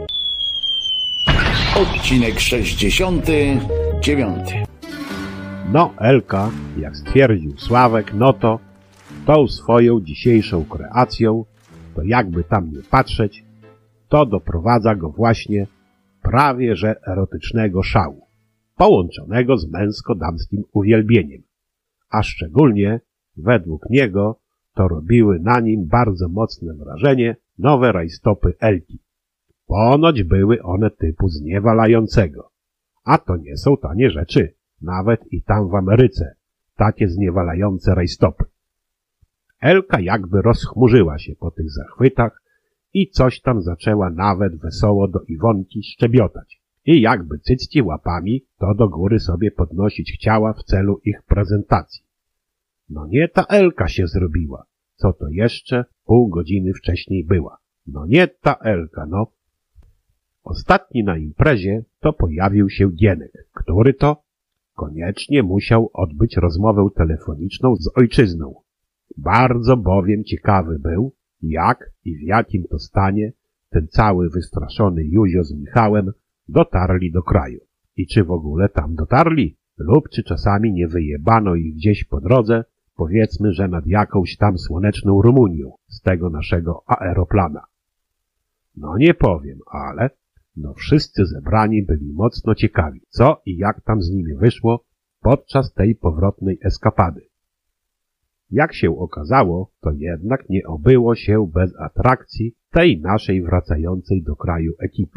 Odcinek sześćdziesiąty dziewiąty. No, Elka, jak stwierdził Sławek, no to tą swoją dzisiejszą kreacją, to jakby tam nie patrzeć, to doprowadza go właśnie prawie że erotycznego szału, połączonego z męsko-damskim uwielbieniem. A szczególnie, według niego, to robiły na nim bardzo mocne wrażenie nowe rajstopy Elki. Ponoć były one typu zniewalającego. A to nie są tanie rzeczy, nawet i tam w Ameryce, takie zniewalające rajstopy. Elka jakby rozchmurzyła się po tych zachwytach i coś tam zaczęła nawet wesoło do Iwonki szczebiotać. I jakby cycki łapami to do góry sobie podnosić chciała w celu ich prezentacji. No nie ta Elka się zrobiła, co to jeszcze pół godziny wcześniej była. No nie ta Elka, no. Ostatni na imprezie to pojawił się Gienek, który to koniecznie musiał odbyć rozmowę telefoniczną z ojczyzną. Bardzo bowiem ciekawy był, jak i w jakim to stanie ten cały wystraszony Józio z Michałem dotarli do kraju. I czy w ogóle tam dotarli? Lub czy czasami nie wyjebano ich gdzieś po drodze, powiedzmy, że nad jakąś tam słoneczną Rumunią z tego naszego aeroplana. No nie powiem, ale no wszyscy zebrani byli mocno ciekawi, co i jak tam z nimi wyszło podczas tej powrotnej eskapady. Jak się okazało, to jednak nie obyło się bez atrakcji tej naszej wracającej do kraju ekipy.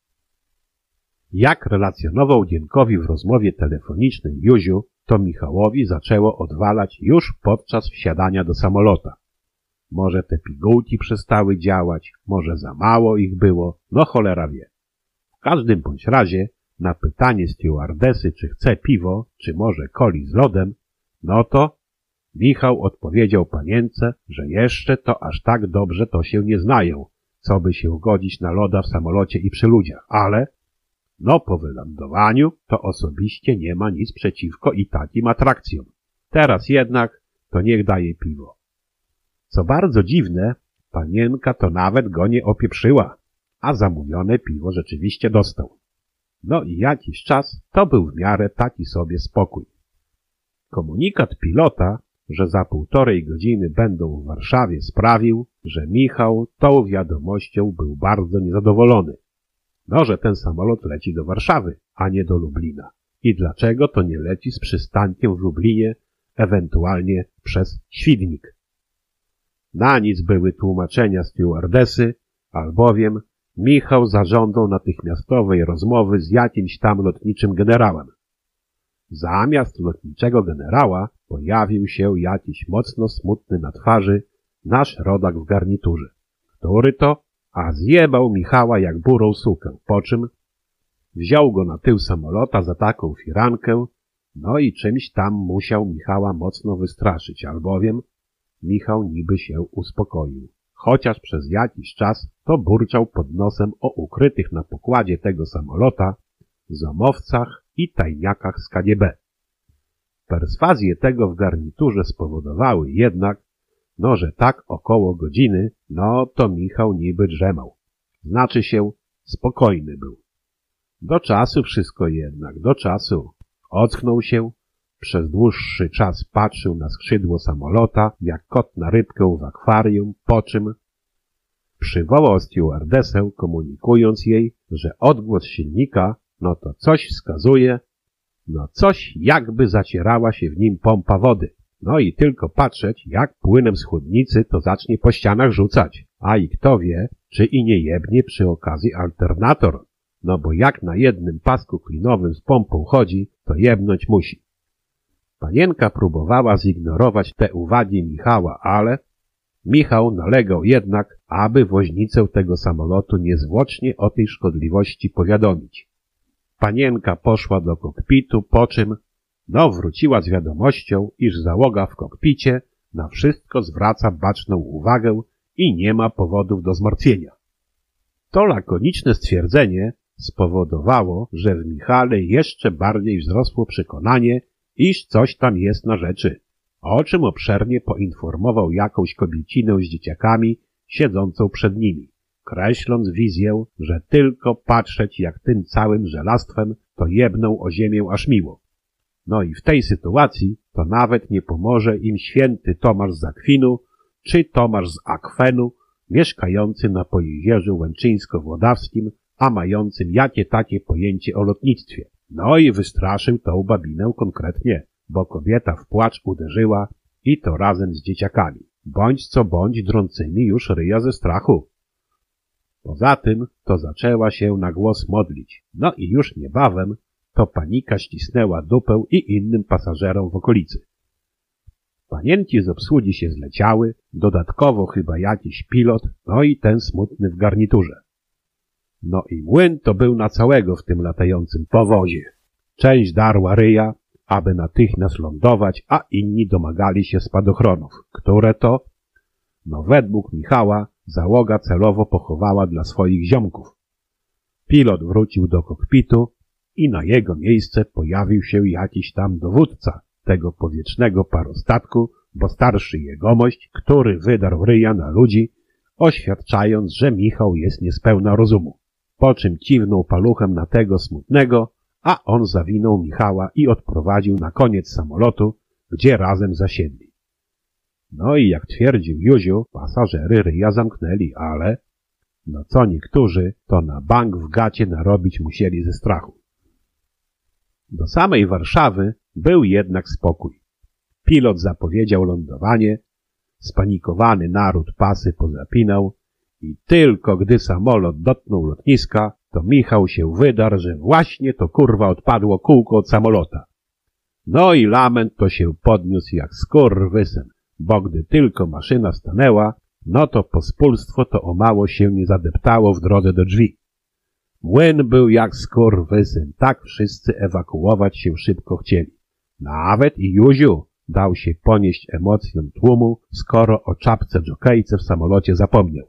Jak relacjonował Gienkowi w rozmowie telefonicznej Józiu, to Michałowi zaczęło odwalać już podczas wsiadania do samolota. Może te pigułki przestały działać, może za mało ich było, no cholera wie. W każdym bądź razie na pytanie stewardesy, czy chce piwo, czy może coli z lodem, no to Michał odpowiedział panience, że jeszcze to aż tak dobrze to się nie znają, co by się godzić na loda w samolocie i przy ludziach, ale no po wylądowaniu to osobiście nie ma nic przeciwko i takim atrakcjom. Teraz jednak to niech daje piwo. Co bardzo dziwne, panienka to nawet go nie opieprzyła, a zamówione piwo rzeczywiście dostał. No i jakiś czas to był w miarę taki sobie spokój. Komunikat pilota, że za półtorej godziny będą w Warszawie, sprawił, że Michał tą wiadomością był bardzo niezadowolony. No, że ten samolot leci do Warszawy, a nie do Lublina. I dlaczego to nie leci z przystankiem w Lublinie, ewentualnie przez Świdnik? Na nic były tłumaczenia stewardesy, albowiem Michał zażądał natychmiastowej rozmowy z jakimś tam lotniczym generałem. Zamiast lotniczego generała pojawił się jakiś mocno smutny na twarzy nasz rodak w garniturze, który to a zjebał Michała jak burą sukę, po czym wziął go na tył samolota za taką firankę, no i czymś tam musiał Michała mocno wystraszyć, albowiem Michał niby się uspokoił, chociaż przez jakiś czas to burczał pod nosem o ukrytych na pokładzie tego samolota zomowcach i tajniakach z K G B. Perswazje tego w garniturze spowodowały jednak, no, że tak około godziny, no to Michał niby drzemał. Znaczy się, spokojny był. Do czasu wszystko jednak, do czasu. Ocknął się, przez dłuższy czas patrzył na skrzydło samolota, jak kot na rybkę w akwarium, po czym przywołał stewardesę, komunikując jej, że odgłos silnika, no to coś wskazuje, No coś jakby zacierała się w nim pompa wody. No i tylko patrzeć, jak płynem z chłodnicy to zacznie po ścianach rzucać. A i kto wie, czy i nie jebnie przy okazji alternator. No bo jak na jednym pasku klinowym z pompą chodzi, to jebnąć musi. Panienka próbowała zignorować te uwagi Michała, ale Michał nalegał jednak, aby woźnicę tego samolotu niezwłocznie o tej szkodliwości powiadomić. Panienka poszła do kokpitu, po czym no wróciła z wiadomością, iż załoga w kokpicie na wszystko zwraca baczną uwagę i nie ma powodów do zmartwienia. To lakoniczne stwierdzenie spowodowało, że w Michale jeszcze bardziej wzrosło przekonanie, iż coś tam jest na rzeczy, o czym obszernie poinformował jakąś kobiecinę z dzieciakami siedzącą przed nimi, kreśląc wizję, że tylko patrzeć jak tym całym żelastwem to jebną o ziemię aż miło. No i w tej sytuacji to nawet nie pomoże im święty Tomasz z Akwinu czy Tomasz z Akwenu, mieszkający na Pojezierzu Łęczyńsko-Włodawskim, a mającym jakie takie pojęcie o lotnictwie. No i wystraszył tą babinę konkretnie, bo kobieta w płacz uderzyła i to razem z dzieciakami, bądź co bądź drącymi już ryja ze strachu. Poza tym to zaczęła się na głos modlić, no i już niebawem to panika ścisnęła dupę i innym pasażerom w okolicy. Panienki z obsługi się zleciały, dodatkowo chyba jakiś pilot, no i ten smutny w garniturze. No i młyn to był na całego w tym latającym powozie. Część darła ryja, aby natychmiast lądować, a inni domagali się spadochronów, które to, no według Michała, załoga celowo pochowała dla swoich ziomków. Pilot wrócił do kokpitu i na jego miejsce pojawił się jakiś tam dowódca tego powietrznego parostatku, bo starszy jegomość, który wydarł ryja na ludzi, oświadczając, że Michał jest niespełna rozumu. Po czym ciwnął paluchem na tego smutnego, a on zawinął Michała i odprowadził na koniec samolotu, gdzie razem zasiedli. No i jak twierdził Józiu, pasażery ryja zamknęli, ale no co niektórzy to na bank w gacie narobić musieli ze strachu. Do samej Warszawy był jednak spokój. Pilot zapowiedział lądowanie, spanikowany naród pasy pozapinał i tylko gdy samolot dotknął lotniska, to Michał się wydarł, że właśnie to kurwa odpadło kółko od samolota. No i lament to się podniósł jak skurwysyn, bo gdy tylko maszyna stanęła, no to pospólstwo to o mało się nie zadeptało w drodze do drzwi. Młyn był jak skurwysyn, tak wszyscy ewakuować się szybko chcieli. Nawet i Józiu dał się ponieść emocjom tłumu, skoro o czapce dżokejce w samolocie zapomniał.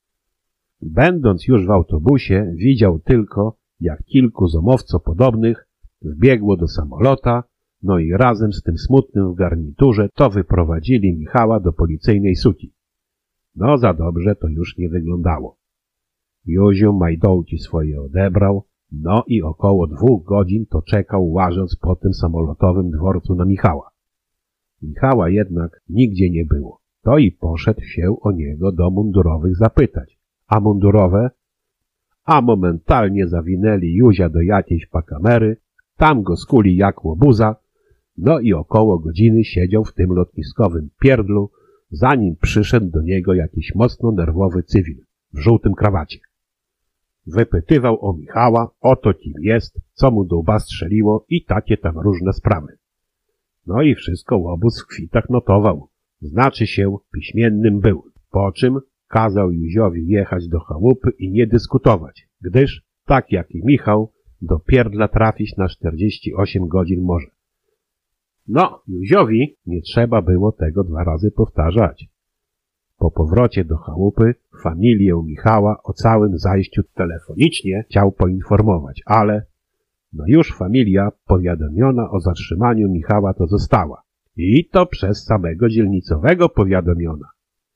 Będąc już w autobusie, widział tylko, jak kilku zomowcopodobnych wbiegło do samolota, no i razem z tym smutnym w garniturze to wyprowadzili Michała do policyjnej suki. No za dobrze to już nie wyglądało. Józiu majdołki swoje odebrał, no i około dwóch godzin to czekał, łażąc po tym samolotowym dworcu na Michała. Michała jednak nigdzie nie było. To i poszedł się o niego do mundurowych zapytać. A mundurowe? A momentalnie zawinęli Józia do jakiejś pakamery, tam go skuli jak łobuza, no i około godziny siedział w tym lotniskowym pierdlu, zanim przyszedł do niego jakiś mocno nerwowy cywil w żółtym krawacie. Wypytywał o Michała, o to kim jest, co mu do łba strzeliło i takie tam różne sprawy. No i wszystko łobuz w kwitach notował, znaczy się piśmiennym był, po czym kazał Józiowi jechać do chałupy i nie dyskutować, gdyż, tak jak i Michał, do pierdla trafić na czterdzieści osiem godzin może. No, Józiowi nie trzeba było tego dwa razy powtarzać. Po powrocie do chałupy familię Michała o całym zajściu telefonicznie chciał poinformować, ale no już familia powiadomiona o zatrzymaniu Michała to została. I to przez samego dzielnicowego powiadomiona.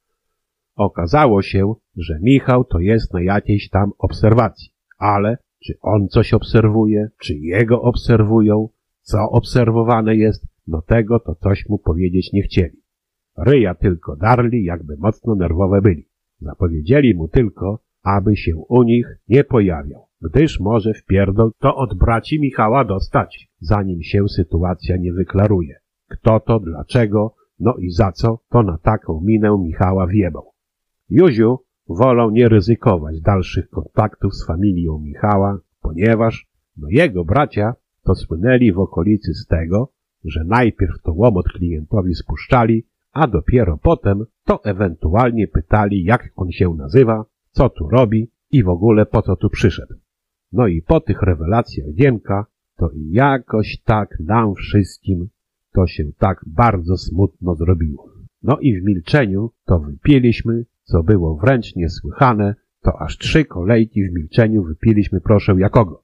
Okazało się, że Michał to jest na jakiejś tam obserwacji, ale czy on coś obserwuje, czy jego obserwują, co obserwowane jest, no tego to coś mu powiedzieć nie chcieli. Ryja tylko darli, jakby mocno nerwowe byli. Zapowiedzieli mu tylko, aby się u nich nie pojawiał. gdyż może wpierdol to od braci Michała dostać, zanim się sytuacja nie wyklaruje. Kto to, dlaczego, no i za co, to na taką minę Michała wjebał. Józiu wolał nie ryzykować dalszych kontaktów z familią Michała, ponieważ no jego bracia to słynęli w okolicy z tego, że najpierw to łomot klientowi spuszczali, a dopiero potem to ewentualnie pytali, jak on się nazywa, co tu robi i w ogóle po co tu przyszedł. No i po tych rewelacjach Giemka, to i jakoś tak nam wszystkim to się tak bardzo smutno zrobiło. No i w milczeniu to wypiliśmy, co było wręcz niesłychane, to aż trzy kolejki w milczeniu wypiliśmy, proszę jakogo.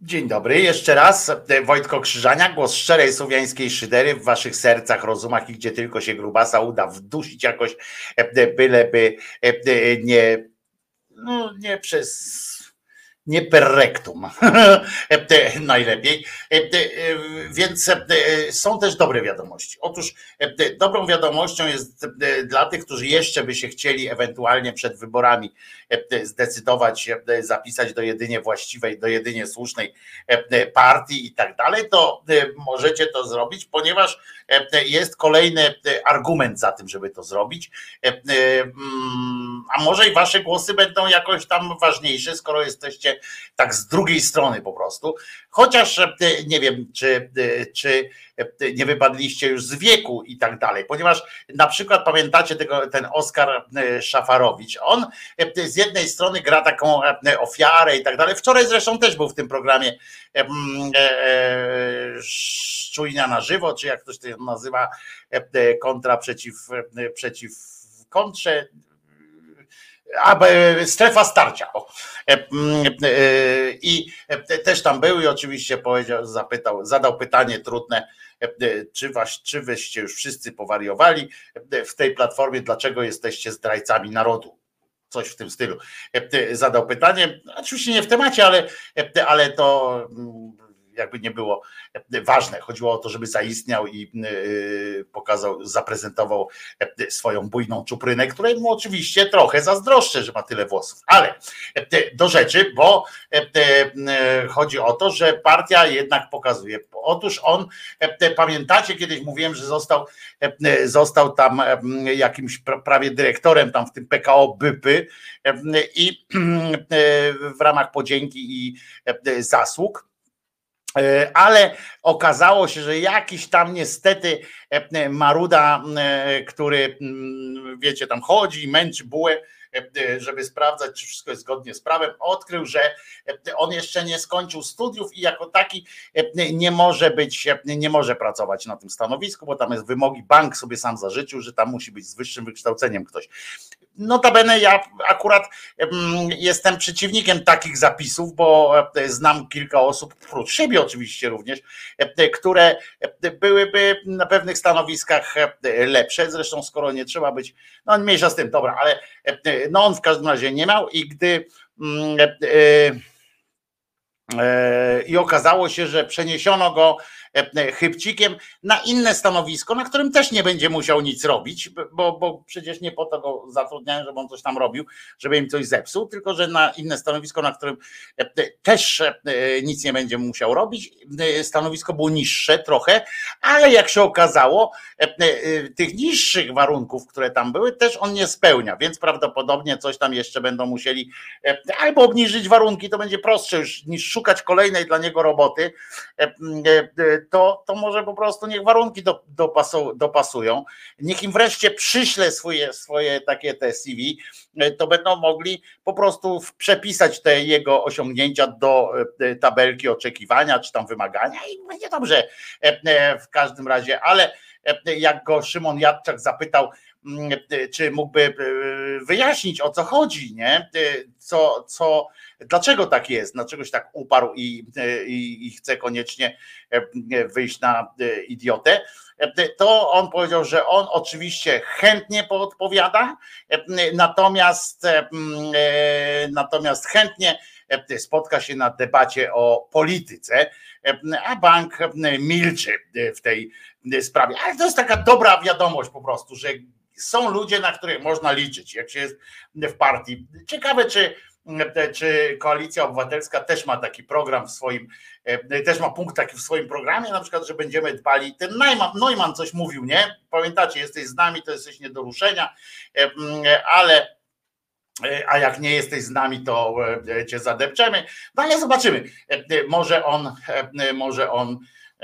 Dzień dobry, jeszcze raz Wojtko Krzyżania, głos szczerej słowiańskiej szydery w waszych sercach, rozumach i gdzie tylko się grubasa uda wdusić jakoś, byleby nie, no nie przez, nie per rectum, najlepiej, więc są też dobre wiadomości. Otóż dobrą wiadomością jest dla tych, którzy jeszcze by się chcieli ewentualnie przed wyborami zdecydować, zapisać do jedynie właściwej, do jedynie słusznej partii i tak dalej, to możecie to zrobić, ponieważ jest kolejny argument za tym, żeby to zrobić. A może i wasze głosy będą jakoś tam ważniejsze, skoro jesteście tak z drugiej strony po prostu. Chociaż nie wiem, czy, czy nie wypadliście już z wieku i tak dalej, ponieważ na przykład pamiętacie tego, ten Oskar Szafarowicz, on z jednej strony gra taką ofiarę i tak dalej. Wczoraj zresztą też był w tym programie Szczujnia na żywo, czy jak ktoś to nazywa, kontra przeciw, przeciw kontrze, a strefa starcia. O. I też tam był i oczywiście powiedział, zapytał, zadał pytanie trudne, czy, was, czy wyście już wszyscy powariowali w tej platformie, dlaczego jesteście zdrajcami narodu? Coś w tym stylu. Zadał pytanie, oczywiście nie w temacie, ale, ale to jakby nie było ważne. Chodziło o to, żeby zaistniał i pokazał, zaprezentował swoją bujną czuprynę, której mu oczywiście trochę zazdroszczę, że ma tyle włosów. Ale do rzeczy, bo chodzi o to, że partia jednak pokazuje. Otóż on, pamiętacie, kiedyś mówiłem, że został, został tam jakimś prawie dyrektorem tam w tym P K O B P i w ramach podzięki i zasług. Ale okazało się, że jakiś tam niestety maruda, który wiecie, tam chodzi i męczy bułę, żeby sprawdzać, czy wszystko jest zgodnie z prawem, odkrył, że on jeszcze nie skończył studiów i jako taki nie może być, nie może pracować na tym stanowisku, bo tam jest wymogi, bank sobie sam zażyczył, że tam musi być z wyższym wykształceniem ktoś. Notabene ja akurat jestem przeciwnikiem takich zapisów, bo znam kilka osób, oprócz siebie oczywiście również, które byłyby na pewnych stanowiskach lepsze, zresztą skoro nie trzeba być, no mniejsza z tym, dobra, ale no on w każdym razie nie miał i gdy i okazało się, że przeniesiono go chybcikiem na inne stanowisko, na którym też nie będzie musiał nic robić, bo, bo przecież nie po to go zatrudniałem, żeby on coś tam robił, żeby im coś zepsuł, tylko że na inne stanowisko, na którym też nic nie będzie musiał robić. Stanowisko było niższe trochę, ale jak się okazało, tych niższych warunków, które tam były, też on nie spełnia, więc prawdopodobnie coś tam jeszcze będą musieli albo obniżyć warunki, to będzie prostsze już niż szukać kolejnej dla niego roboty, to, to może po prostu niech warunki do, dopasu, dopasują. Niech im wreszcie przyśle swoje, swoje takie te C V, to będą mogli po prostu przepisać te jego osiągnięcia do tabelki oczekiwania, czy tam wymagania i będzie dobrze w każdym razie, ale jak go Szymon Jadczak zapytał, czy mógłby wyjaśnić, o co chodzi, nie? Co, co, dlaczego tak jest, dlaczego się tak uparł i, i, i chce koniecznie wyjść na idiotę, to on powiedział, że on oczywiście chętnie podpowiada, natomiast, natomiast chętnie spotka się na debacie o polityce, a bank milczy w tej sprawie. Ale to jest taka dobra wiadomość po prostu, że są ludzie, na których można liczyć, jak się jest w partii. Ciekawe, czy, czy Koalicja Obywatelska też ma taki program w swoim, też ma punkt taki w swoim programie, na przykład, że będziemy dbali. Ten Neumann, Neumann coś mówił, nie? Pamiętacie, jesteś z nami, to jesteś nie do ruszenia, ale a jak nie jesteś z nami, to cię zadepczemy. No ale zobaczymy. Może on, może on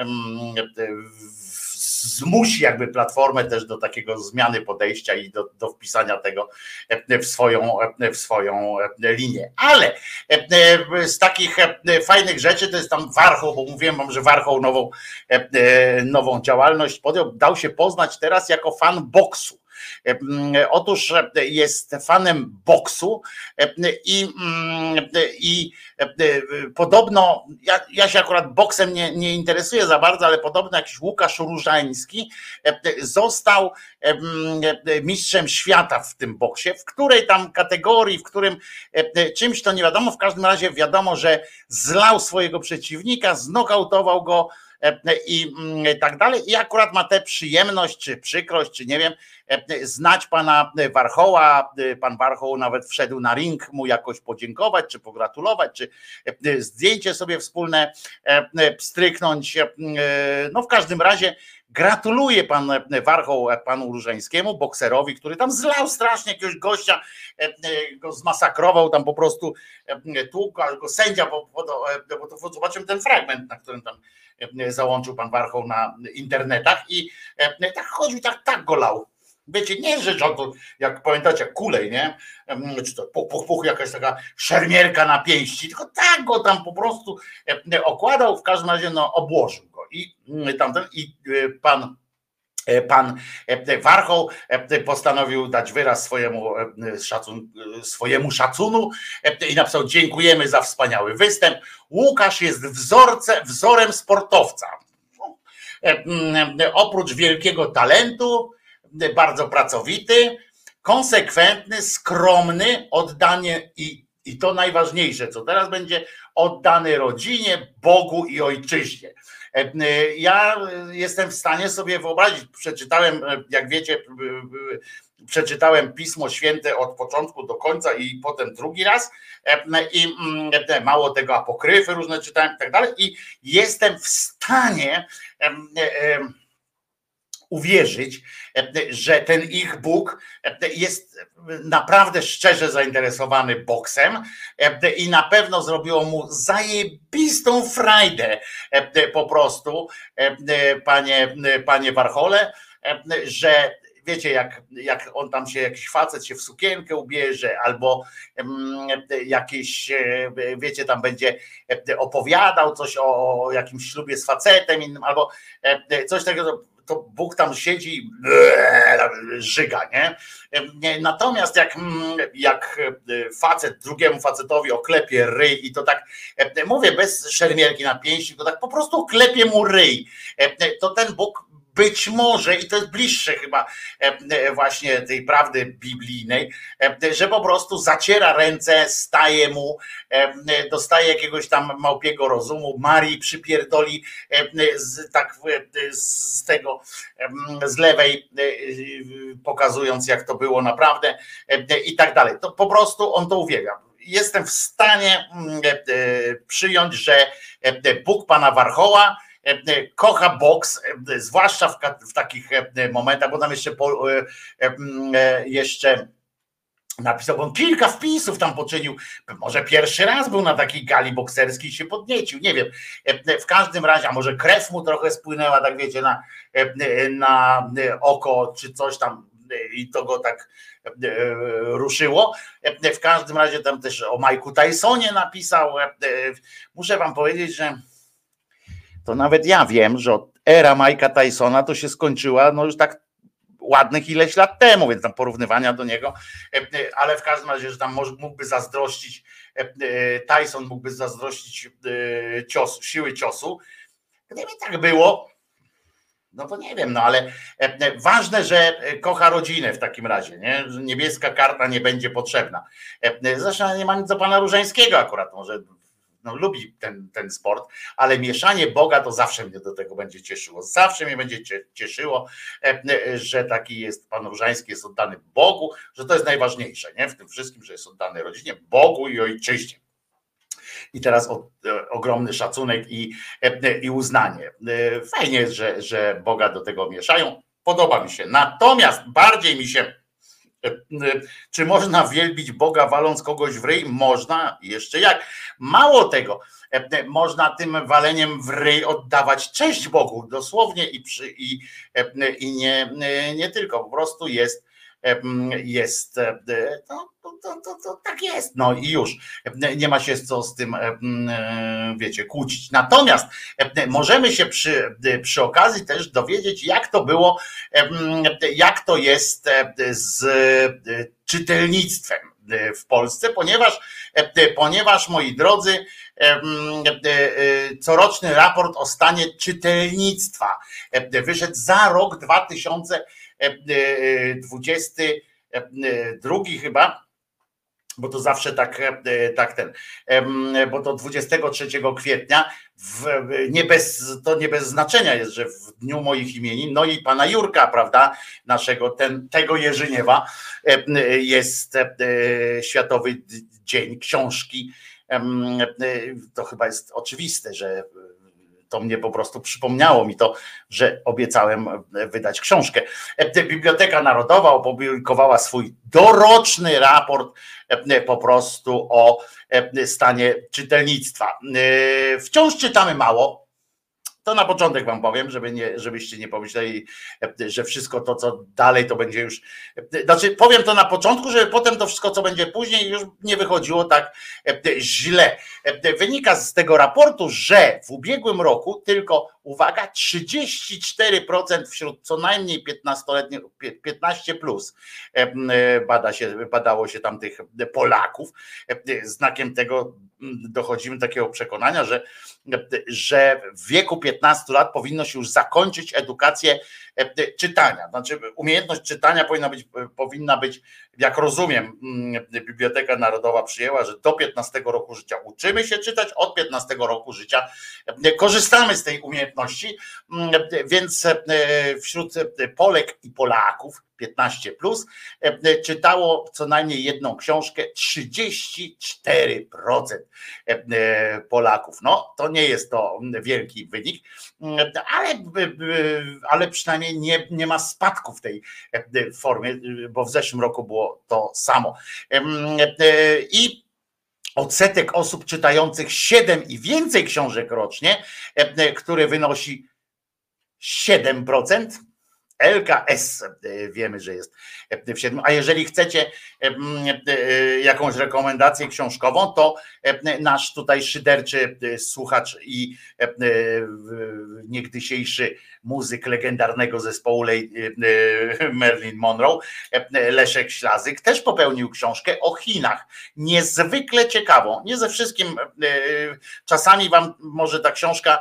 zmusi jakby Platformę też do takiego zmiany podejścia i do, do wpisania tego w swoją, w swoją linię. Ale z takich fajnych rzeczy to jest tam Warchoł, bo mówiłem wam, że Warchoł nową, nową działalność podjął, dał się poznać teraz jako fan boksu. Otóż jest fanem boksu i, i podobno, ja, ja się akurat boksem nie, nie interesuję za bardzo, ale podobno jakiś Łukasz Różański został mistrzem świata w tym boksie, w której tam kategorii, w którym czymś to nie wiadomo, w każdym razie wiadomo, że zlał swojego przeciwnika, znokautował go i tak dalej. I akurat ma tę przyjemność, czy przykrość, czy nie wiem, znać pana Warchoła. Pan Warchoł nawet wszedł na ring mu jakoś podziękować, czy pogratulować, czy zdjęcie sobie wspólne pstryknąć. No w każdym razie gratuluję pan Warchoł panu Różańskiemu, bokserowi, który tam zlał strasznie jakiegoś gościa, go zmasakrował, tam po prostu tłukł, go sędzia, bo, bo, bo to zobaczymy ten fragment, na którym tam załączył pan Warchoł na internetach i tak chodził, tak, tak go lał. Wiecie, nie rzecz o to, jak pamiętacie, kulej, nie? Czy to puch, puch, puch, jakaś taka szermierka na pięści, tylko tak go tam po prostu okładał, w każdym razie no, obłożył go. I tamten, i pan Pan Warchoł postanowił dać wyraz swojemu, szacun, swojemu szacunu i napisał: dziękujemy za wspaniały występ. Łukasz jest wzorce, wzorem sportowca. Oprócz wielkiego talentu, bardzo pracowity, konsekwentny, skromny, oddany i, i to najważniejsze, co teraz będzie, oddany rodzinie, Bogu i ojczyźnie. Ja jestem w stanie sobie wyobrazić, przeczytałem, jak wiecie, przeczytałem Pismo Święte od początku do końca i potem drugi raz i mało tego, apokryfy różne czytałem i tak dalej i jestem w stanie uwierzyć, że ten ich Bóg jest naprawdę szczerze zainteresowany boksem i na pewno zrobiło mu zajebistą frajdę po prostu, panie, panie Warchole, że wiecie, jak, jak on tam się, jakiś facet się w sukienkę ubierze, albo jakieś, wiecie, tam będzie opowiadał coś o, o jakimś ślubie z facetem innym, albo coś takiego, to Bóg tam siedzi i żyga, nie? Natomiast jak, jak facet drugiemu facetowi oklepie ryj i to tak, mówię bez szermierki na pięści, tylko tak po prostu klepie mu ryj, to ten Bóg być może, i to jest bliższe chyba właśnie tej prawdy biblijnej, że po prostu zaciera ręce, staje mu, dostaje jakiegoś tam małpiego rozumu, Marii przypierdoli z, tak z tego, z lewej, pokazując jak to było naprawdę i tak dalej. To po prostu on to uwielbia. Jestem w stanie przyjąć, że Bóg pana Warchoła kocha boks, zwłaszcza w, w takich momentach, bo tam jeszcze po, jeszcze napisał, bo on kilka wpisów tam poczynił, może pierwszy raz był na takiej gali bokserskiej i się podniecił, nie wiem, w każdym razie, a może krew mu trochę spłynęła, tak wiecie, na, na oko, czy coś tam i to go tak ruszyło. W każdym razie tam też o Mike'u Tysonie napisał. Muszę wam powiedzieć, że to nawet ja wiem, że era Mike'a Tysona to się skończyła no już tak ładnych ileś lat temu, więc tam porównywania do niego, ale w każdym razie, że tam mógłby zazdrościć, Tyson mógłby zazdrościć ciosu, siły ciosu. Gdyby tak było, no to nie wiem, no ale ważne, że kocha rodzinę w takim razie, nie? Że niebieska karta nie będzie potrzebna. Zresztą nie ma nic do pana Różańskiego akurat, może no, lubi ten, ten sport, ale mieszanie Boga to zawsze mnie do tego będzie cieszyło. Zawsze mnie będzie cieszyło, że taki jest pan Różański, jest oddany Bogu, że to jest najważniejsze, nie? W tym wszystkim, że jest oddany rodzinie, Bogu i ojczyźnie. I teraz o, ogromny szacunek i, i uznanie. Fajnie jest, że, że Boga do tego mieszają. Podoba mi się. Natomiast bardziej mi się, czy można wielbić Boga waląc kogoś w ryj? Można, jeszcze jak. Mało tego, można tym waleniem w ryj oddawać cześć Bogu, dosłownie i, przy, i, i nie, nie tylko, po prostu jest jest, to, to, to, to tak jest, no i już, nie ma się co z tym, wiecie, kłócić. Natomiast możemy się przy, przy okazji też dowiedzieć, jak to było, jak to jest z czytelnictwem w Polsce, ponieważ, ponieważ moi drodzy, coroczny raport o stanie czytelnictwa wyszedł za rok dwa tysiące dwudziesty drugi chyba, bo to zawsze tak, tak ten, bo to dwudziestego trzeciego kwietnia, w, nie bez, to nie bez znaczenia jest, że w dniu moich imienin, no i pana Jurka, prawda, naszego, ten, tego Jerzyniewa, jest Światowy Dzień Książki. To chyba jest oczywiste, że to mnie po prostu przypomniało mi to, że obiecałem wydać książkę. Biblioteka Narodowa opublikowała swój doroczny raport po prostu o stanie czytelnictwa. Wciąż czytamy mało. To na początek wam powiem, żeby nie, żebyście nie pomyśleli, że wszystko to, co dalej, to będzie już. Znaczy, powiem to na początku, żeby potem to wszystko, co będzie później, już nie wychodziło tak źle. Wynika z tego raportu, że w ubiegłym roku tylko, uwaga, trzydzieści cztery procent wśród co najmniej piętnastoletnich, piętnaście plus bada się, badało się tam tych Polaków. Znakiem tego dochodzimy do takiego przekonania, że, że w wieku piętnastu lat powinno się już zakończyć edukację czytania. Znaczy umiejętność czytania powinna być, powinna być, jak rozumiem, Biblioteka Narodowa przyjęła, że do piętnastego roku życia uczymy się czytać, od piętnastego roku życia korzystamy z tej umiejętności, więc wśród Polek i Polaków piętnaście plus czytało co najmniej jedną książkę trzydzieści cztery procent Polaków. No to nie jest to wielki wynik, ale, ale przynajmniej nie, nie ma spadku w tej formie, bo w zeszłym roku było to samo. I odsetek osób czytających siedem i więcej książek rocznie, który wynosi siedem procent. L K S wiemy, że jest w siedmiu, a jeżeli chcecie jakąś rekomendację książkową, to nasz tutaj szyderczy słuchacz i niegdysiejszy muzyk legendarnego zespołu Marilyn Monroe, Leszek Ślazyk, też popełnił książkę o Chinach. Niezwykle ciekawą, nie ze wszystkim, czasami wam może ta książka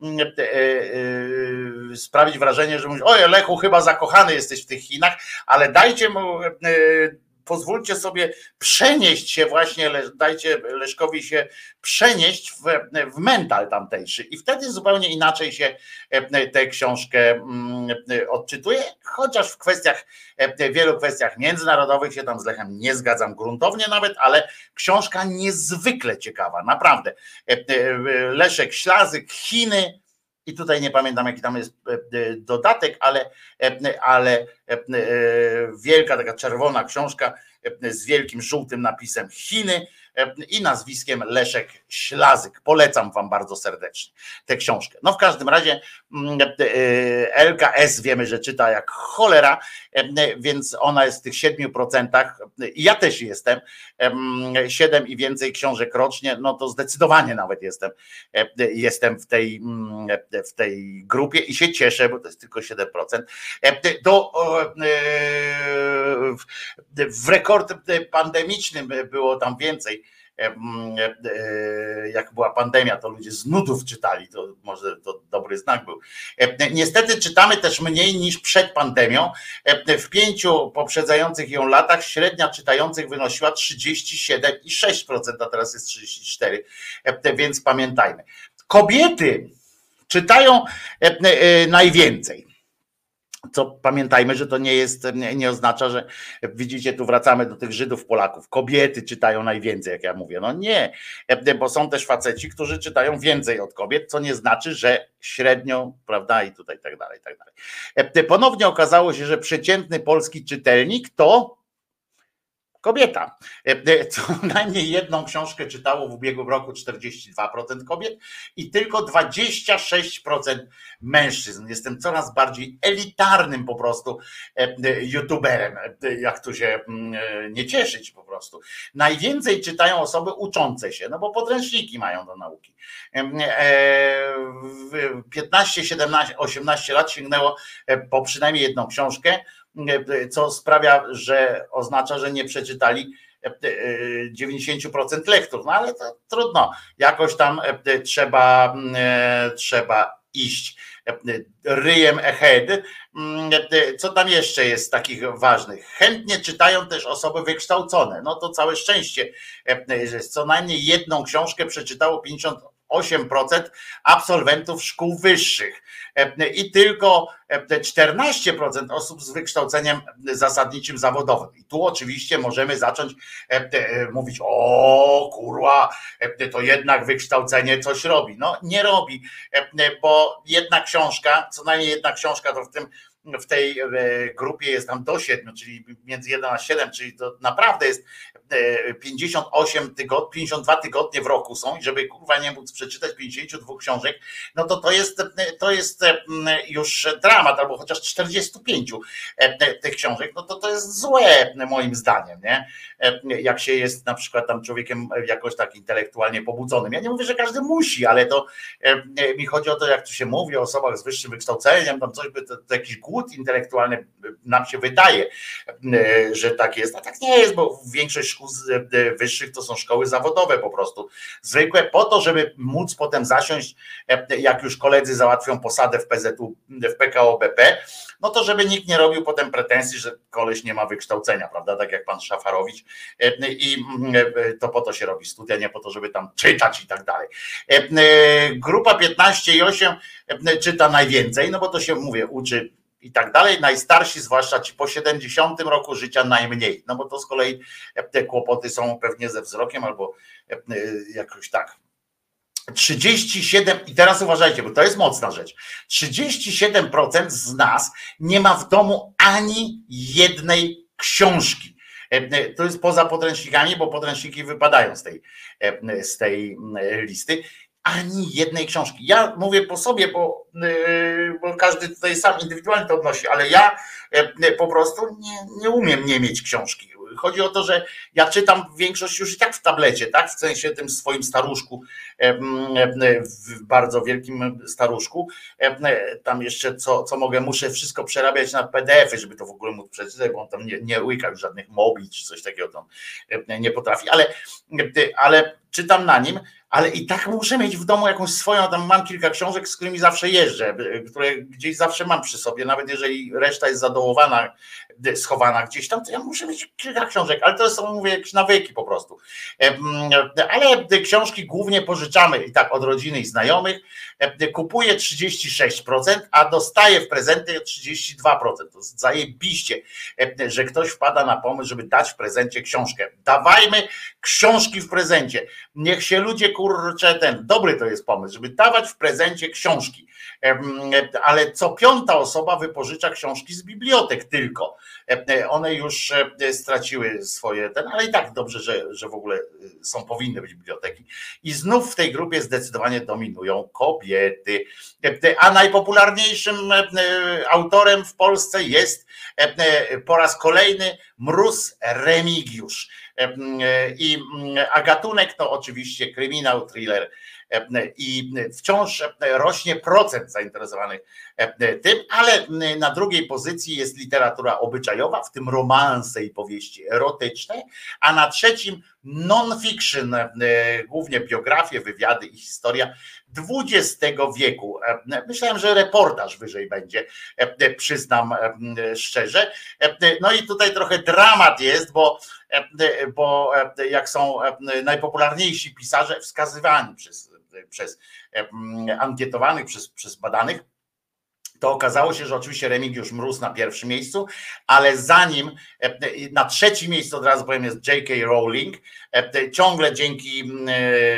sprawić wrażenie, że mówisz, oj Lechu, chyba zakochany jesteś w tych Chinach, ale dajcie mu, pozwólcie sobie przenieść się właśnie, dajcie Leszkowi się przenieść w, w mental tamtejszy i wtedy zupełnie inaczej się tę książkę odczytuje, chociaż w kwestiach, w wielu kwestiach międzynarodowych się tam z Lechem nie zgadzam gruntownie nawet, ale książka niezwykle ciekawa, naprawdę. Leszek Ślazyk, Chiny, i tutaj nie pamiętam jaki tam jest dodatek, ale, ale wielka taka czerwona książka z wielkim żółtym napisem Chiny i nazwiskiem Leszek Ślazyk. Polecam wam bardzo serdecznie tę książkę. No w każdym razie L K S wiemy, że czyta jak cholera, więc ona jest w tych siedmiu procentach. Ja też jestem. Siedem i więcej książek rocznie, no to zdecydowanie nawet jestem. Jestem w tej, w tej grupie i się cieszę, bo to jest tylko siedem procent. Do, w rekord pandemicznym było tam więcej. Jak była pandemia, to ludzie z nudów czytali, to może to dobry znak był. Niestety czytamy też mniej niż przed pandemią. W pięciu poprzedzających ją latach średnia czytających wynosiła trzydzieści siedem i sześć procent, a teraz jest trzydzieści cztery procent, więc pamiętajmy. Kobiety czytają najwięcej. Co pamiętajmy, że to nie jest, nie oznacza, że widzicie, tu wracamy do tych Żydów, Polaków. Kobiety czytają najwięcej, jak ja mówię. No nie, bo są też faceci, którzy czytają więcej od kobiet, co nie znaczy, że średnio, prawda, i tutaj tak dalej, tak dalej. Ponownie okazało się, że przeciętny polski czytelnik to kobieta. Co najmniej jedną książkę czytało w ubiegłym roku czterdzieści dwa procent kobiet i tylko dwadzieścia sześć procent mężczyzn. Jestem coraz bardziej elitarnym po prostu youtuberem, jak tu się nie cieszyć po prostu. Najwięcej czytają osoby uczące się, no bo podręczniki mają do nauki. piętnaście, siedemnaście, osiemnaście lat sięgnęło po przynajmniej jedną książkę, co sprawia, że oznacza, że nie przeczytali dziewięćdziesiąt procent lektur, no ale to trudno, jakoś tam trzeba, trzeba iść ryjem ahead. Co tam jeszcze jest takich ważnych? Chętnie czytają też osoby wykształcone, no to całe szczęście, że co najmniej jedną książkę przeczytało pięćdziesiąt osiem procent absolwentów szkół wyższych i tylko czternaście procent osób z wykształceniem zasadniczym zawodowym. I tu oczywiście możemy zacząć mówić, o kurwa, to jednak wykształcenie coś robi. No nie robi, bo jedna książka, co najmniej jedna książka to w tym w tej grupie jest tam do siedmiu, czyli między jeden a siedem, czyli to naprawdę jest pięćdziesiąt osiem tygodni, pięćdziesiąt dwa tygodnie w roku są i żeby kurwa nie móc przeczytać pięćdziesiąt dwa książek, no to to jest, to jest już dramat, albo chociaż czterdzieści pięć tych książek, no to to jest złe moim zdaniem, nie? Jak się jest na przykład tam człowiekiem jakoś tak intelektualnie pobudzonym. Ja nie mówię, że każdy musi, ale to mi chodzi o to, jak tu się mówi o osobach z wyższym wykształceniem, tam coś, to, to jakiś głód intelektualny nam się wydaje, że tak jest, a tak nie jest, bo większość szkół wyższych to są szkoły zawodowe po prostu, zwykłe, po to, żeby móc potem zasiąść, jak już koledzy załatwią posadę w P Z U, w P K O B P, no to żeby nikt nie robił potem pretensji, że koleś nie ma wykształcenia, prawda, tak jak pan Szafarowicz, i to po to się robi studia, nie po to, żeby tam czytać i tak dalej. Grupa piętnaście i osiem czyta najwięcej, no bo to się, mówię, uczy i tak dalej, najstarsi, zwłaszcza ci po siedemdziesiątym roku życia najmniej, no bo to z kolei te kłopoty są pewnie ze wzrokiem albo jakoś tak. trzydzieści siedem, i teraz uważajcie, bo to jest mocna rzecz, trzydzieści siedem procent z nas nie ma w domu ani jednej książki. To jest poza podręcznikami, bo podręczniki wypadają z tej, z tej listy. Ani jednej książki. Ja mówię po sobie, bo, bo każdy tutaj sam indywidualnie to odnosi, ale ja po prostu nie, nie umiem nie mieć książki. Chodzi o to, że ja czytam większość już i tak w tablecie, tak? W sensie tym swoim staruszku, w bardzo wielkim staruszku. Tam jeszcze co, co mogę, muszę wszystko przerabiać na P D F y, żeby to w ogóle móc przeczytać, bo on tam nie, nie łyka już żadnych mobil czy coś takiego tam nie potrafi, ale, ale czytam na nim, ale i tak muszę mieć w domu jakąś swoją, tam mam kilka książek, z którymi zawsze jeżdżę, które gdzieś zawsze mam przy sobie, nawet jeżeli reszta jest zadołowana, schowana gdzieś tam, to ja muszę mieć kilka książek, ale to są, mówię, jakieś nawyki po prostu. Ale książki głównie pożyczamy i tak od rodziny i znajomych, kupuję trzydzieści sześć procent, a dostaję w prezenty trzydzieści dwa procent. To jest zajebiście, że ktoś wpada na pomysł, żeby dać w prezencie książkę. Dawajmy książki w prezencie. Niech się ludzie, kurczę, ten, dobry to jest pomysł, żeby dawać w prezencie książki. Ale co piąta osoba wypożycza książki z bibliotek tylko. One już straciły swoje, ten, ale i tak dobrze, że, że w ogóle są, powinny być biblioteki. I znów w tej grupie zdecydowanie dominują kobiety. A najpopularniejszym autorem w Polsce jest po raz kolejny Mróz Remigiusz. I a gatunek to oczywiście kryminał, thriller, i wciąż rośnie procent zainteresowanych tym, ale na drugiej pozycji jest literatura obyczajowa, w tym romanse i powieści erotyczne, a na trzecim non-fiction, głównie biografie, wywiady i historia dwudziestego wieku. Myślałem, że reportaż wyżej będzie, przyznam szczerze. No i tutaj trochę dramat jest, bo, bo jak są najpopularniejsi pisarze wskazywani przez przez ankietowanych, przez, przez badanych, to okazało się, że oczywiście Remigiusz Mróz na pierwszym miejscu, ale za nim na trzecim miejscu, od razu powiem, jest J K Rowling, ciągle dzięki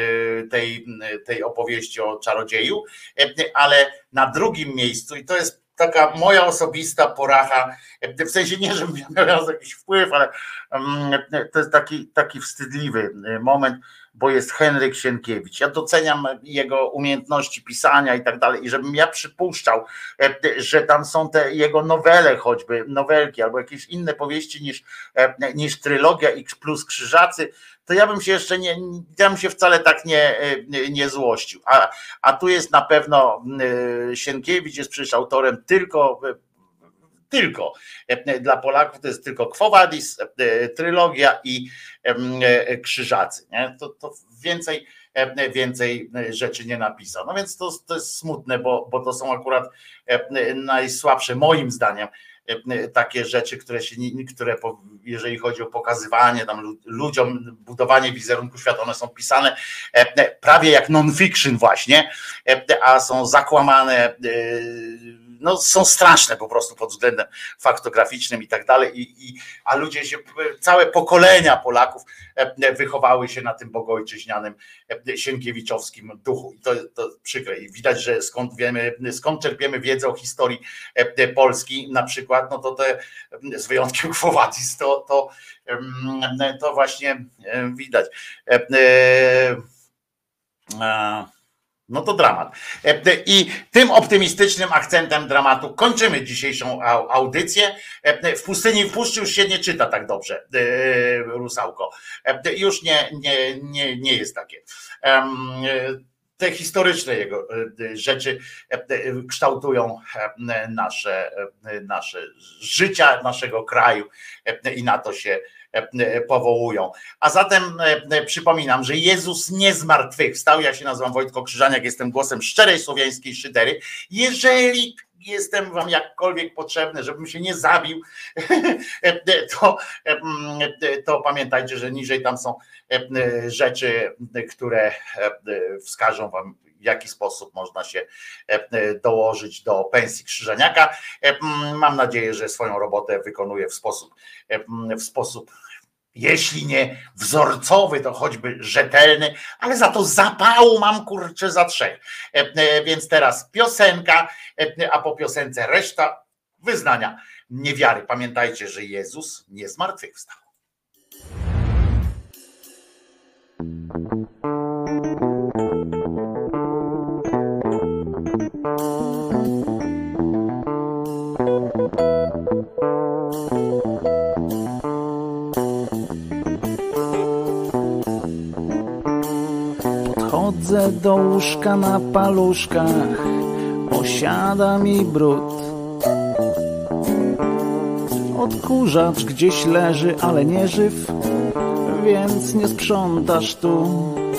tej, tej opowieści o czarodzieju, ale na drugim miejscu, i to jest taka moja osobista poracha, w sensie nie, żebym miał jakiś wpływ, ale to jest taki, taki wstydliwy moment, bo jest Henryk Sienkiewicz. Ja doceniam jego umiejętności pisania i tak dalej, i żebym ja przypuszczał, że tam są te jego nowele, choćby nowelki, albo jakieś inne powieści niż, niż trylogia X plus Krzyżacy, to ja bym się jeszcze nie, ja bym się wcale tak nie, nie złościł. A, a tu jest na pewno Sienkiewicz, jest przecież autorem tylko tylko dla Polaków, to jest tylko Quo Vadis, trylogia i Krzyżacy. Nie? To, to więcej, więcej rzeczy nie napisał. No więc to, to jest smutne, bo, bo to są akurat najsłabsze moim zdaniem takie rzeczy, które się, które jeżeli chodzi o pokazywanie tam ludziom, budowanie wizerunku świata, one są pisane prawie jak non-fiction właśnie, a są zakłamane, no są straszne po prostu pod względem faktograficznym i tak dalej, i, i, a ludzie się, całe pokolenia Polaków wychowały się na tym bogojczyźnianym sienkiewiczowskim duchu i to, to przykre i widać, że skąd wiemy, skąd czerpiemy wiedzę o historii Polski na przykład, no to te z wyjątkiem Quo Vadis, to, to, to właśnie widać. No to dramat. I tym optymistycznym akcentem dramatu kończymy dzisiejszą audycję. W pustyni w puszczy już się nie czyta tak dobrze, Rusałko. Już nie, nie, nie, nie jest takie. Te historyczne jego rzeczy kształtują nasze, nasze życia, naszego kraju i na to się powołują. A zatem przypominam, że Jezus nie zmartwychwstał. Ja się nazywam Wojtko Krzyżaniak, jestem głosem szczerej słowiańskiej szydery. Jeżeli jestem wam jakkolwiek potrzebny, żebym się nie zabił, to, to pamiętajcie, że niżej tam są rzeczy, które wskażą wam, w jaki sposób można się dołożyć do pensji Krzyżaniaka. Mam nadzieję, że swoją robotę wykonuję w sposób, w sposób, jeśli nie wzorcowy, to choćby rzetelny, ale za to zapału mam kurczę za trzech. Więc teraz piosenka, a po piosence reszta wyznania niewiary. Pamiętajcie, że Jezus nie zmartwychwstał. Podchodzę do łóżka na paluszkach, osiada mi brud. Odkurzacz gdzieś leży, ale nie żyw, więc nie sprzątasz tu.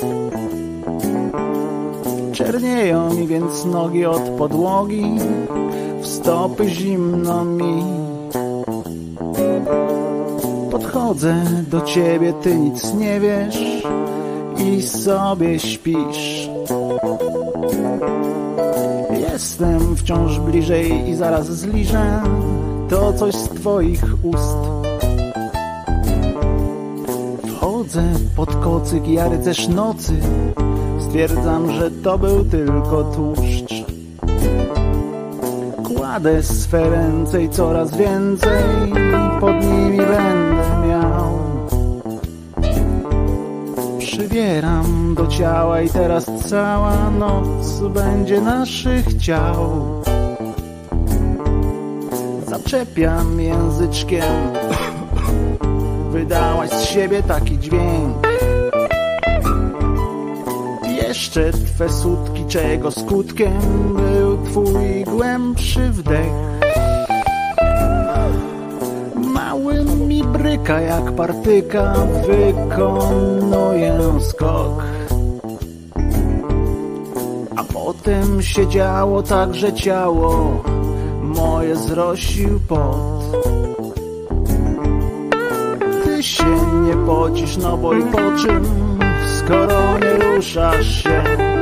Czernieją mi więc nogi od podłogi, w stopy zimno mi. Podchodzę do ciebie, ty nic nie wiesz i sobie śpisz. Jestem wciąż bliżej i zaraz zliżę to coś z twoich ust. Wchodzę pod kocyk, ja rycerz nocy, stwierdzam, że to był tylko tłuszcz. Kładę swe ręce i coraz więcej pod nimi będę miał. Przybieram do ciała i teraz cała noc będzie naszych ciał. Zaczepiam języczkiem, wydałaś z siebie taki dźwięk. Jeszcze twe sutki, czego skutkiem był twój głębszy wdech. Mały mi bryka jak partyka, wykonuję skok. A potem się działo tak, że ciało moje zrosił pot. Ty się nie pocisz, no bo i po czym, skoro nie ruszasz się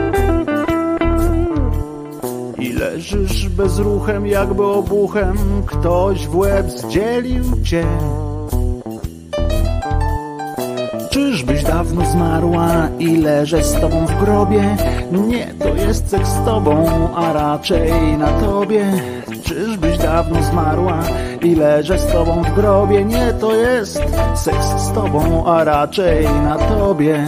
i leżysz bezruchem, jakby obuchem ktoś w łeb zdzielił cię. Czyżbyś dawno zmarła i leżę z tobą w grobie? Nie, to jest seks z tobą, a raczej na tobie. Czyżbyś dawno zmarła i leżę z tobą w grobie? Nie, to jest seks z tobą, a raczej na tobie.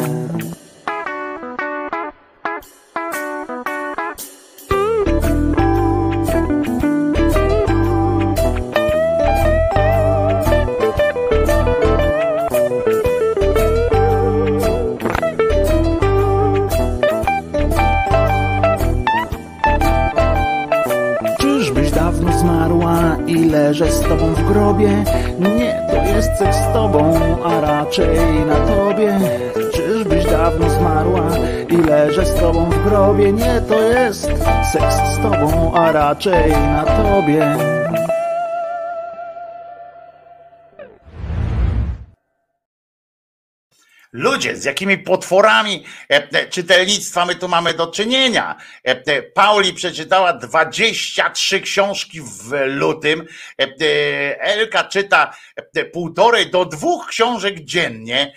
I leżę z tobą w grobie. Nie, to jest seks z tobą, a raczej na tobie. Czyżbyś dawno zmarła i leżę z tobą w grobie? Nie, to jest seks z tobą, a raczej na tobie. Ludzie, z jakimi potworami czytelnictwa my tu mamy do czynienia. Pauli przeczytała dwadzieścia trzy książki w lutym. Elka czyta półtorej do dwóch książek dziennie.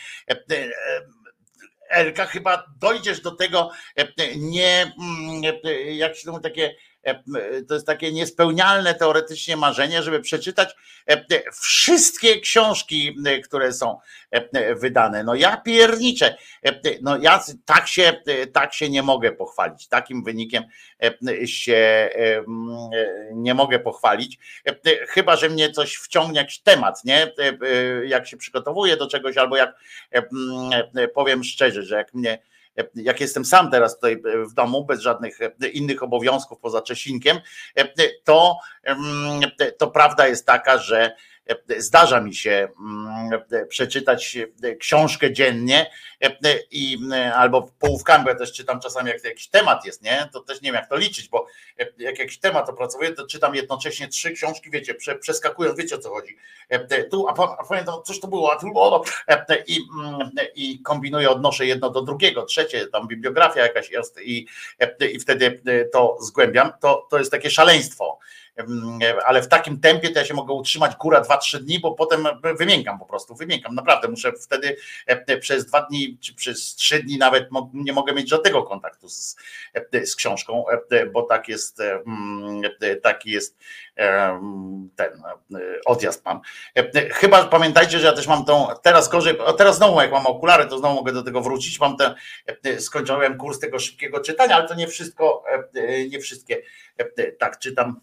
Elka, chyba dojdziesz do tego, nie, jak się to mówi, takie, to jest takie niespełnialne teoretycznie marzenie, żeby przeczytać wszystkie książki, które są wydane. No ja pierniczę, no ja tak się, tak się nie mogę pochwalić, takim wynikiem się nie mogę pochwalić, chyba że mnie coś wciągnie, jakiś temat, nie? Jak się przygotowuję do czegoś, albo jak powiem szczerze, że jak mnie jak jestem sam teraz tutaj w domu, bez żadnych innych obowiązków poza Czesinkiem, to, to prawda jest taka, że zdarza mi się przeczytać książkę dziennie i albo połówkami, bo ja też czytam czasami, jak jakiś temat jest, nie? To też nie wiem, jak to liczyć, bo jak jakiś temat opracowuję, to czytam jednocześnie trzy książki, wiecie, przeskakując, wiecie, o co chodzi. Tu, a, a pamiętam, coś to było, a tu było, i, i kombinuję, odnoszę jedno do drugiego, trzecie, tam bibliografia jakaś jest i, i wtedy to zgłębiam. To, to jest takie szaleństwo. Ale w takim tempie to ja się mogę utrzymać góra dwa trzy dni, bo potem wymiękam po prostu, wymiękam, naprawdę muszę wtedy przez dwa dni, czy przez trzy dni nawet nie mogę mieć żadnego kontaktu z, z książką, bo tak jest, taki jest ten odjazd mam. Chyba pamiętajcie, że ja też mam tą, teraz gorzej, teraz znowu jak mam okulary, to znowu mogę do tego wrócić, mam ten, skończyłem kurs tego szybkiego czytania, ale to nie wszystko, nie wszystkie, tak czytam.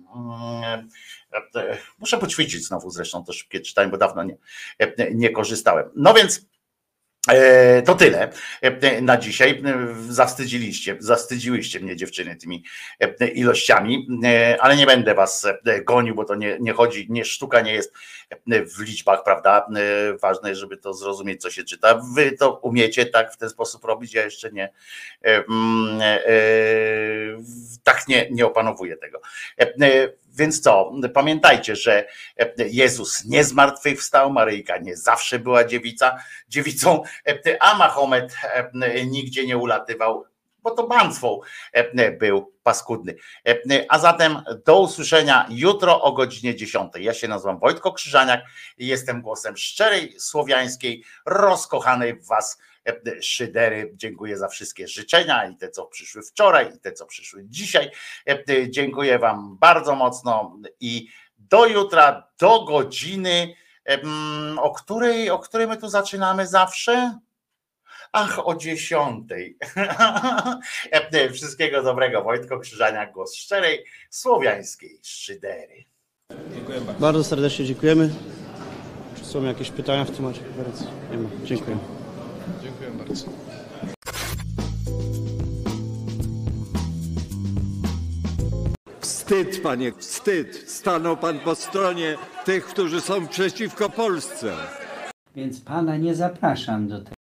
Muszę poćwiczyć znowu zresztą to szybkie czytanie, bo dawno nie, nie korzystałem. No więc to tyle na dzisiaj. Zawstydziliście, zawstydziłyście mnie, dziewczyny, tymi ilościami, ale nie będę was gonił, bo to nie, nie chodzi, nie sztuka nie jest w liczbach, prawda? Ważne jest, żeby to zrozumieć, co się czyta. Wy to umiecie tak w ten sposób robić, ja jeszcze nie tak nie, nie opanowuję tego. Więc co, pamiętajcie, że Jezus nie zmartwychwstał, Maryjka nie zawsze była dziewica, dziewicą, a Mahomet nigdzie nie ulatywał, bo to banstwo był paskudny. A zatem do usłyszenia jutro o godzinie dziesiątej. Ja się nazywam Wojtko Krzyżaniak i jestem głosem szczerej, słowiańskiej, rozkochanej w was szydery. Dziękuję za wszystkie życzenia i te, co przyszły wczoraj, i te, co przyszły dzisiaj. Dziękuję wam bardzo mocno i do jutra, do godziny, o której, o której my tu zaczynamy zawsze? Ach, o dziesiątej. Wszystkiego dobrego. Wojtko Krzyżaniak, głos szczerej, słowiańskiej szydery. Dziękuję bardzo. Bardzo serdecznie dziękujemy. Czy są jakieś pytania w temacie konferencji? Nie ma. Dziękuję. Dziękuję bardzo. Wstyd, panie, wstyd. Stanął pan po stronie tych, którzy są przeciwko Polsce. Więc pana nie zapraszam do tego.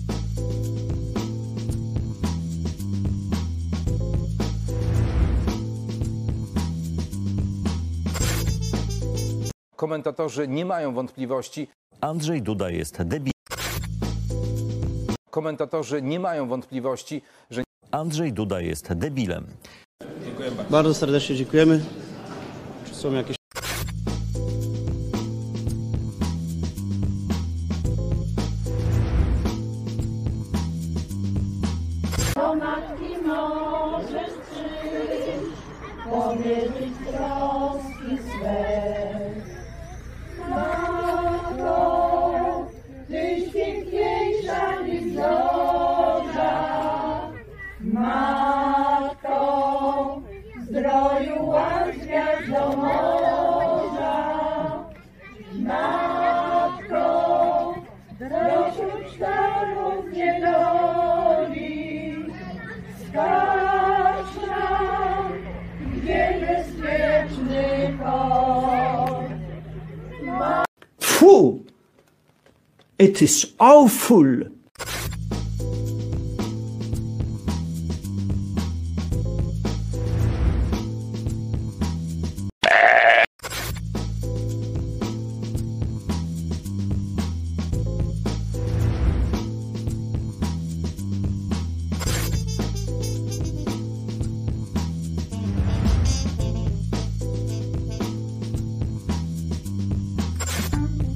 Komentatorzy nie mają wątpliwości. Andrzej Duda jest debilem. Komentatorzy nie mają wątpliwości, że Andrzej Duda jest debilem. Dziękuję bardzo. Bardzo serdecznie dziękujemy. Czy są jakieś It is awful